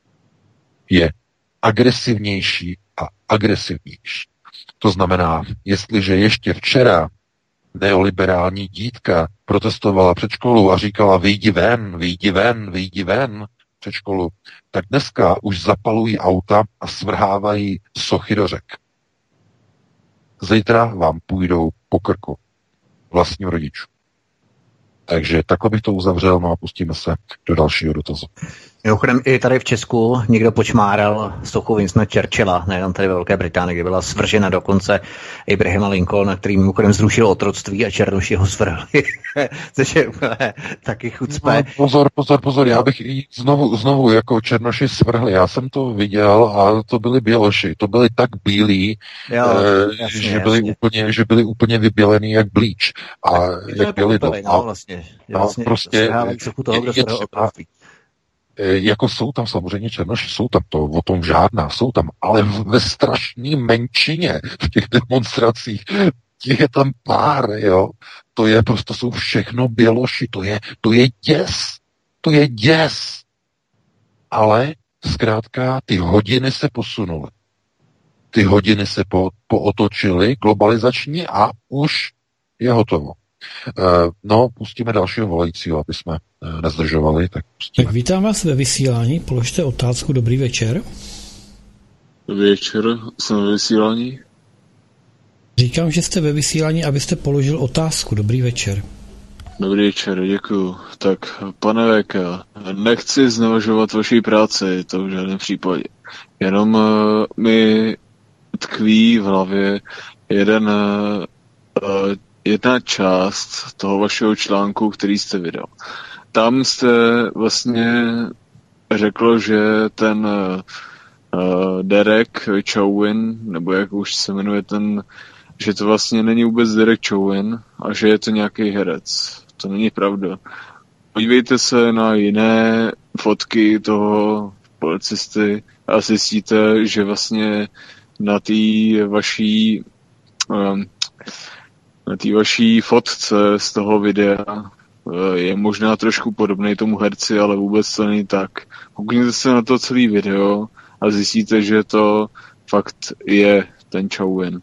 je agresivnější a agresivnější. To znamená, jestliže ještě včera neoliberální dítka protestovala před školou a říkala vyjdi ven, vyjdi ven, vyjdi ven před školu, tak dneska už zapalují auta a svrhávají sochy do řek. Zítra vám půjdou po krku vlastním rodičů. Takže takhle bych to uzavřel, no a pustíme se do dalšího dotazu. Mimochodem i tady v Česku někdo počmáral sochu Winstona Churchilla, nejenom tady ve Velké Británii, kde byla svržena dokonce Abrahama Lincolna, který mimochodem zrušil otroctví a černoši ho svrhli. Což je úplně taky chucpe. No, pozor, pozor, pozor, já bych jí znovu, znovu jako černoši svrhli. Já jsem to viděl a to byli běloši. To byli tak bílí, jo, eh, jasně, že, byli jasně. Úplně, že byli úplně vybělený jak blíč. A jak byli to. No, vlastně, no, vlastně prostě toho, kdo je, je, jako jsou tam samozřejmě černoši, jsou tam, to o tom žádná, jsou tam, ale ve strašné menšině v těch demonstracích, těch je tam pár, jo, to je prostě, to jsou všechno běloši, to je, to je děs, to je děs, ale zkrátka ty hodiny se posunuly, ty hodiny se po, pootočily globalizačně a už je hotovo. No, pustíme dalšího volajícího, aby jsme nezdržovali, tak pustíme. Tak vítám vás ve vysílání, položte otázku, dobrý večer. Dobrý večer, jsem ve vysílání. Říkám, že jste ve vysílání, abyste položil otázku, dobrý večer. Dobrý večer, děkuju. Tak, pane V K, nechci znevažovat vaší práci, to v žádném případě. Jenom uh, mi tkví v hlavě jeden uh, jedna část toho vašeho článku, který jste vydal. Tam jste vlastně řekl, že ten uh, Derek Chauvin, nebo jak už se jmenuje ten, že to vlastně není vůbec Derek Chauvin a že je to nějaký herec. To není pravda. Podívejte se na jiné fotky toho policisty a zjistíte, že vlastně na té vaší um, na té vaší fotce z toho videa je možná trošku podobný tomu herci, ale vůbec to není tak. Koukněte se na to celý video a zjistíte, že to fakt je ten Chauvin.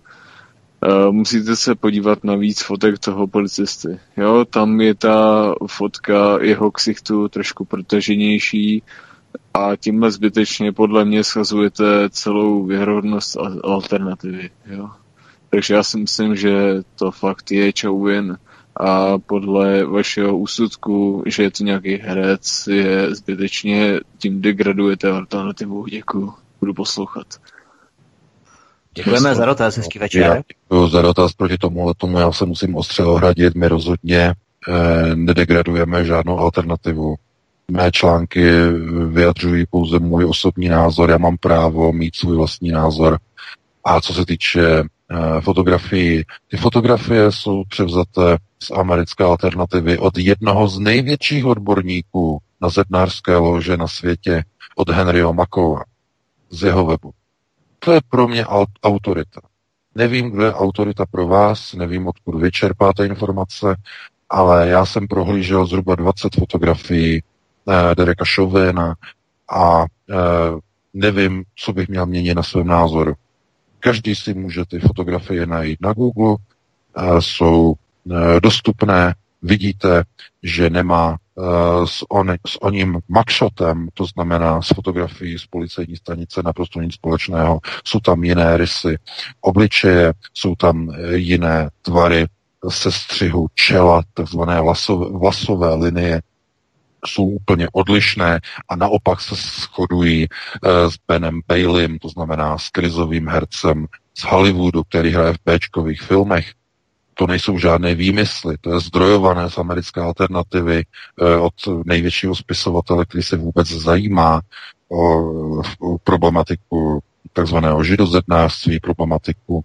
Musíte se podívat na víc fotek toho policisty. Jo, tam je ta fotka jeho ksichtu trošku protaženější a tímhle zbytečně podle mě schazujete celou věrohodnost alternativy. Jo. Takže já si myslím, že to fakt je Chauvin a podle vašeho úsudku, že je to nějaký herec, je zbytečně, tím degradujete alternativu. Děkuju, budu poslouchat. Děkujeme za dotaz, hezký večer. Děkuji za dotaz proti tomu, tomu já se musím ostře ohradit, my rozhodně eh, nedegradujeme žádnou alternativu. Mé články vyjadřují pouze můj osobní názor, já mám právo mít svůj vlastní názor. A co se týče fotografii. Ty fotografie jsou převzaté z americké alternativy od jednoho z největších odborníků na zednářské lože na světě, od Henryho Makowa, z jeho webu. To je pro mě autorita. Nevím, kdo je autorita pro vás, nevím, odkud vy čerpáte informace, ale já jsem prohlížel zhruba dvacet fotografií eh, Dereka Chauvina a eh, nevím, co bych měl měnit na svém názoru. Každý si může ty fotografie najít na Google, jsou dostupné, vidíte, že nemá s, on, s oním mugshotem, to znamená s fotografií z policejní stanice naprosto nic společného. Jsou tam jiné rysy obličeje, jsou tam jiné tvary sestřihu čela, takzvané vlasové, vlasové linie, jsou úplně odlišné a naopak se shodují s Benem Baileym, to znamená s krizovým hercem z Hollywoodu, který hraje v béčkových filmech. To nejsou žádné výmysly, to je zdrojované z americké alternativy od největšího spisovatele, který se vůbec zajímá o, o problematiku takzvaného židozednářství, problematiku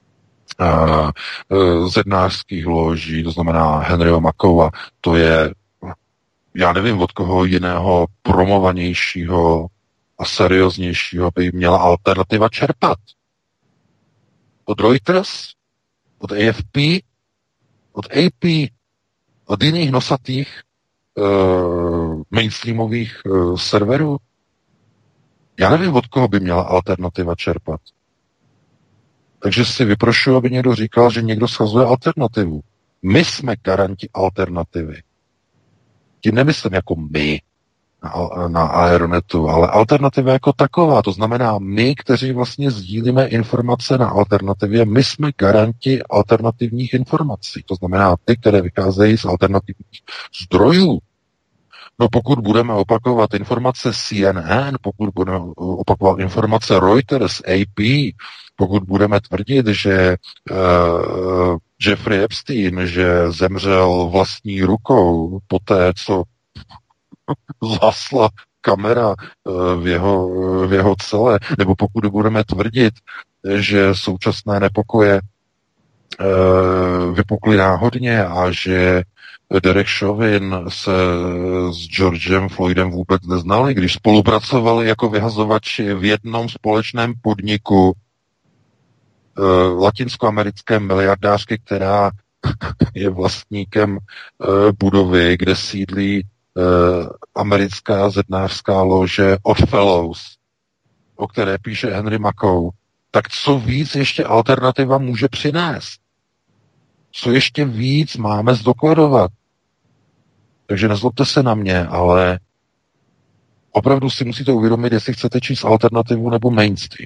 a, zednářských loží, to znamená Henryho Makova. To je, já nevím, od koho jiného promovanějšího a serióznějšího by měla alternativa čerpat. Od Reuters? Od A F P, od A P, od jiných nosatých uh, mainstreamových uh, serverů. Já nevím, od koho by měla alternativa čerpat. Takže si vyprošuji, aby někdo říkal, že někdo schazuje alternativu. My jsme garanti alternativy. Tím nemyslím jako my na, na Aeronetu, ale alternativa jako taková. To znamená my, kteří vlastně sdílíme informace na alternativě, my jsme garanti alternativních informací. To znamená ty, které vycházejí z alternativních zdrojů. No pokud budeme opakovat informace C N N, pokud budeme opakovat informace Reuters, A P, pokud budeme tvrdit, že uh, Jeffrey Epstein, že zemřel vlastní rukou poté, co zhasla kamera v jeho, v jeho celé, nebo pokud budeme tvrdit, že současné nepokoje vypukly náhodně a že Derek Chauvin se s Georgem Floydem vůbec neznali, když spolupracovali jako vyhazovači v jednom společném podniku latinskoamerické miliardářky, která je vlastníkem budovy, kde sídlí americká zednářská lože Oddfellows, o které píše Henry Makow, tak co víc ještě alternativa může přinést? Co ještě víc máme zdokladovat? Takže nezlobte se na mě, ale opravdu si musíte uvědomit, jestli chcete číst alternativu nebo mainstream.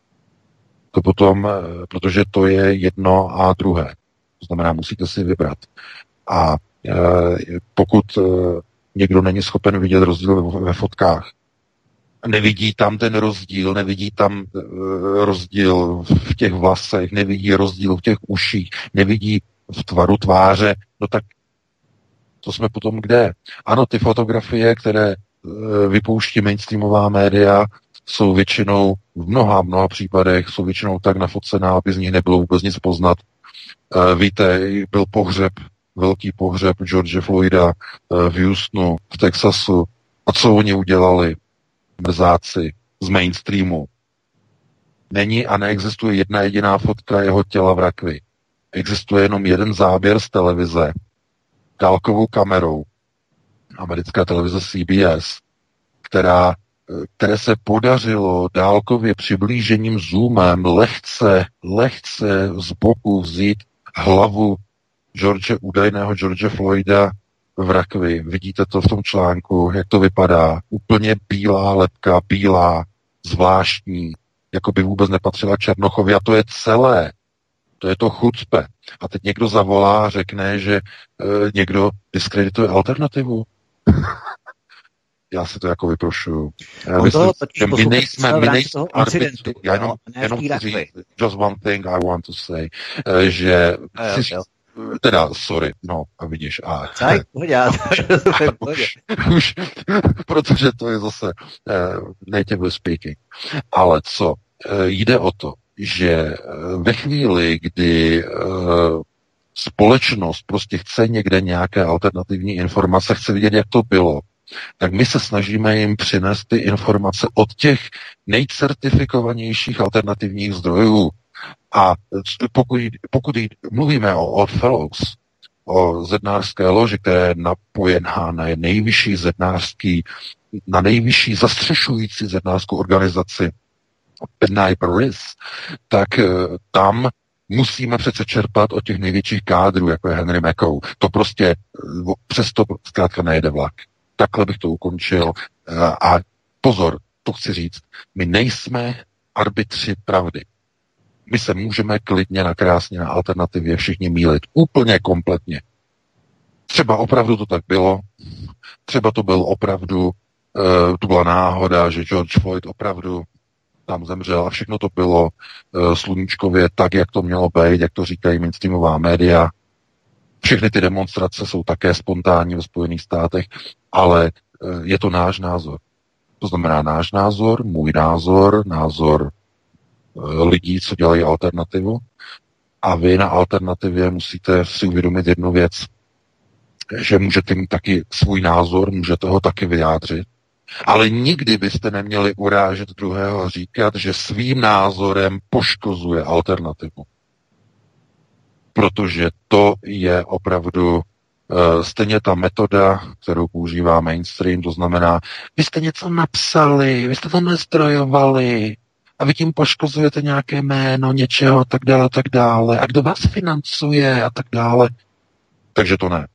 To potom, protože to je jedno a druhé. To znamená, musíte si vybrat. A e, pokud e, někdo není schopen vidět rozdíl ve, ve fotkách, nevidí tam ten rozdíl, nevidí tam e, rozdíl v těch vlasech, nevidí rozdíl v těch uších, nevidí v tvaru tváře, no tak to jsme potom kde? Ano, ty fotografie, které e, vypouští mainstreamová média, jsou většinou v mnoha, mnoha případech, jsou většinou tak nafocená, aby z nich nebylo vůbec nic poznat. E, víte, byl pohřeb, velký pohřeb George Floyda e, v Houstonu, v Texasu. A co oni udělali? Mrzáci z mainstreamu. Není a neexistuje jedna jediná fotka jeho těla v rakvi. Existuje jenom jeden záběr z televize, dálkovou kamerou, americká televize C B S, která, které se podařilo dálkově přiblížením zoomem lehce, lehce z boku vzít hlavu George, údajného George Floyda v rakvi. Vidíte to v tom článku, jak to vypadá. Úplně bílá lebka, bílá, zvláštní, jako by vůbec nepatřila Černochovi. A to je celé. To je to chucpe. A teď někdo zavolá a řekne, že e, někdo diskredituje alternativu. Já si to jako vyprošuju. Já myslím, že my nejsme, my nejsme arbitři. Já jenom, jenom chci říct, just one thing I want to say, že uh, si, teda, sorry, no, a vidíš, a, tak, a, už, už, protože to je zase uh, native speaking. Ale co? Uh, jde o to, že ve chvíli, kdy uh, společnost prostě chce někde nějaké alternativní informace, chce vidět, jak to bylo, tak my se snažíme jim přinést ty informace od těch nejcertifikovanějších alternativních zdrojů. A pokud, pokud mluvíme o Oddfellows, o zednářské loži, která je napojená na nejvyšší zednářský, na nejvyšší zastřešující zednářskou organizaci Midnight Paris, tak tam musíme přece čerpat od těch největších kádrů, jako je Henry Macou. To prostě přesto zkrátka nejede vlak. Takhle bych to ukončil. A pozor, to chci říct, my nejsme arbitři pravdy. My se můžeme klidně nakrásně na alternativě všichni mýlit. Úplně kompletně. Třeba opravdu to tak bylo, třeba to byl opravdu, uh, to byla náhoda, že George Floyd opravdu tam zemřel a všechno to bylo uh, sluníčkově tak, jak to mělo být, jak to říkají mainstreamová média. Všechny ty demonstrace jsou také spontánní ve Spojených státech, ale uh, je to náš názor. To znamená náš názor, můj názor, názor uh, lidí, co dělají alternativu. A vy na alternativě musíte si uvědomit jednu věc, že můžete mít taky svůj názor, můžete ho taky vyjádřit, ale nikdy byste neměli urážet druhého a říkat, že svým názorem poškozuje alternativu. Protože to je opravdu uh, stejně ta metoda, kterou používá mainstream, to znamená, vy jste něco napsali, vy jste to nezdrojovali a vy tím poškozujete nějaké jméno, něčeho a tak dále, tak dále. A kdo vás financuje a tak dále. Takže to ne.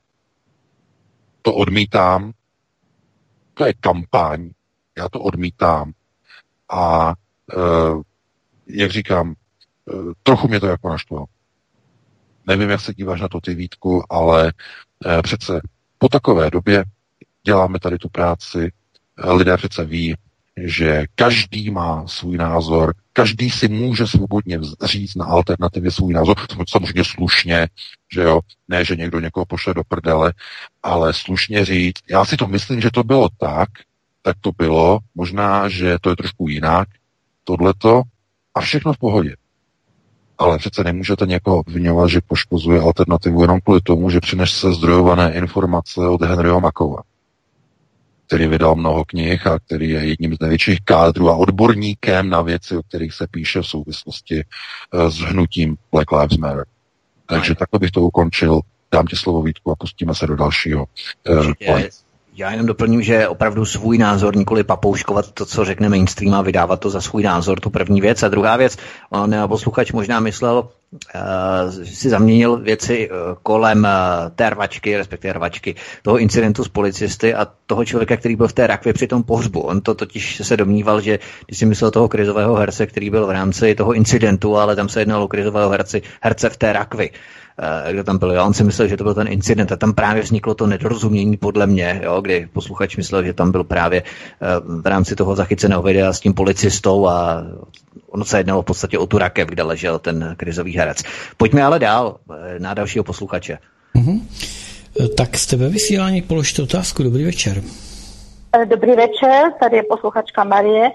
To odmítám. To je kampaň. Já to odmítám. A uh, jak říkám, uh, trochu mě to jako naštvalo. Nevím, jak se díváš na to, ty, Vítku, ale uh, přece po takové době děláme tady tu práci. Uh, lidé přece ví, že každý má svůj názor, každý si může svobodně říct na alternativě svůj názor, samozřejmě slušně, že jo, ne, že někdo někoho pošle do prdele, ale slušně říct, já si to myslím, že to bylo tak, tak to bylo, možná, že to je trošku jinak, tohleto, a všechno v pohodě. Ale přece nemůžete někoho obvinovat, že poškozuje alternativu jenom kvůli tomu, že přinese zdrojované informace od Henryho Macoua, který vydal mnoho knih a který je jedním z největších kádrů a odborníkem na věci, o kterých se píše v souvislosti uh, s hnutím Black Lives Matter. Takže takhle bych to ukončil. Dám ti slovo, Vítku, a pustíme se do dalšího. Uh, Já jenom doplním, že opravdu svůj názor, nikoli papouškovat to, co řekne mainstream, a vydávat to za svůj názor, to první věc. A druhá věc, on posluchač možná myslel, uh, si zaměnil věci uh, kolem uh, té rvačky, respektive rvačky, toho incidentu s policisty a toho člověka, který byl v té rakvi při tom pohřbu. On to totiž se domníval, že když si myslel toho krizového herce, který byl v rámci toho incidentu, ale tam se jednalo o krizového herce, herce v té rakvi. Kdo tam byl, jo? On si myslel, že to byl ten incident a tam právě vzniklo to nedorozumění podle mě, jo? Kdy posluchač myslel, že tam byl právě v rámci toho zachyceného videa s tím policistou a ono se jednalo v podstatě o tu rakev, kde ležel ten krizový herec. Pojďme ale dál na dalšího posluchače. Mm-hmm. Tak jste ve vysílání, položte otázku. Dobrý večer. Dobrý večer, tady je posluchačka Marie.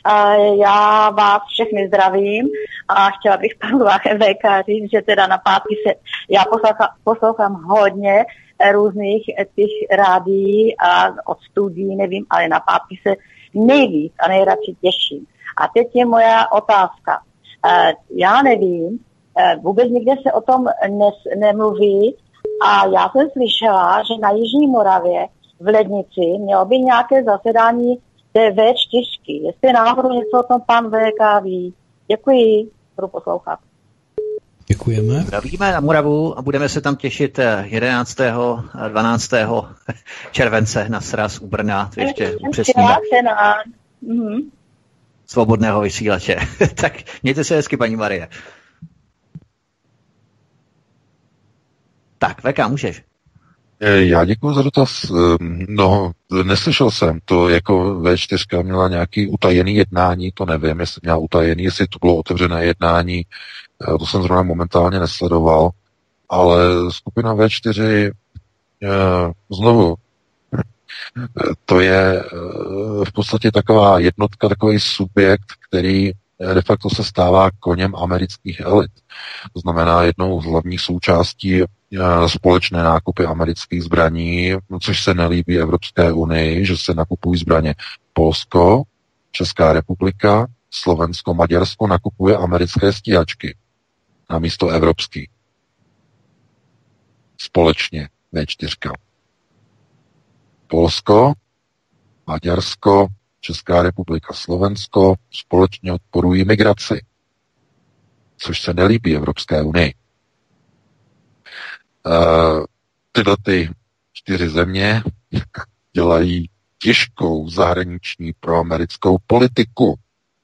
Já vás všechny zdravím a chtěla bych panu vé ká říct, že teda na pátky se, já poslouchám, poslouchám hodně různých těch rádií a od studií, nevím, ale na pátky se nejvíc a nejradši těším. A teď je moja otázka. Já nevím, vůbec nikde se o tom nes, nemluví a já jsem slyšela, že na Jižní Moravě v Lednici mělo by nějaké zasedání té vé čtyři. Jestli náhodou něco o tom pan vé ká ví. Děkuji, budu poslouchat. Děkujeme. Zdravíme na Moravu a budeme se tam těšit jedenáctého a dvanáctého července na sraz u Brna. To ještě upřesníme. Mhm. Svobodného vysílače. Tak mějte se hezky, paní Marie. Tak, vé ká, můžeš. Já děkuji za dotaz. No, neslyšel jsem to, jako vé čtyři měla nějaký utajený jednání, to nevím, jestli měla utajený, jestli to bylo otevřené jednání, to jsem zrovna momentálně nesledoval, ale skupina vé čtyři, znovu, to je v podstatě taková jednotka, takový subjekt, který de facto se stává koněm amerických elit. To znamená jednou z hlavních součástí společné nákupy amerických zbraní, což se nelíbí Evropské unii, že se nakupují zbraně. Polsko, Česká republika, Slovensko, Maďarsko nakupuje americké stíhačky na místo evropských. společně vé čtyři. Polsko, Maďarsko, Česká republika, Slovensko společně odporují migraci, což se nelíbí Evropské unii. Uh, tyhle ty čtyři země dělají těžkou zahraniční proamerickou politiku.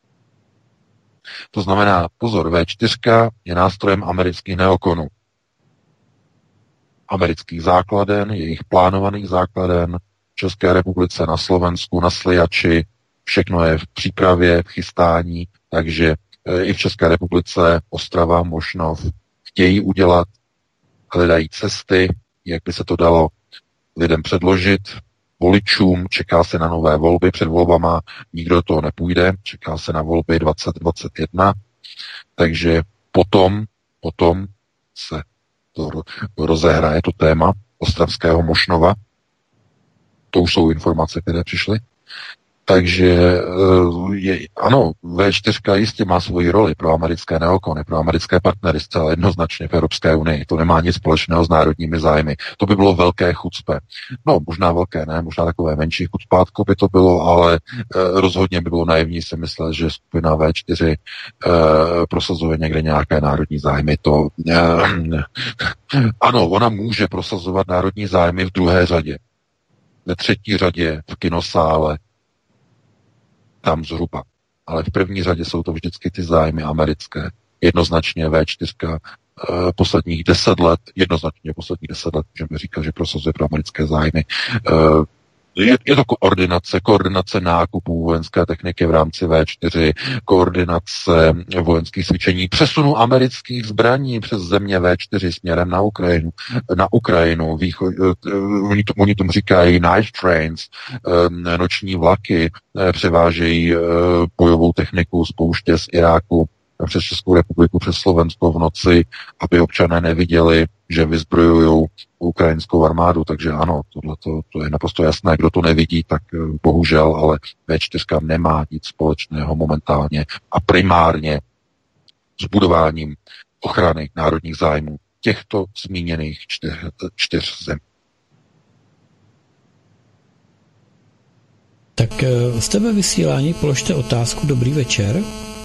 To znamená, pozor, vé čtyři je nástrojem amerických neokonů. Amerických základen, jejich plánovaných základen, v České republice, na Slovensku, na Sliači, všechno je v přípravě, v chystání, takže i v České republice Ostrava, Mošnov chtějí udělat, hledají cesty, jak by se to dalo lidem předložit, voličům, čeká se na nové volby, před volbama nikdo do toho nepůjde, čeká se na volby dvacet dvacet jedna, takže potom, potom se to rozehraje to téma ostravského Mošnova. To už jsou informace, které přišly. Takže je, ano, vé čtyři jistě má svoji roli pro americké neokony, pro americké partnery zcela jednoznačně v Evropské unii. To nemá nic společného s národními zájmy. To by bylo velké chucpe. No, možná velké ne, možná takové menší chucpátko by to bylo, ale eh, rozhodně by bylo naivní si myslet, že skupina vé čtyři eh, prosazuje někde nějaké národní zájmy. To eh, ano, ona může prosazovat národní zájmy v druhé řadě. Ve třetí řadě, v kinosále, tam zhruba. Ale v první řadě jsou to vždycky ty zájmy americké. Jednoznačně vé čtyři uh, posledních deset let, jednoznačně posledních deset let, můžeme říkat, že prosazuje pro americké zájmy. Uh, je, je to koordinace, koordinace nákupů vojenské techniky v rámci vé čtyři, koordinace vojenských cvičení, přesunu amerických zbraní přes země vé čtyři směrem na Ukrajinu, na Ukrajinu, východ, uh, oni, to, oni tomu říkají night trains, uh, noční vlaky, uh, převážejí uh, bojovou techniku z pouště z Iráku přes Českou republiku, přes Slovensko v noci, aby občané neviděli, že vyzbrojují ukrajinskou armádu. Takže ano, tohle to je naprosto jasné. Kdo to nevidí, tak bohužel, ale vé čtyři nemá nic společného momentálně a primárně s budováním ochrany národních zájmů těchto zmíněných čtyř, čtyř zemí. Tak z tebe vysílání položte otázku. Dobrý večer.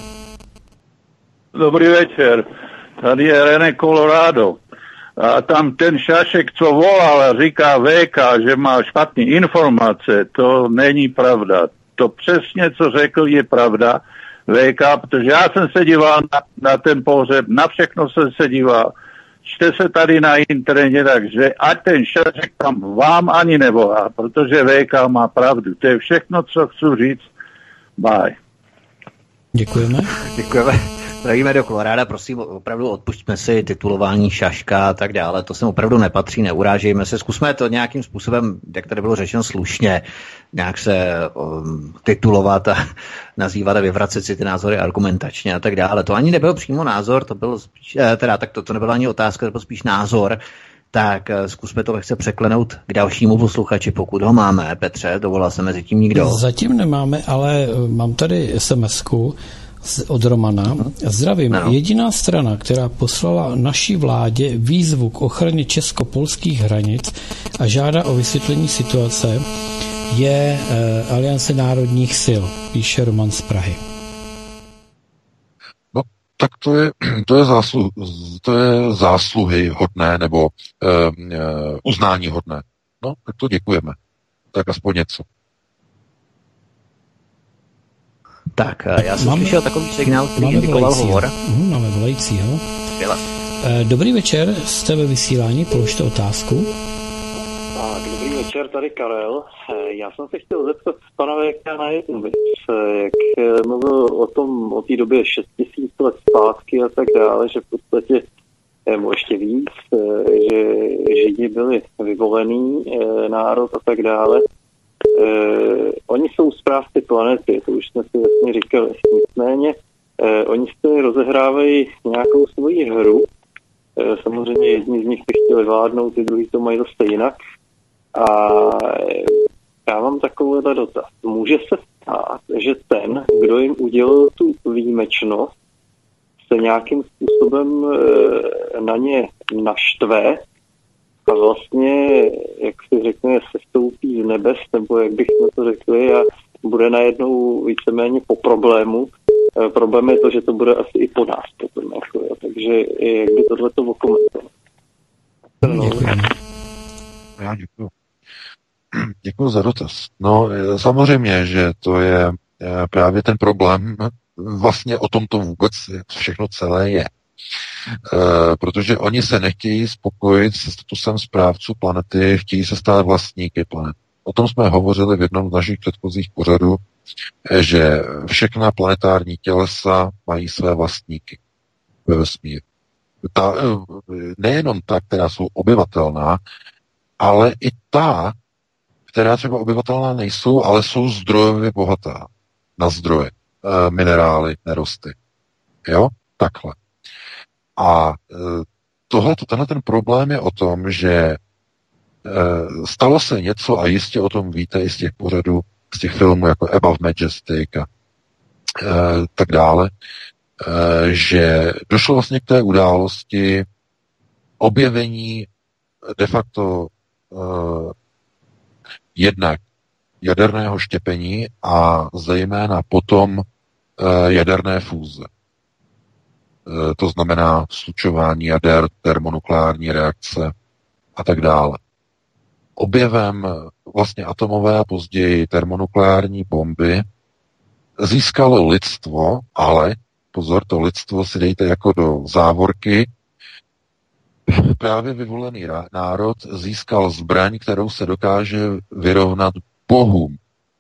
Dobrý večer, tady je René Colorado. A tam ten Šašek, co volal a říká vé ká, že má špatné informace, to není pravda. To přesně, co řekl, je pravda. vé ká, protože já jsem se díval na, na ten pohřeb, na všechno jsem se díval. Čte se tady na internetu, takže ať ten Šašek tam vám ani nevolá, protože vé ká má pravdu. To je všechno, co chci říct. Bye. Děkujeme. Děkujeme. Zdravíme do Koloráda, prosím, opravdu odpustíme si titulování Šaška a tak dále, to sem opravdu nepatří, neurážejme se, zkusme to nějakým způsobem, jak tady bylo řečeno, slušně, nějak se um, titulovat a nazývat a vyvracet si ty názory argumentačně a tak dále. To ani nebyl přímo názor, to byl spíš, teda tak to, to nebyla ani otázka, to byl spíš názor, tak zkusme to lehce překlenout k dalšímu posluchači, pokud ho máme. Petře, dovolal se mezi tím nikdo? Zatím nemáme, ale mám tady es em esku od Romana. Zdravím. Ano. Jediná strana, která poslala naší vládě výzvu k ochraně česko-polských hranic a žádá o vysvětlení situace, je uh, Aliance národních sil, píše Roman z Prahy. No, tak to je, to je, záslu, to je zásluhy hodné nebo uh, uh, uznání hodné. No, tak to děkujeme. Tak aspoň něco. Tak, já jsem máme, slyšel takový signál, který indikoval hovor. Uhum, máme volajícího. Dobrý večer, jste ve vysílání, položte otázku. Tak, dobrý večer, tady Karel. Já jsem se chtěl zeptat pana Véka na jednu věc. Jak mluvil o tom, o té době šest tisíc let zpátky a tak dále, že v podstatě, nebo ještě víc, že Židi byli vyvolený národ a tak dále. Uh, oni jsou správci planety, to už jsme si jasně říkali. Nicméně, uh, oni si rozehrávají nějakou svoji hru. Uh, samozřejmě jedni z nich by chtěli vládnout, ty druhý to mají zase jinak. A já mám takovýhle dotaz. Může se stát, že ten, kdo jim udělal tu výjimečnost, se nějakým způsobem uh, na ně naštve a vlastně, jak si řekne, sestoupí z nebes, nebo jak bychom to řekli, a bude najednou víceméně po problému. E, problém je to, že to bude asi i po nás potom, jako, jo. Takže jak by tohleto okomentoval? No. Já děkuji. Děkuji za dotaz. No, samozřejmě, že to je právě ten problém. Vlastně o tom to vůbec všechno celé je. E, protože oni se nechtějí spokojit se statusem správců planety, chtějí se stát vlastníky planety. O tom jsme hovořili v jednom z našich předchozích pořadů, že všechna planetární tělesa mají své vlastníky ve vesmíru. Ta, nejenom ta, která jsou obyvatelná, ale i ta, která třeba obyvatelná nejsou, ale jsou zdrojově bohatá na zdroje, minerály, nerosty. Jo? Takhle. A tohle, tenhle ten problém je o tom, že stalo se něco, a jistě o tom víte i z těch pořadů, z těch filmů jako Above Majestic a tak dále, že došlo vlastně k té události objevení de facto jednak jaderného štěpení a zejména potom jaderné fúze. To znamená slučování jader, termonukleární reakce a tak dále. Objevem vlastně atomové a později termonukleární bomby získalo lidstvo, ale pozor, to lidstvo si dejte jako do závorky, právě vyvolený národ získal zbraň, kterou se dokáže vyrovnat bohům.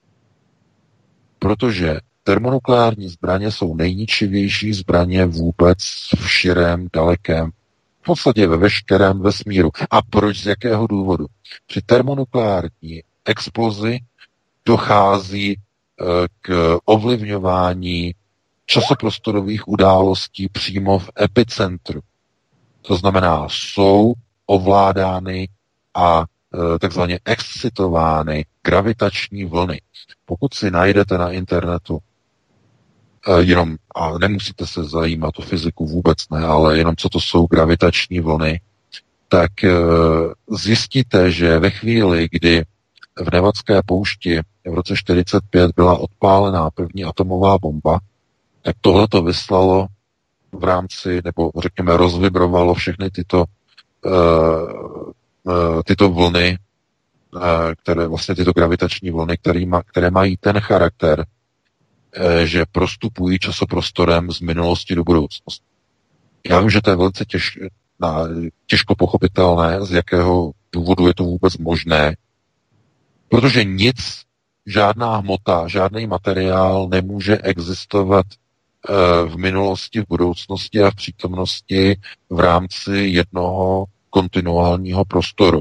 Protože termonukleární zbraně jsou nejničivější zbraně vůbec v širém, dalekém, v podstatě ve veškerém vesmíru. A proč, z jakého důvodu? Při termonukleární explozi dochází k ovlivňování časoprostorových událostí přímo v epicentru. To znamená, jsou ovládány a e, takzvaně excitovány gravitační vlny. Pokud si najdete na internetu e, jenom, a nemusíte se zajímat o fyziku vůbec ne, ale jenom co to jsou gravitační vlny, tak e, zjistíte, že ve chvíli, kdy v Nevadské poušti v roce čtyřicet pět byla odpálená první atomová bomba, tak tohle to vyslalo v rámci, nebo řekněme, rozvibrovalo všechny tyto, uh, uh, tyto vlny, uh, které vlastně tyto gravitační vlny, které, ma, které mají ten charakter, uh, že prostupují časoprostorem z minulosti do budoucnosti. Já vím, že to je velice těž, na, těžko pochopitelné, z jakého důvodu je to vůbec možné, protože nic, žádná hmota, žádný materiál nemůže existovat v minulosti, v budoucnosti a v přítomnosti v rámci jednoho kontinuálního prostoru.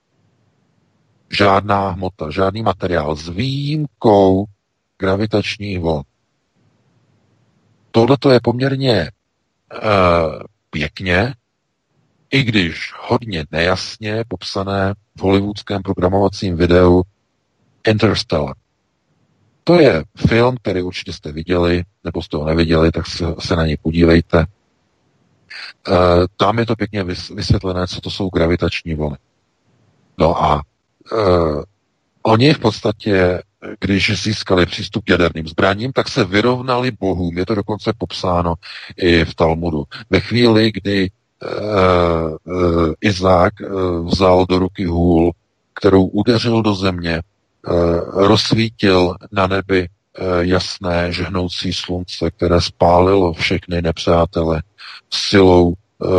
Žádná hmota, žádný materiál s výjimkou gravitačních vln. Tohle je poměrně uh, pěkně, i když hodně nejasně popsané v hollywoodském programovacím videu Interstellar. To je film, který určitě jste viděli, nebo jste ho neviděli, tak se, se na něj podívejte. E, tam je to pěkně vysvětlené, co to jsou gravitační vlny. No a e, oni v podstatě, když získali přístup k jaderným zbraním, tak se vyrovnali bohům. Je to dokonce popsáno i v Talmudu. Ve chvíli, kdy e, e, Izák e, vzal do ruky hůl, kterou udeřil do země, rozsvítil na nebi jasné žhnoucí slunce, které spálilo všechny nepřátele silou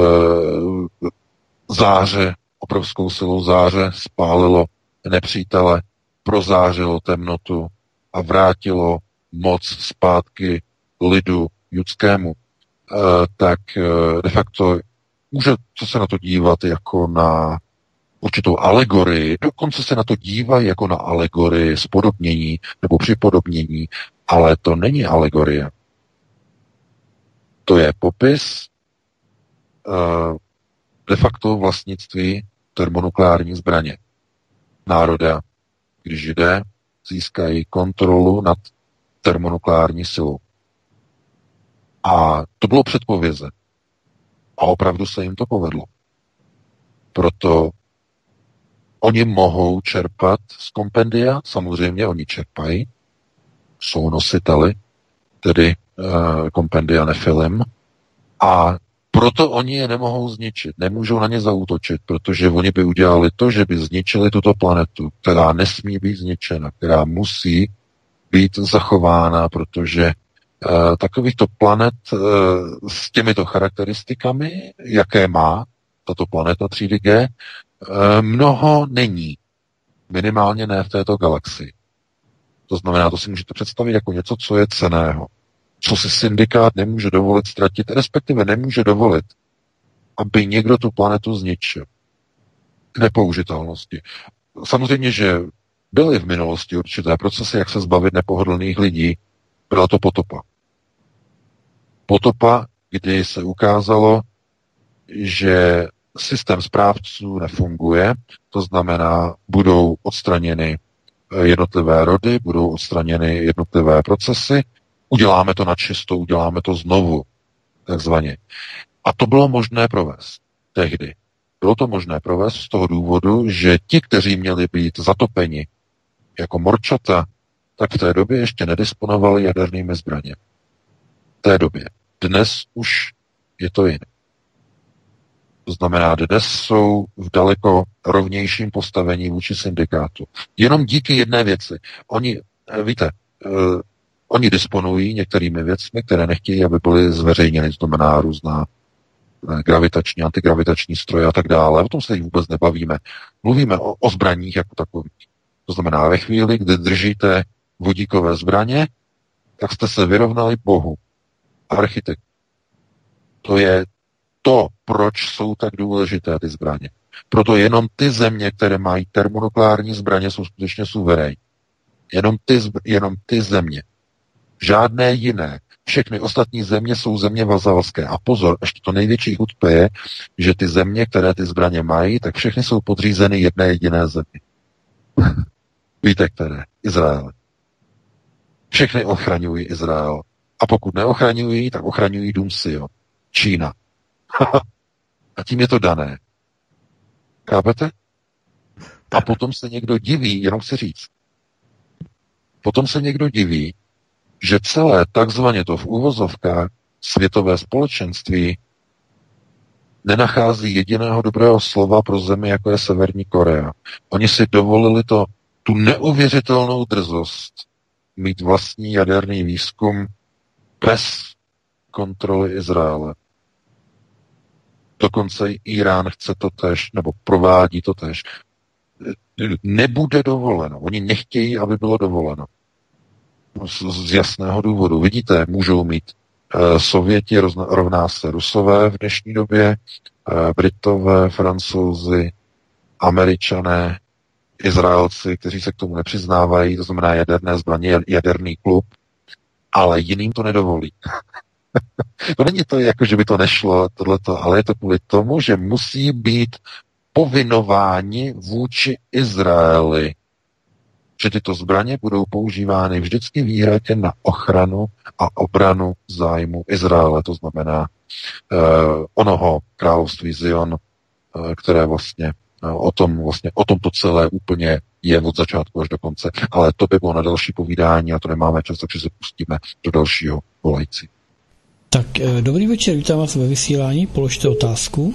záře, obrovskou silou záře, spálilo nepřítele, prozářilo temnotu a vrátilo moc zpátky lidu judskému, tak de facto může se na to dívat jako na určitou alegorii, dokonce se na to dívají jako na alegorii, spodobnění nebo připodobnění, ale to není alegorie. To je popis uh, de facto vlastnictví termonukleární zbraně národa, když jde, získají kontrolu nad termonukleární silou. A to bylo předpověze. A opravdu se jim to povedlo. Proto Oni mohou čerpat z kompendia, samozřejmě oni čerpají, jsou nositeli, tedy uh, kompendia Nefilim, a proto oni je nemohou zničit, nemůžou na ně zaútočit, protože oni by udělali to, že by zničili tuto planetu, která nesmí být zničena, která musí být zachována, protože uh, takovýchto planet uh, s těmito charakteristikami, jaké má tato planeta třídy G, uh, mnoho není. Minimálně ne v této galaxii. To znamená, to si můžete představit jako něco, co je cenného. Co si syndikát nemůže dovolit ztratit, respektive nemůže dovolit, aby někdo tu planetu zničil. K nepoužitelnosti. Samozřejmě, že byly v minulosti určité procesy, jak se zbavit nepohodlných lidí. Byla to potopa. Potopa, kdy se ukázalo, že systém správců nefunguje, to znamená, budou odstraněny jednotlivé rody, budou odstraněny jednotlivé procesy, uděláme to na čisto, uděláme to znovu, takzvaně. A to bylo možné provést tehdy. Bylo to možné provést z toho důvodu, že ti, kteří měli být zatopeni jako morčata, tak v té době ještě nedisponovali jadernými zbraněmi. V té době. Dnes už je to jiné. To znamená, dnes jsou v daleko rovnějším postavení vůči syndikátu. Jenom díky jedné věci. Oni, víte, uh, oni disponují některými věcmi, které nechtějí, aby byly zveřejněny, to znamená různá gravitační, antigravitační stroje a tak dále. O tom se vůbec nebavíme. Mluvíme o, o zbraních jako takových. To znamená, ve chvíli, kdy držíte vodíkové zbraně, tak jste se vyrovnali Bohu. Architekt. To je to, proč jsou tak důležité ty zbraně. Proto jenom ty země, které mají termonukleární zbraně, jsou skutečně suverénní. Jenom ty, jenom ty země. Žádné jiné. Všechny ostatní země jsou země vazalské. A pozor, ještě to největší hudba je, že ty země, které ty zbraně mají, tak všechny jsou podřízeny jedné jediné zemi. Víte, které? Izrael. Všechny ochraňují Izrael. A pokud neochraňují, tak ochraňují dům Sion. Čína. A tím je to dané. Chápete? A potom se někdo diví, jenom chci říct, potom se někdo diví, že celé takzvaně to v uvozovkách světové společenství nenachází jediného dobrého slova pro zemi, jako je Severní Korea. Oni si dovolili to, tu neuvěřitelnou drzost mít vlastní jaderný výzkum bez kontroly Izraele. Dokonce i Irán chce to tež, nebo provádí to tež. Nebude dovoleno. Oni nechtějí, aby bylo dovoleno. Z, z jasného důvodu. Vidíte, můžou mít uh, Sověti rozna, rovná se Rusové v dnešní době, uh, Britové, Francouzi, Američané, Izraelci, kteří se k tomu nepřiznávají, to znamená jaderné zbraně, jaderný klub, ale jiným to nedovolí. To není to, jako že by to nešlo, tohleto, ale je to kvůli tomu, že musí být povinováni vůči Izraeli, že tyto zbraně budou používány vždycky výhradně na ochranu a obranu zájmu Izraele, to znamená uh, onoho království Zion, uh, které vlastně uh, o tom vlastně o tom to celé úplně je od začátku až do konce. Ale to by bylo na další povídání a to nemáme čas, takže se pustíme do dalšího volající. Tak dobrý večer, vítám vás ve vysílání, položte otázku.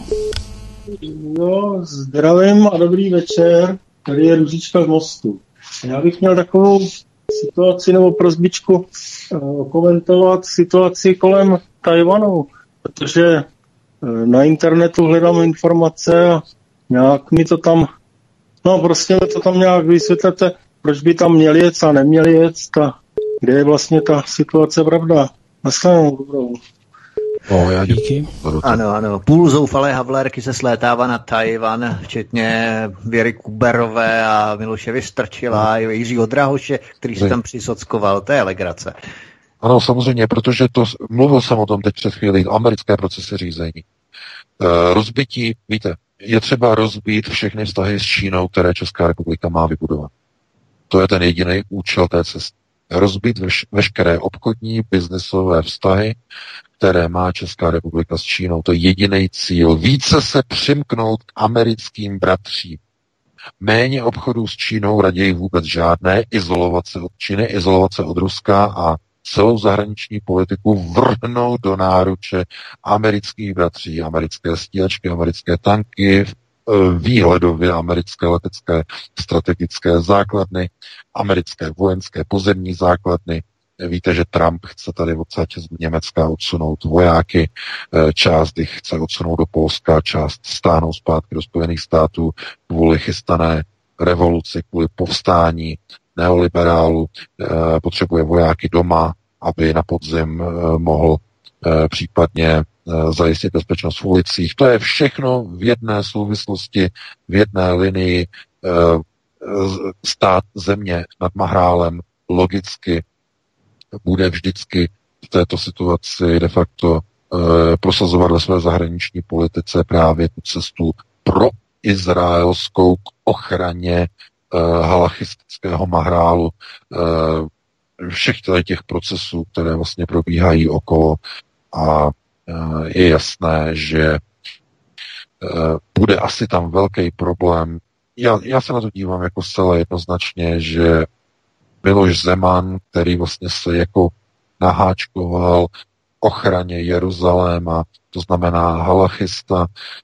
No, zdravím a dobrý večer, tady je Růžička z Mostu. Já bych měl takovou situaci nebo prosbičku uh, komentovat situaci kolem Tajvanu, protože uh, na internetu hledám informace a nějak mi to tam, no prostě mi to tam nějak vysvětlete, proč by tam měli jet a neměli jet a kde je vlastně ta situace pravda. Naschledanou, dobrou. No, já díky. Ano, ano. Půl zoufalé havlérky se slétává na Tajvan, včetně Věry Kuberové a Miloše Vystrčila a Jiřího Drahoše, který se tam přisockoval. To je legrace. Ano, samozřejmě, protože to, mluvil jsem o tom teď před chvílí, americké procesy řízení. E, rozbití, víte, je třeba rozbít všechny vztahy s Čínou, které Česká republika má vybudovat. To je ten jediný účel té cesty. Rozbít veš- veškeré obchodní, biznesové vztahy, které má Česká republika s Čínou. To je jediný cíl. Více se přimknout k americkým bratřím. méně obchodů s Čínou, raději vůbec žádné, izolovat se od Číny, izolovat se od Ruska a celou zahraniční politiku vrhnout do náruče amerických bratří, americké stíhačky, americké tanky, výhledově americké letecké strategické základny, americké vojenské pozemní základny. Víte, že Trump chce tady odsaď z Německa odsunout vojáky, část jich chce odsunout do Polska, část stáhnout zpátky do Spojených států kvůli chystané revoluci, kvůli povstání neoliberálu, potřebuje vojáky doma, aby na podzim mohl případně zajistit bezpečnost v ulicích. To je všechno v jedné souvislosti, v jedné linii. Stát země nad Mahrálem logicky bude vždycky v této situaci de facto prosazovat ve své zahraniční politice právě tu cestu pro izraelskou k ochraně halachistického Mahrálu, všech těch procesů, které vlastně probíhají okolo, a je jasné, že bude asi tam velký problém. Já, já se na to dívám jako zcela jednoznačně, že Miloš Zeman, který vlastně se jako naháčkoval ochraně Jeruzaléma, to znamená halachista,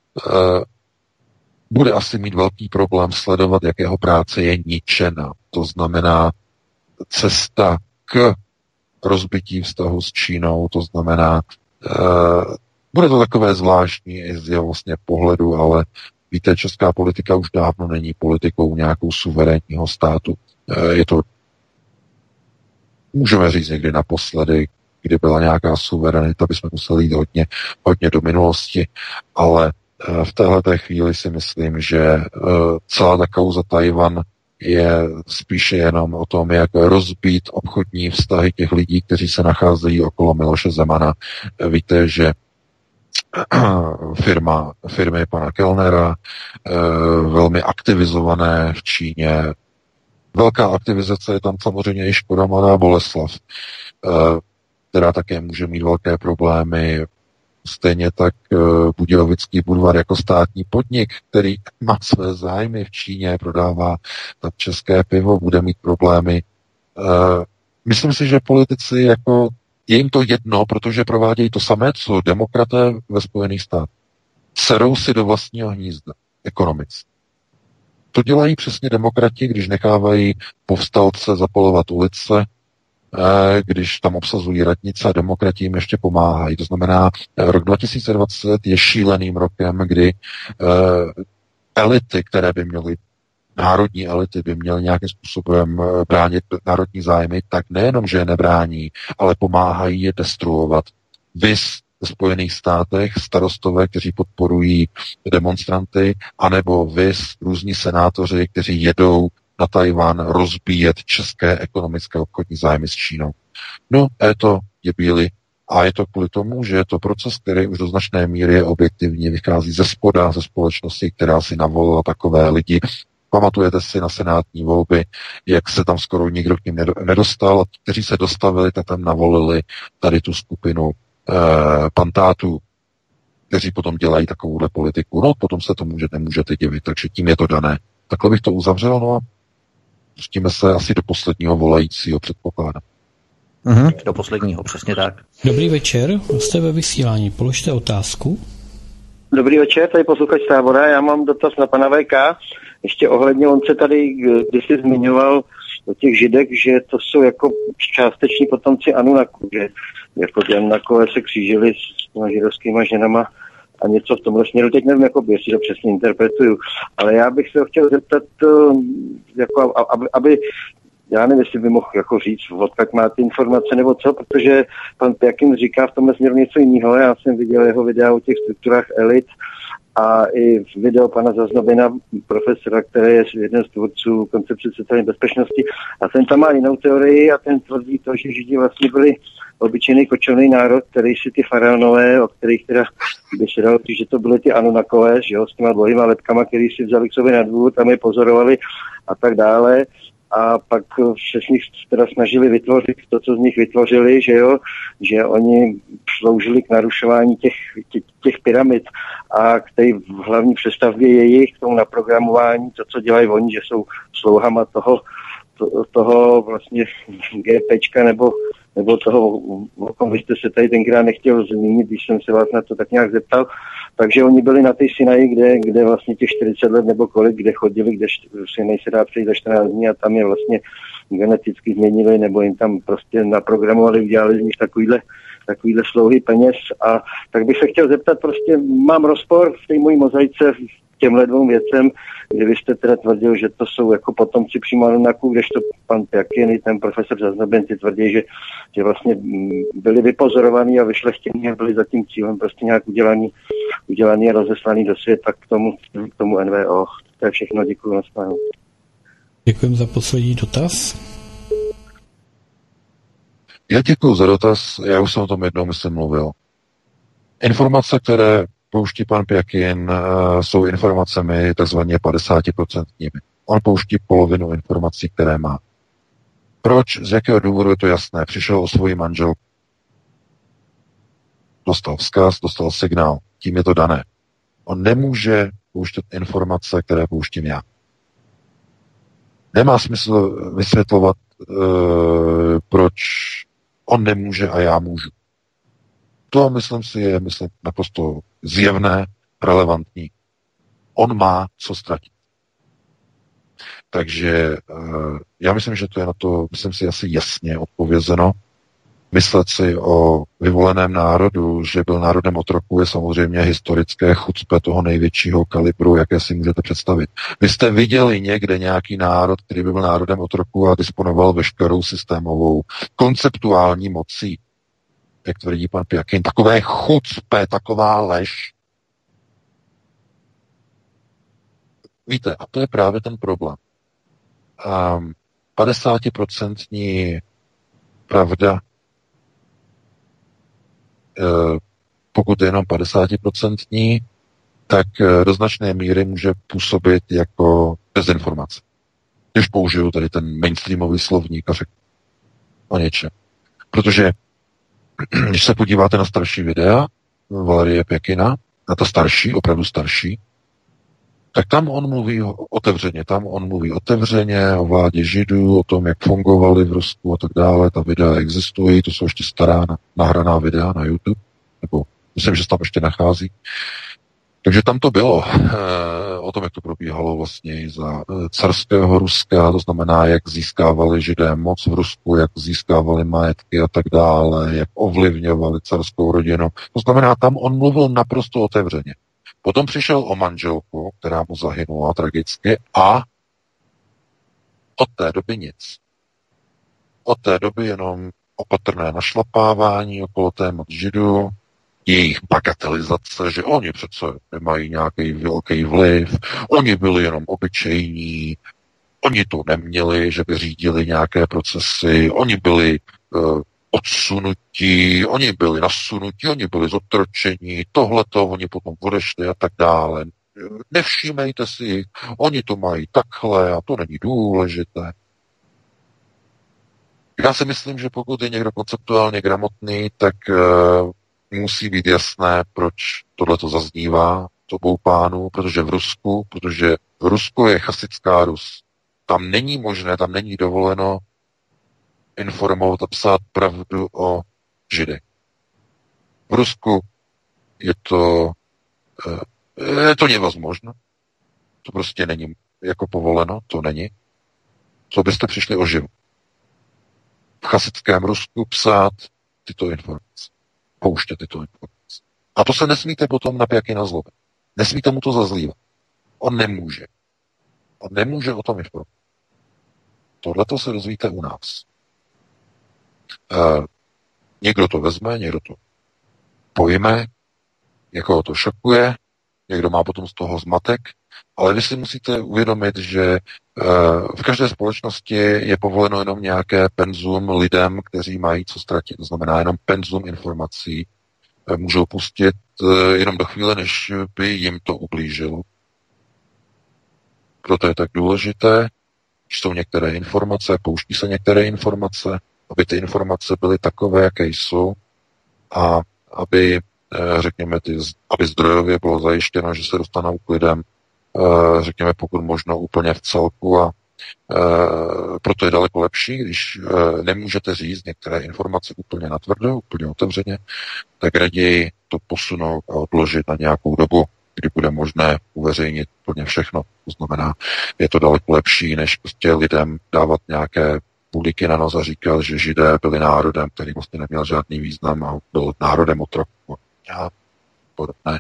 bude asi mít velký problém sledovat, jak jeho práce je ničena. To znamená cesta k rozbití vztahu s Čínou, to znamená, uh, bude to takové zvláštní i z jeho vlastně pohledu, ale víte, česká politika už dávno není politikou nějakou suverénního státu. Uh, je to, můžeme říct někdy naposledy, kdy byla nějaká suverenita, bychom museli jít hodně, hodně do minulosti, ale uh, v téhleté chvíli si myslím, že uh, celá ta kauza Tajvan je spíše jenom o tom, jak rozbít obchodní vztahy těch lidí, kteří se nacházejí okolo Miloše Zemana. Víte, že firma, firmy pana Kellnera, velmi aktivizované v Číně, velká aktivizace je tam samozřejmě i Škoda Mladá Boleslav, která také může mít velké problémy. Stejně tak Budějovický Budvar jako státní podnik, který má své zájmy v Číně, prodává tak české pivo, bude mít problémy. Myslím si, že politici jako je jim to jedno, protože provádějí to samé, co demokraté ve Spojených státech. Serou si do vlastního hnízda ekonomicky. To dělají přesně demokrati, když nechávají povstalce zapalovat ulice, když tam obsazují radnice a demokrati jim ještě pomáhají. To znamená, rok dva tisíce dvacet je šíleným rokem, kdy elity, které by měly, národní elity by měly nějakým způsobem bránit národní zájmy, tak nejenom, že je nebrání, ale pomáhají je destruovat. Vys v Spojených státech starostové, kteří podporují demonstranty, anebo vys různí senátoři, kteří jedou na Tajvan rozbíjet české ekonomické obchodní zájmy s Čínou. No, je to je bílý a je to kvůli tomu, že je to proces, který už do značné míry je objektivně vychází ze spoda, ze společnosti, která si navolila takové lidi. Pamatujete si na senátní volby, jak se tam skoro nikdo k ním nedostal, a kteří se dostavili, tak tam navolili tady tu skupinu eh, pantátů, kteří potom dělají takovouhle politiku. No, potom se to může, nemůžete divit, takže tím je to dané. Takhle bych to uzavřel, no a pustíme se asi do posledního volajícího, předpokládám. Mm-hmm, do posledního, přesně tak. Dobrý večer, jste ve vysílání, položte otázku. Dobrý večer, tady posluchač Tábora, já mám dotaz na pana V K. Ještě ohledně, on se tady kdysi zmiňoval o těch Židech, že to jsou jako částeční potomci Anunaků, že jako ty Anunakové se křížili s těma židovskýma ženama a něco v tomhle směru. Teď nevím, jako, jestli to přesně interpretuju, ale já bych se ho chtěl zeptat, jako, aby, aby já nevím, jestli by mohl jako říct, odkud má ty informace nebo co, protože pan Pjakin říká v tomhle směru něco jiného. Já jsem viděl jeho videa o těch strukturách elit a i video pana Zaznobina, profesora, který je jeden z tvůrců koncepce sociální bezpečnosti. A ten tam má jinou teorii a ten tvrdí to, že Židi vlastně byli obyčejný kočovný národ, který si ty faraonové, o kterých teda by se dalo, že to byly ty Anunakové, že jo, s těma dlouhýma lepkama, který si vzali k sobě na dvůr, tam je pozorovali a tak dále. a pak se z nich teda snažili vytvořit to, co z nich vytvořili, že jo, že oni sloužili k narušování těch, těch, těch pyramid a k té hlavní přestavbě jejich, k tomu naprogramování, to, co dělají oni, že jsou slouhama toho, to, toho vlastně GPčka nebo, nebo toho, o kom vy jste se tady tenkrát nechtěl zmínit, když jsem se vás na to tak nějak zeptal. Takže oni byli na té Sinaji, kde, kde vlastně těch čtyřicet let nebo kolik, kde chodili, kde Sinaj se dá přejít za čtrnáct dní a tam je vlastně geneticky změnili nebo jim tam prostě naprogramovali, udělali z nich takovýhle, takovýhle slouhy peněz. A tak bych se chtěl zeptat, prostě mám rozpor v té mojí mozaice těmhle dvou věcem, kdy vy jste teda tvrdil, že to jsou jako potomci přímo Anunnaků, kdežto pan Pjakiny, ten profesor Zaznabenci tvrdí, že, že vlastně byli vypozorovaní a vyšlechtění a byli za tím cílem prostě nějak udělaný, udělaný a rozeslaný do světa k tomu, k tomu N V O. To je všechno, děkuji. Naschledanou. Děkujeme za poslední dotaz. Já děkuji za dotaz, já už jsem o tom jednou myslím mluvil. Informace, které pouští pan Pjakin, jsou informacemi takzvaně padesát procent. On pouští polovinu informací, které má. Proč? Z jakého důvodu je to jasné? Přišel o svoji manželku. Dostal vzkaz, dostal signál. Tím je to dané. On nemůže pouštět informace, které pouštím já. Nemá smysl vysvětlovat, uh, proč on nemůže a já můžu. To, myslím si, je myslím, naprosto zjevné, relevantní. On má co ztratit. Takže uh, já myslím, že to je na to, myslím si, asi jasně odpovězeno. Myslet si o vyvoleném národu, že byl národem otroků, je samozřejmě historické chucpe toho největšího kalibru, jaké si můžete představit. Vy jste viděli někde nějaký národ, který by byl národem otroků a disponoval veškerou systémovou konceptuální mocí, jak tvrdí pan Pjakin, takové chucpe, taková lež. Víte, a to je právě ten problém. Um, padesátiprocentní pravda, pokud je jenom padesátiprocentní, tak do značné míry může působit jako dezinformace. Když použiju tady ten mainstreamový slovník a řeknu o něčem. Protože když se podíváte na starší videa Valerie Pjakina, na to starší, opravdu starší, tak tam on mluví otevřeně, tam on mluví otevřeně o vládě Židů, o tom, jak fungovali v Rusku a tak dále, ta videa existují, to jsou ještě stará nahraná videa na YouTube, nebo myslím, že se tam ještě nachází. Takže tam to bylo e, o tom, jak to probíhalo vlastně i za carského Ruska, to znamená, jak získávali Židé moc v Rusku, jak získávali majetky a tak dále, jak ovlivňovali carskou rodinu. To znamená, tam on mluvil naprosto otevřeně. Potom přišel o manželku, která mu zahynula tragicky a od té doby nic. Od té doby jenom opatrné našlapávání okolo témat Židů, jejich bagatelizace, že oni přece nemají nějaký velký vliv, oni byli jenom obyčejní, oni to neměli, že by řídili nějaké procesy, oni byli uh, odsunutí, oni byli nasunutí, oni byli zotročení, tohleto, oni potom odešli a tak dále. Nevšímejte si jich, oni to mají takhle a to není důležité. Já si myslím, že pokud je někdo konceptuálně gramotný, tak uh, musí být jasné, proč tohleto zaznívá to obou pánů, protože v Rusku, protože v Rusku je chasická Rus. Tam není možné, tam není dovoleno informovat a psát pravdu o Židech. V Rusku je to je to nevozможno. To prostě není jako povoleno, to není. Co byste přišli o živu? V chasickém Rusku psát tyto informace. Pouštět tyto informace. A to se nesmíte potom na Pjakina zlobit. Nesmíte mu to zazlívat. On nemůže. On nemůže o tom informovat. Tohleto se dozvíte u nás. Uh, někdo to vezme, někdo to pojme, někoho to šokuje, někdo má potom z toho zmatek, ale vy si musíte uvědomit, že uh, v každé společnosti je povoleno jenom nějaké penzum lidem, kteří mají co ztratit. To znamená jenom penzum informací. Uh, můžou pustit uh, jenom do chvíle, než by jim to ublížilo. Proto je tak důležité, jsou některé informace, pouští se některé informace, aby ty informace byly takové, jaké jsou a aby, řekněme, ty, aby zdrojově bylo zajištěno, že se dostanou k lidem, řekněme, pokud možno úplně v celku a proto je daleko lepší, když nemůžete říct některé informace úplně natvrdo, úplně otevřeně, tak raději to posunout a odložit na nějakou dobu, kdy bude možné uveřejnit úplně všechno. To znamená, je to daleko lepší, než prostě lidem dávat nějaké půlíky na nos a říkat, že Židé byli národem, který vlastně neměl žádný význam a byl národem otroků a podobné.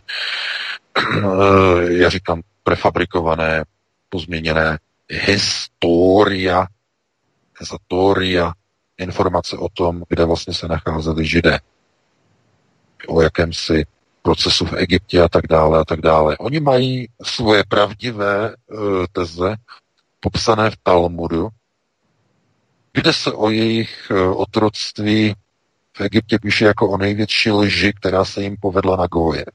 Já říkám prefabrikované, pozměněné historia, historia, informace o tom, kde vlastně se nacházeli Židé, o jakémsi procesu v Egyptě a tak dále a tak dále. Oni mají svoje pravdivé uh, teze popsané v Talmudu, kde se o jejich uh, otroctví v Egyptě píše jako o největší lži, která se jim povedla na Goje.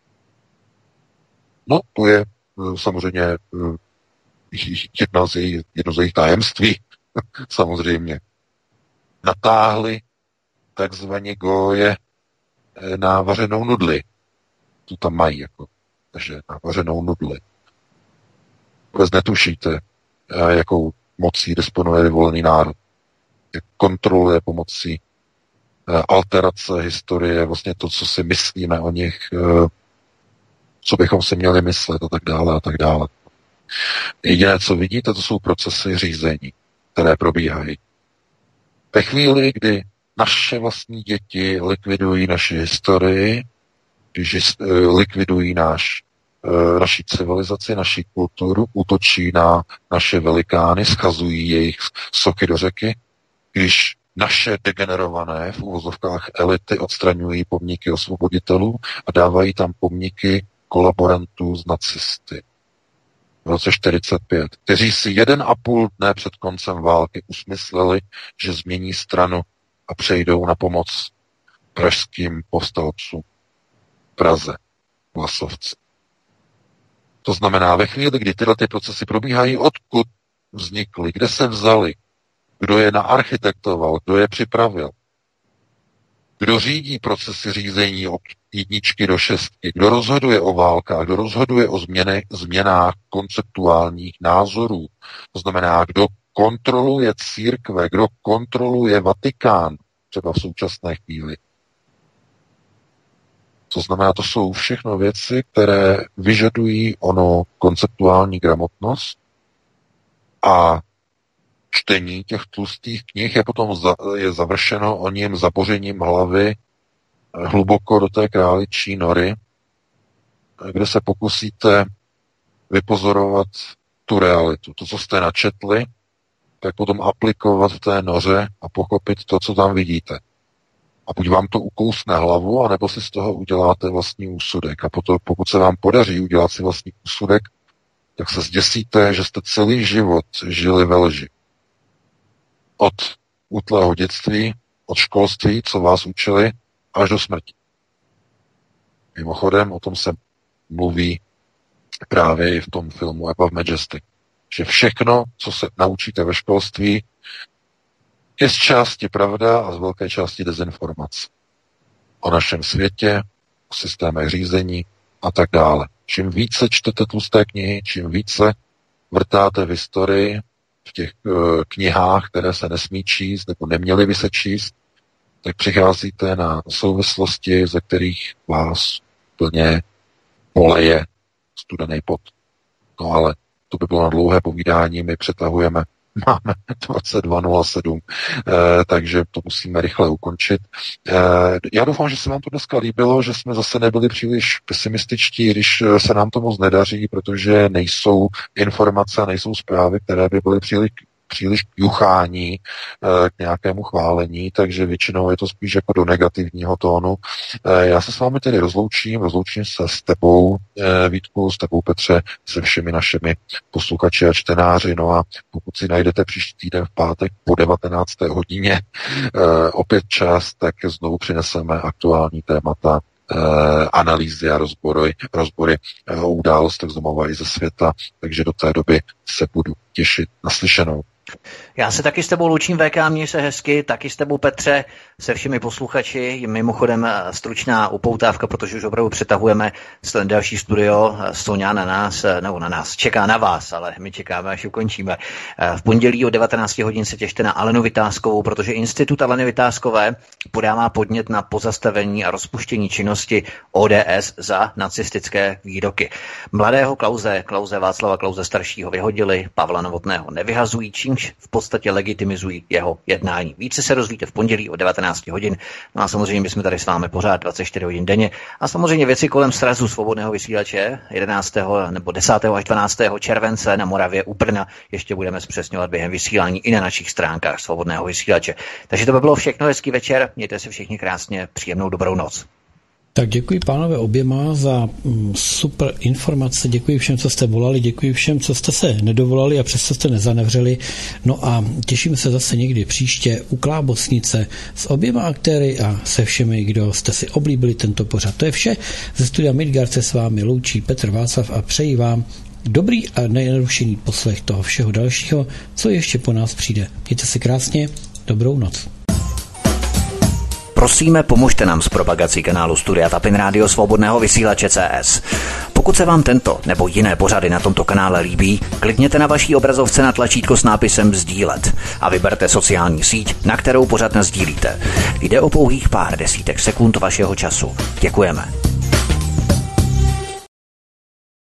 No, to je uh, samozřejmě uh, jedna z jejich, jedno z jejich tajemství, samozřejmě. Natáhli takzvaně Goje na vařenou nudli. Tu tam mají, jako, takže na vařenou nudli. Vůbec netušíte, jakou mocí disponuje vyvolený národ. Jak kontroluje pomocí alterace historie vlastně to, co si myslíme o nich, co bychom si měli myslet a tak dále a tak dále. Jediné, co vidíte, to jsou procesy řízení, které probíhají. Ve chvíli, kdy naše vlastní děti likvidují naši historii, když likvidují náš, naši civilizaci, naši kulturu, útočí na naše velikány, schazují jejich soky do řeky, když naše degenerované v uvozovkách elity odstraňují pomníky osvoboditelů a dávají tam pomníky kolaborantů z nacisty v roce čtyřicet pět, kteří si jeden a půl dne před koncem války usmysleli, že změní stranu a přejdou na pomoc pražským povstalcům v Praze, Vlasovci. To znamená, ve chvíli, kdy tyhle ty procesy probíhají, odkud vznikly, kde se vzali, kdo je naarchitektoval, kdo je připravil, kdo řídí procesy řízení od jedničky do šestky, kdo rozhoduje o válkách, kdo rozhoduje o změny, změnách konceptuálních názorů, to znamená, kdo kontroluje církve, kdo kontroluje Vatikán, třeba v současné chvíli. To znamená, to jsou všechno věci, které vyžadují ono konceptuální gramotnost a čtení těch tlustých knih je potom za, je završeno o ním zabořením hlavy hluboko do té králičí nory, kde se pokusíte vypozorovat tu realitu. To, co jste načetli, tak potom aplikovat v té noře a pochopit to, co tam vidíte. A buď vám to ukousne hlavu, anebo si z toho uděláte vlastní úsudek. A potom, pokud se vám podaří udělat si vlastní úsudek, tak se zděsíte, že jste celý život žili ve lži. Od útlého dětství, od školství, co vás učili, až do smrti. Mimochodem, o tom se mluví právě i v tom filmu Above Majesty, že všechno, co se naučíte ve školství, je z části pravda a z velké části dezinformace. O našem světě, o systémech řízení a tak dále. Čím více čtete tlusté knihy, čím více vrtáte v historii, v těch uh, knihách, které se nesmí číst, nebo neměly by se číst, tak přicházíte na souvislosti, ze kterých vás plně poleje studený pot. No ale to by bylo na dlouhé povídání, my přetahujeme, máme dvacet dva nula sedm, eh, takže to musíme rychle ukončit. Eh, já doufám, že se vám to dneska líbilo, že jsme zase nebyli příliš pesimističtí, když se nám to moc nedaří, protože nejsou informace a nejsou zprávy, které by byly příliš příliš k juchání, k nějakému chválení, takže většinou je to spíš jako do negativního tónu. Já se s vámi tedy rozloučím, rozloučím se s tebou, Vítku, s tebou, Petře, se všemi našimi posluchači a čtenáři, no a pokud si najdete příští týden v pátek po devatenácté hodině opět čas, tak znovu přineseme aktuální témata analýzy a rozbory, rozbory událostech z domova i ze světa, takže do té doby se budu těšit na slyšenou. Já se taky s tebou loučím, V K, měj se hezky, taky s tebou, Petře, se všemi posluchači. Mimochodem stručná upoutávka, protože už opravdu přetahujeme další studio. Soňa na nás, nebo na nás, čeká na vás, ale my čekáme, až ukončíme. V pondělí o devatenáct hodin se těšte na Alenu Vytázkovou, protože Institut Aleny Vytázkové podává podnět na pozastavení a rozpuštění činnosti O D S za nacistické výroky. Mladého Klause, Klause Václava Klause staršího vyhodili, Pavla Novotného nevyhazují, čímž v podstatě legitimizují jeho jednání. Více se dozvíte v pondělí o devatenáct hodin. No a samozřejmě bychom tady s vámi pořád dvacet čtyři hodin denně. A samozřejmě věci kolem srazu svobodného vysílače jedenáctého nebo desátého až dvanáctého července na Moravě u Brna ještě budeme zpřesňovat během vysílání i na našich stránkách svobodného vysílače. Takže to by bylo všechno, hezký večer. Mějte si všichni krásně, příjemnou dobrou noc. Tak děkuji pánové oběma za super informace, děkuji všem, co jste volali, děkuji všem, co jste se nedovolali a přesto jste nezanevřeli. No a těšíme se zase někdy příště u Klábosnice s oběma aktéry a se všemi, kdo jste si oblíbili tento pořad. To je vše. Ze studia Midgard se s vámi loučí Petr Václav a přeji vám dobrý a nenarušený poslech toho všeho dalšího, co ještě po nás přijde. Mějte se krásně, dobrou noc. Prosíme, pomožte nám s propagací kanálu Studia Tapin Rádio Svobodného vysílače C S. Pokud se vám tento nebo jiné pořady na tomto kanále líbí, klikněte na vaší obrazovce na tlačítko s nápisem sdílet a vyberte sociální síť, na kterou pořad nasdílíte. Jde o pouhých pár desítek sekund vašeho času. Děkujeme.